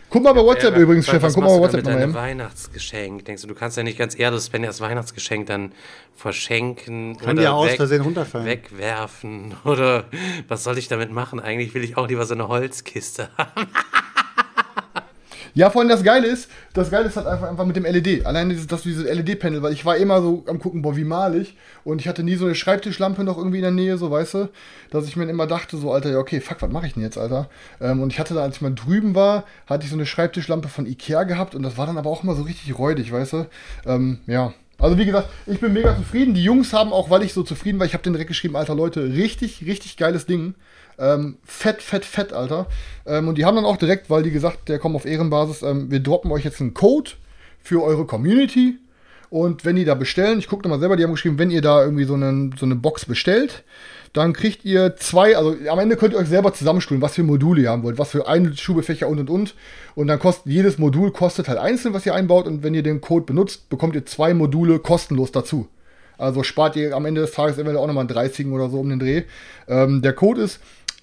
[SPEAKER 5] Guck mal bei WhatsApp übrigens, Stefan.
[SPEAKER 4] Was
[SPEAKER 5] Guck mal
[SPEAKER 4] machst
[SPEAKER 5] bei
[SPEAKER 4] du
[SPEAKER 5] WhatsApp
[SPEAKER 4] damit
[SPEAKER 5] nochmal
[SPEAKER 4] deinem Weihnachtsgeschenk? Denkst du kannst ja nicht ganz ehrlich, wenn das Weihnachtsgeschenk dann verschenken
[SPEAKER 6] Kann
[SPEAKER 4] oder
[SPEAKER 6] ja aus Versehen runterfallen.
[SPEAKER 4] wegwerfen oder was soll ich damit machen? Eigentlich will ich auch lieber so eine Holzkiste haben.
[SPEAKER 5] Ja, vor allem das Geile ist halt einfach mit dem LED. Allein dieses LED-Panel, weil ich war immer so am gucken, boah, wie mal ich. Und ich hatte nie so eine Schreibtischlampe noch irgendwie in der Nähe, so, weißt du, dass ich mir immer dachte, so, Alter, ja, okay, fuck, was mache ich denn jetzt, Alter? Und ich hatte da, als ich mal drüben war, hatte ich so eine Schreibtischlampe von Ikea gehabt und das war dann aber auch immer so richtig räudig, weißt du? Ja. Also wie gesagt, ich bin mega zufrieden. Die Jungs haben auch, weil ich so zufrieden war, ich habe denen direkt geschrieben, Alter, Leute, richtig, richtig geiles Ding. Fett, Alter. Und die haben dann auch direkt, weil die gesagt, der kommt auf Ehrenbasis, wir droppen euch jetzt einen Code für eure Community. Und wenn die da bestellen, ich gucke nochmal selber, die haben geschrieben, wenn ihr da irgendwie so eine Box bestellt, dann kriegt ihr 2, also am Ende könnt ihr euch selber zusammenstellen, was für Module ihr haben wollt, was für Einschubefächer und. Und dann kostet jedes Modul kostet halt einzeln, was ihr einbaut. Und wenn ihr den Code benutzt, bekommt ihr 2 Module kostenlos dazu. Also spart ihr am Ende des Tages eventuell auch nochmal einen 30 oder so um den Dreh. Der Code ist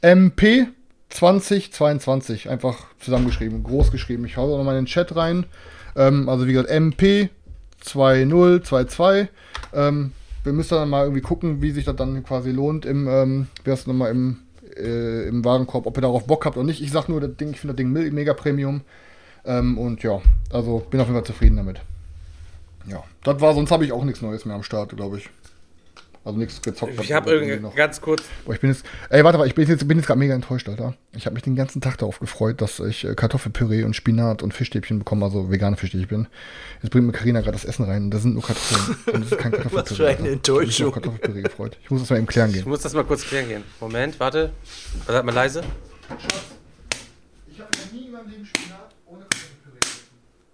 [SPEAKER 5] MP2022, einfach zusammengeschrieben, groß geschrieben. Ich hau auch nochmal in den Chat rein. Also wie gesagt, MP2022. Wir müssen dann mal irgendwie gucken, wie sich das dann quasi lohnt im Warenkorb, ob ihr darauf Bock habt oder nicht. Ich sag nur, das Ding, ich finde das Ding mega Premium. Und ja, also bin auf jeden Fall zufrieden damit. Ja, das war, sonst habe ich auch nichts Neues mehr am Start, glaube ich. Also nichts gezockt.
[SPEAKER 4] Ich habe irgendwie ganz kurz.
[SPEAKER 5] Boah, ich bin jetzt gerade mega enttäuscht, Alter. Ich habe mich den ganzen Tag darauf gefreut, dass ich Kartoffelpüree und Spinat und Fischstäbchen bekomme, also vegane Fischstäbchen. Jetzt bringt mir Carina gerade das Essen rein und da sind nur Kartoffeln. Und das ist kein Kartoffelpüree.
[SPEAKER 7] Was für eine Enttäuschung.
[SPEAKER 5] Ich habe mich auf Kartoffelpüree gefreut. Ich muss das mal eben klären gehen.
[SPEAKER 4] Ich muss das mal kurz klären gehen. Moment, warte. Seid mal leise.
[SPEAKER 5] Ich habe noch nie in meinem Leben Spinat ohne Kartoffelpüree gegessen.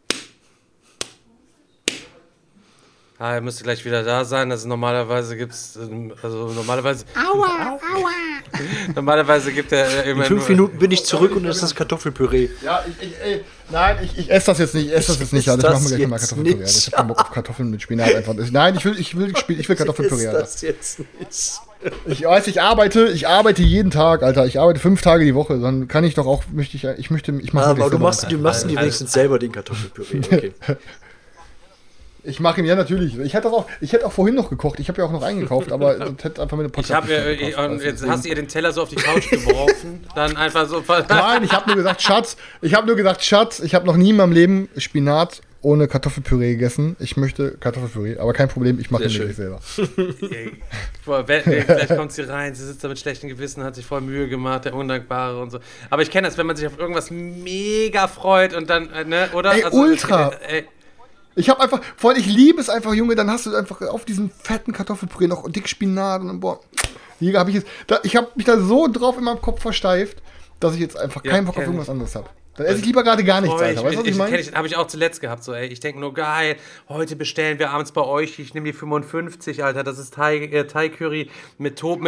[SPEAKER 4] Er müsste gleich wieder da sein. Also normalerweise gibt's, normalerweise. Aua. Normalerweise gibt er immer.
[SPEAKER 7] In 5 Minuten bin ich zurück und es ist Kartoffelpüree.
[SPEAKER 5] Ja, ich esse das jetzt nicht. Ich esse das jetzt nicht. Also ich mache mir gleich mal Kartoffelpüree. Also ich habe keinen Bock auf Kartoffeln mit Spinat einfach. Nein, ich will Kartoffelpüree. Alter.
[SPEAKER 7] Das jetzt nicht.
[SPEAKER 5] Ich weiß, ich arbeite jeden Tag, Alter. Ich arbeite 5 Tage die Woche. Dann kann ich doch auch,
[SPEAKER 7] Aber du machst die wenigstens selber den Kartoffelpüree. Okay.
[SPEAKER 5] Ich mache ihn ja natürlich. Ich hätte auch vorhin noch gekocht. Ich habe ja auch noch eingekauft, aber das hätte einfach mit dem
[SPEAKER 4] Podcast. Jetzt hast du ihr den Teller so auf die Couch geworfen, dann einfach so.
[SPEAKER 5] Nein, ich habe nur gesagt, Schatz, ich habe noch nie in meinem Leben Spinat ohne Kartoffelpüree gegessen. Ich möchte Kartoffelpüree, aber kein Problem, ich mache ihn wirklich selber.
[SPEAKER 4] Vielleicht kommt sie rein, sie sitzt da mit schlechtem Gewissen, hat sich voll Mühe gemacht, der Undankbare und so. Aber ich kenne das, wenn man sich auf irgendwas mega freut und dann, ne, oder?
[SPEAKER 5] Ey, also, ultra! Ich habe einfach, vor allem, ich liebe es einfach, Junge, dann hast du einfach auf diesem fetten Kartoffelpüree noch dick Spinat und dann, boah. Ich habe mich da so drauf in meinem Kopf versteift, dass ich jetzt einfach keinen Bock auf irgendwas anderes habe. Dann esse ich lieber gerade gar nichts, Alter. Weißt du, was ich meine?
[SPEAKER 4] Habe ich auch zuletzt gehabt, so, ey. Ich denke nur, geil, heute bestellen wir abends bei euch, ich nehme die 55, Alter, das ist Thai-Curry mit Tofu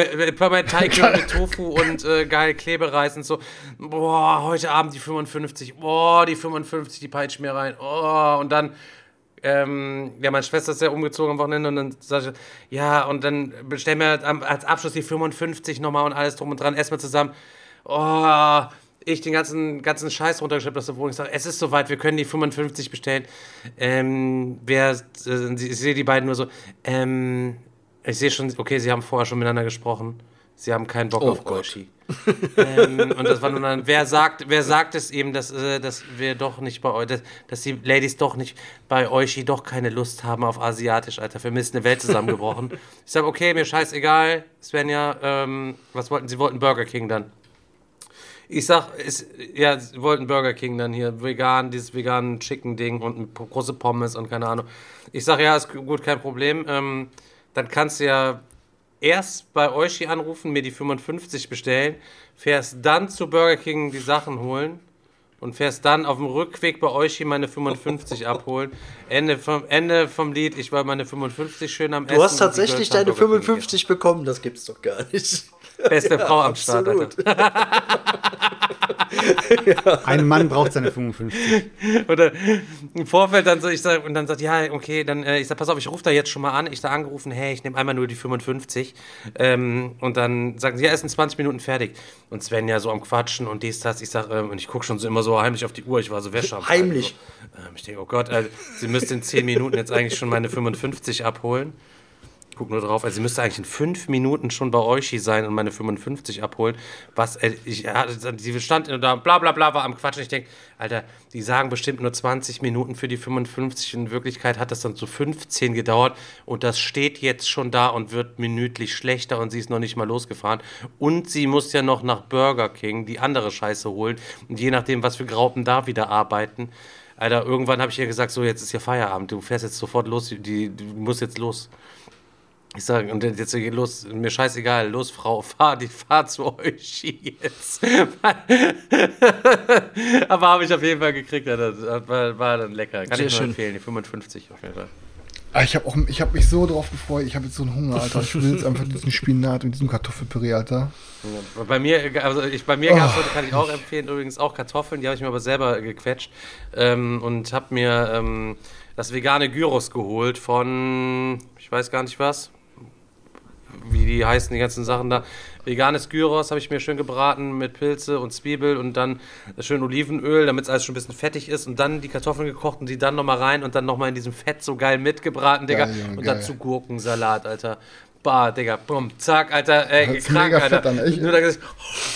[SPEAKER 4] und geil Klebereis und so. Boah, heute Abend die 55, boah, die 55, die peitschen mir rein, oh, und dann meine Schwester ist ja umgezogen am Wochenende und dann sage ich, ja, und dann bestellen wir als Abschluss die 55 nochmal und alles drum und dran, essen wir zusammen. Oh, ich den ganzen Scheiß runtergeschleppt aus der Wohnung. Ich sage, es ist soweit, wir können die 55 bestellen. Ich sehe die beiden nur so, ich sehe schon, okay, sie haben vorher schon miteinander gesprochen. Sie haben keinen Bock auf Goshi. Und das war nur dann, wer sagt es eben, dass wir doch nicht bei euch, dass die Ladies doch nicht bei euch doch keine Lust haben auf Asiatisch, Alter, für Mist eine Welt zusammengebrochen. Ich sag, okay, mir scheißegal, Svenja, sie wollten Burger King dann. Ich sag, sie wollten Burger King dann hier, vegan, dieses veganen Chicken-Ding und eine große Pommes und keine Ahnung. Ich sag, ja, ist gut, kein Problem. Dann kannst du ja erst bei euch hier anrufen, mir die 55 bestellen, fährst dann zu Burger King die Sachen holen und fährst dann auf dem Rückweg bei euch hier meine 55 abholen. Ende vom Lied, ich war meine 55 schön am Essen.
[SPEAKER 7] Du hast tatsächlich deine 55 bekommen, das gibt's doch gar nicht.
[SPEAKER 4] Beste Frau am Start,
[SPEAKER 7] absolut.
[SPEAKER 4] Alter.
[SPEAKER 6] Ein Mann braucht seine 55.
[SPEAKER 4] Oder im Vorfeld dann so, ich sag, und dann sagt, ja, okay, dann, ich sag, pass auf, ich rufe da jetzt schon mal an. Ich da angerufen, hey, ich nehme einmal nur die 55. Und dann sagen sie, ja, ist in 20 Minuten fertig. Und Sven ja so am Quatschen und dies, das. Ich sag, und ich gucke schon so immer so heimlich auf die Uhr. Ich war so Wäsche am
[SPEAKER 7] Heimlich.
[SPEAKER 4] Fall. Ich denke, oh Gott, sie müsste in 10 Minuten jetzt eigentlich schon meine 55 abholen. Guck nur drauf, also sie müsste eigentlich in 5 Minuten schon bei euch hier sein und meine 55 abholen. Sie stand da, bla bla bla, war am Quatschen. Ich denke, Alter, die sagen bestimmt nur 20 Minuten für die 55. In Wirklichkeit hat das dann so 15 gedauert und das steht jetzt schon da und wird minütlich schlechter und sie ist noch nicht mal losgefahren. Und sie muss ja noch nach Burger King die andere Scheiße holen und je nachdem, was für Graupen da wieder arbeiten. Alter, irgendwann habe ich ihr gesagt, so, jetzt ist hier Feierabend, du fährst jetzt sofort los, du musst jetzt los. Ich sage, und jetzt geht los, mir scheißegal, los Frau, fahr zu euch jetzt. Aber habe ich auf jeden Fall gekriegt, das war dann lecker. Kann ich nur empfehlen, die 55 auf jeden Fall.
[SPEAKER 5] Ich hab mich so drauf gefreut, ich habe jetzt so einen Hunger, Alter. Ich will jetzt einfach diesen Spinat und diesen Kartoffelpüree, Alter.
[SPEAKER 4] Ja, bei mir gab es heute, kann ich auch empfehlen, übrigens auch Kartoffeln, die habe ich mir aber selber gequetscht und habe mir das vegane Gyros geholt von, ich weiß gar nicht was, wie die heißen, die ganzen Sachen da. Veganes Gyros habe ich mir schön gebraten mit Pilze und Zwiebel und dann schön Olivenöl, damit es alles schon ein bisschen fettig ist und dann die Kartoffeln gekocht und die dann nochmal rein und dann nochmal in diesem Fett so geil mitgebraten, Digga. Geil, Junge, und geil. Dazu Gurkensalat, Alter. Bah, Digga, bumm, zack, Alter, krank, Alter. Nur da gesagt,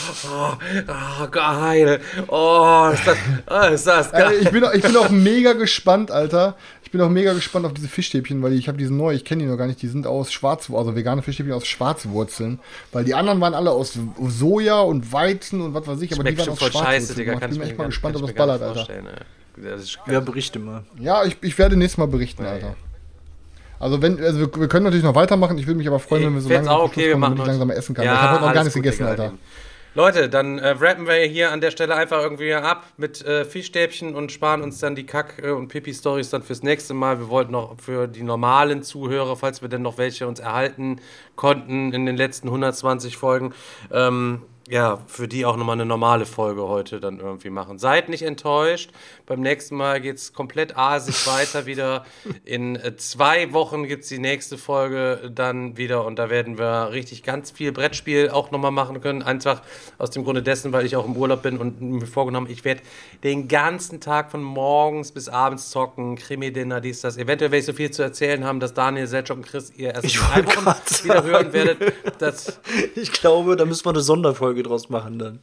[SPEAKER 4] geil. Oh, ist das geil.
[SPEAKER 5] Ich bin auch mega gespannt, Alter. Ich bin auch mega gespannt auf diese Fischstäbchen, weil ich habe diese neu, ich kenne die noch gar nicht, die sind aus also vegane Fischstäbchen aus Schwarzwurzeln, weil die anderen waren alle aus Soja und Weizen und was weiß ich, aber die waren aus Schwarzwurzeln. Scheiße, Digga, ich bin echt mal gespannt, ob das ballert, Alter.
[SPEAKER 7] Ja, berichte mal.
[SPEAKER 5] Ja, ich werde nächstes Mal berichten, Alter. Also wir können natürlich noch weitermachen, ich würde mich aber freuen, wenn wir so lange langsam mal essen können.
[SPEAKER 4] Ja,
[SPEAKER 5] ich habe heute noch gar nichts gegessen, Alter.
[SPEAKER 4] Leute, dann wrappen wir hier an der Stelle einfach irgendwie ab mit Fischstäbchen und sparen uns dann die Kack- und Pipi-Stories dann fürs nächste Mal. Wir wollten noch für die normalen Zuhörer, falls wir denn noch welche uns erhalten konnten in den letzten 120 Folgen, für die auch nochmal eine normale Folge heute dann irgendwie machen. Seid nicht enttäuscht. Beim nächsten Mal geht es komplett asig weiter wieder. In 2 Wochen gibt es die nächste Folge dann wieder und da werden wir richtig ganz viel Brettspiel auch nochmal machen können. Einfach aus dem Grunde dessen, weil ich auch im Urlaub bin und mir vorgenommen, ich werde den ganzen Tag von morgens bis abends zocken, Krimi-Dinner, dies, das. Eventuell werde ich so viel zu erzählen haben, dass Daniel, Selchuk und Chris ihr erst in 3 Wochen wieder hören werdet.
[SPEAKER 7] Ich glaube, da müssen wir eine Sonderfolge draus machen dann.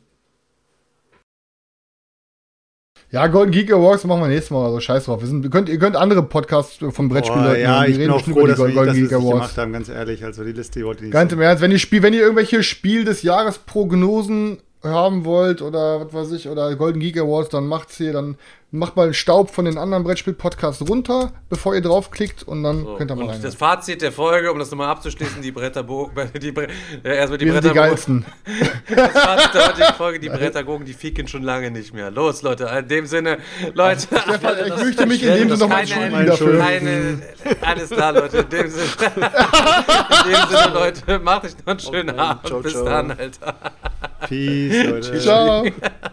[SPEAKER 5] Ja, Golden Geek Awards machen wir nächstes Mal, also scheiß drauf. Ihr könnt andere Podcasts vom Brettspiel
[SPEAKER 6] ja, ich bin auch froh, dass wir das
[SPEAKER 5] nicht
[SPEAKER 6] gemacht haben, ganz ehrlich. Also die Liste wollte ich nicht.
[SPEAKER 5] Ganz im Ernst, wenn ihr irgendwelche Spiel des Jahres Prognosen haben wollt oder was weiß ich, oder Golden Geek Awards, dann macht's hier, dann macht mal einen Staub von den anderen Brettspiel-Podcasts runter, bevor ihr draufklickt und dann könnt ihr mal rein.
[SPEAKER 4] Das Fazit der Folge, um das nochmal abzuschließen, die Bretterbogen,
[SPEAKER 5] erstmal die Bretterbogen. Die geilsten.
[SPEAKER 4] Das Fazit der heutigen Folge, die Bretterbogen, die ficken schon lange nicht mehr. Los, Leute, in dem Sinne, Leute.
[SPEAKER 5] Stefan, ich möchte mich in dem Sinne nochmal entschuldigen dafür.
[SPEAKER 4] Alles klar, Leute, in dem Sinne, Leute, macht euch noch einen schönen Abend.
[SPEAKER 7] Ciao,
[SPEAKER 4] bis
[SPEAKER 7] ciao.
[SPEAKER 4] dann, Alter.
[SPEAKER 6] Peace, Leute.
[SPEAKER 5] Ciao.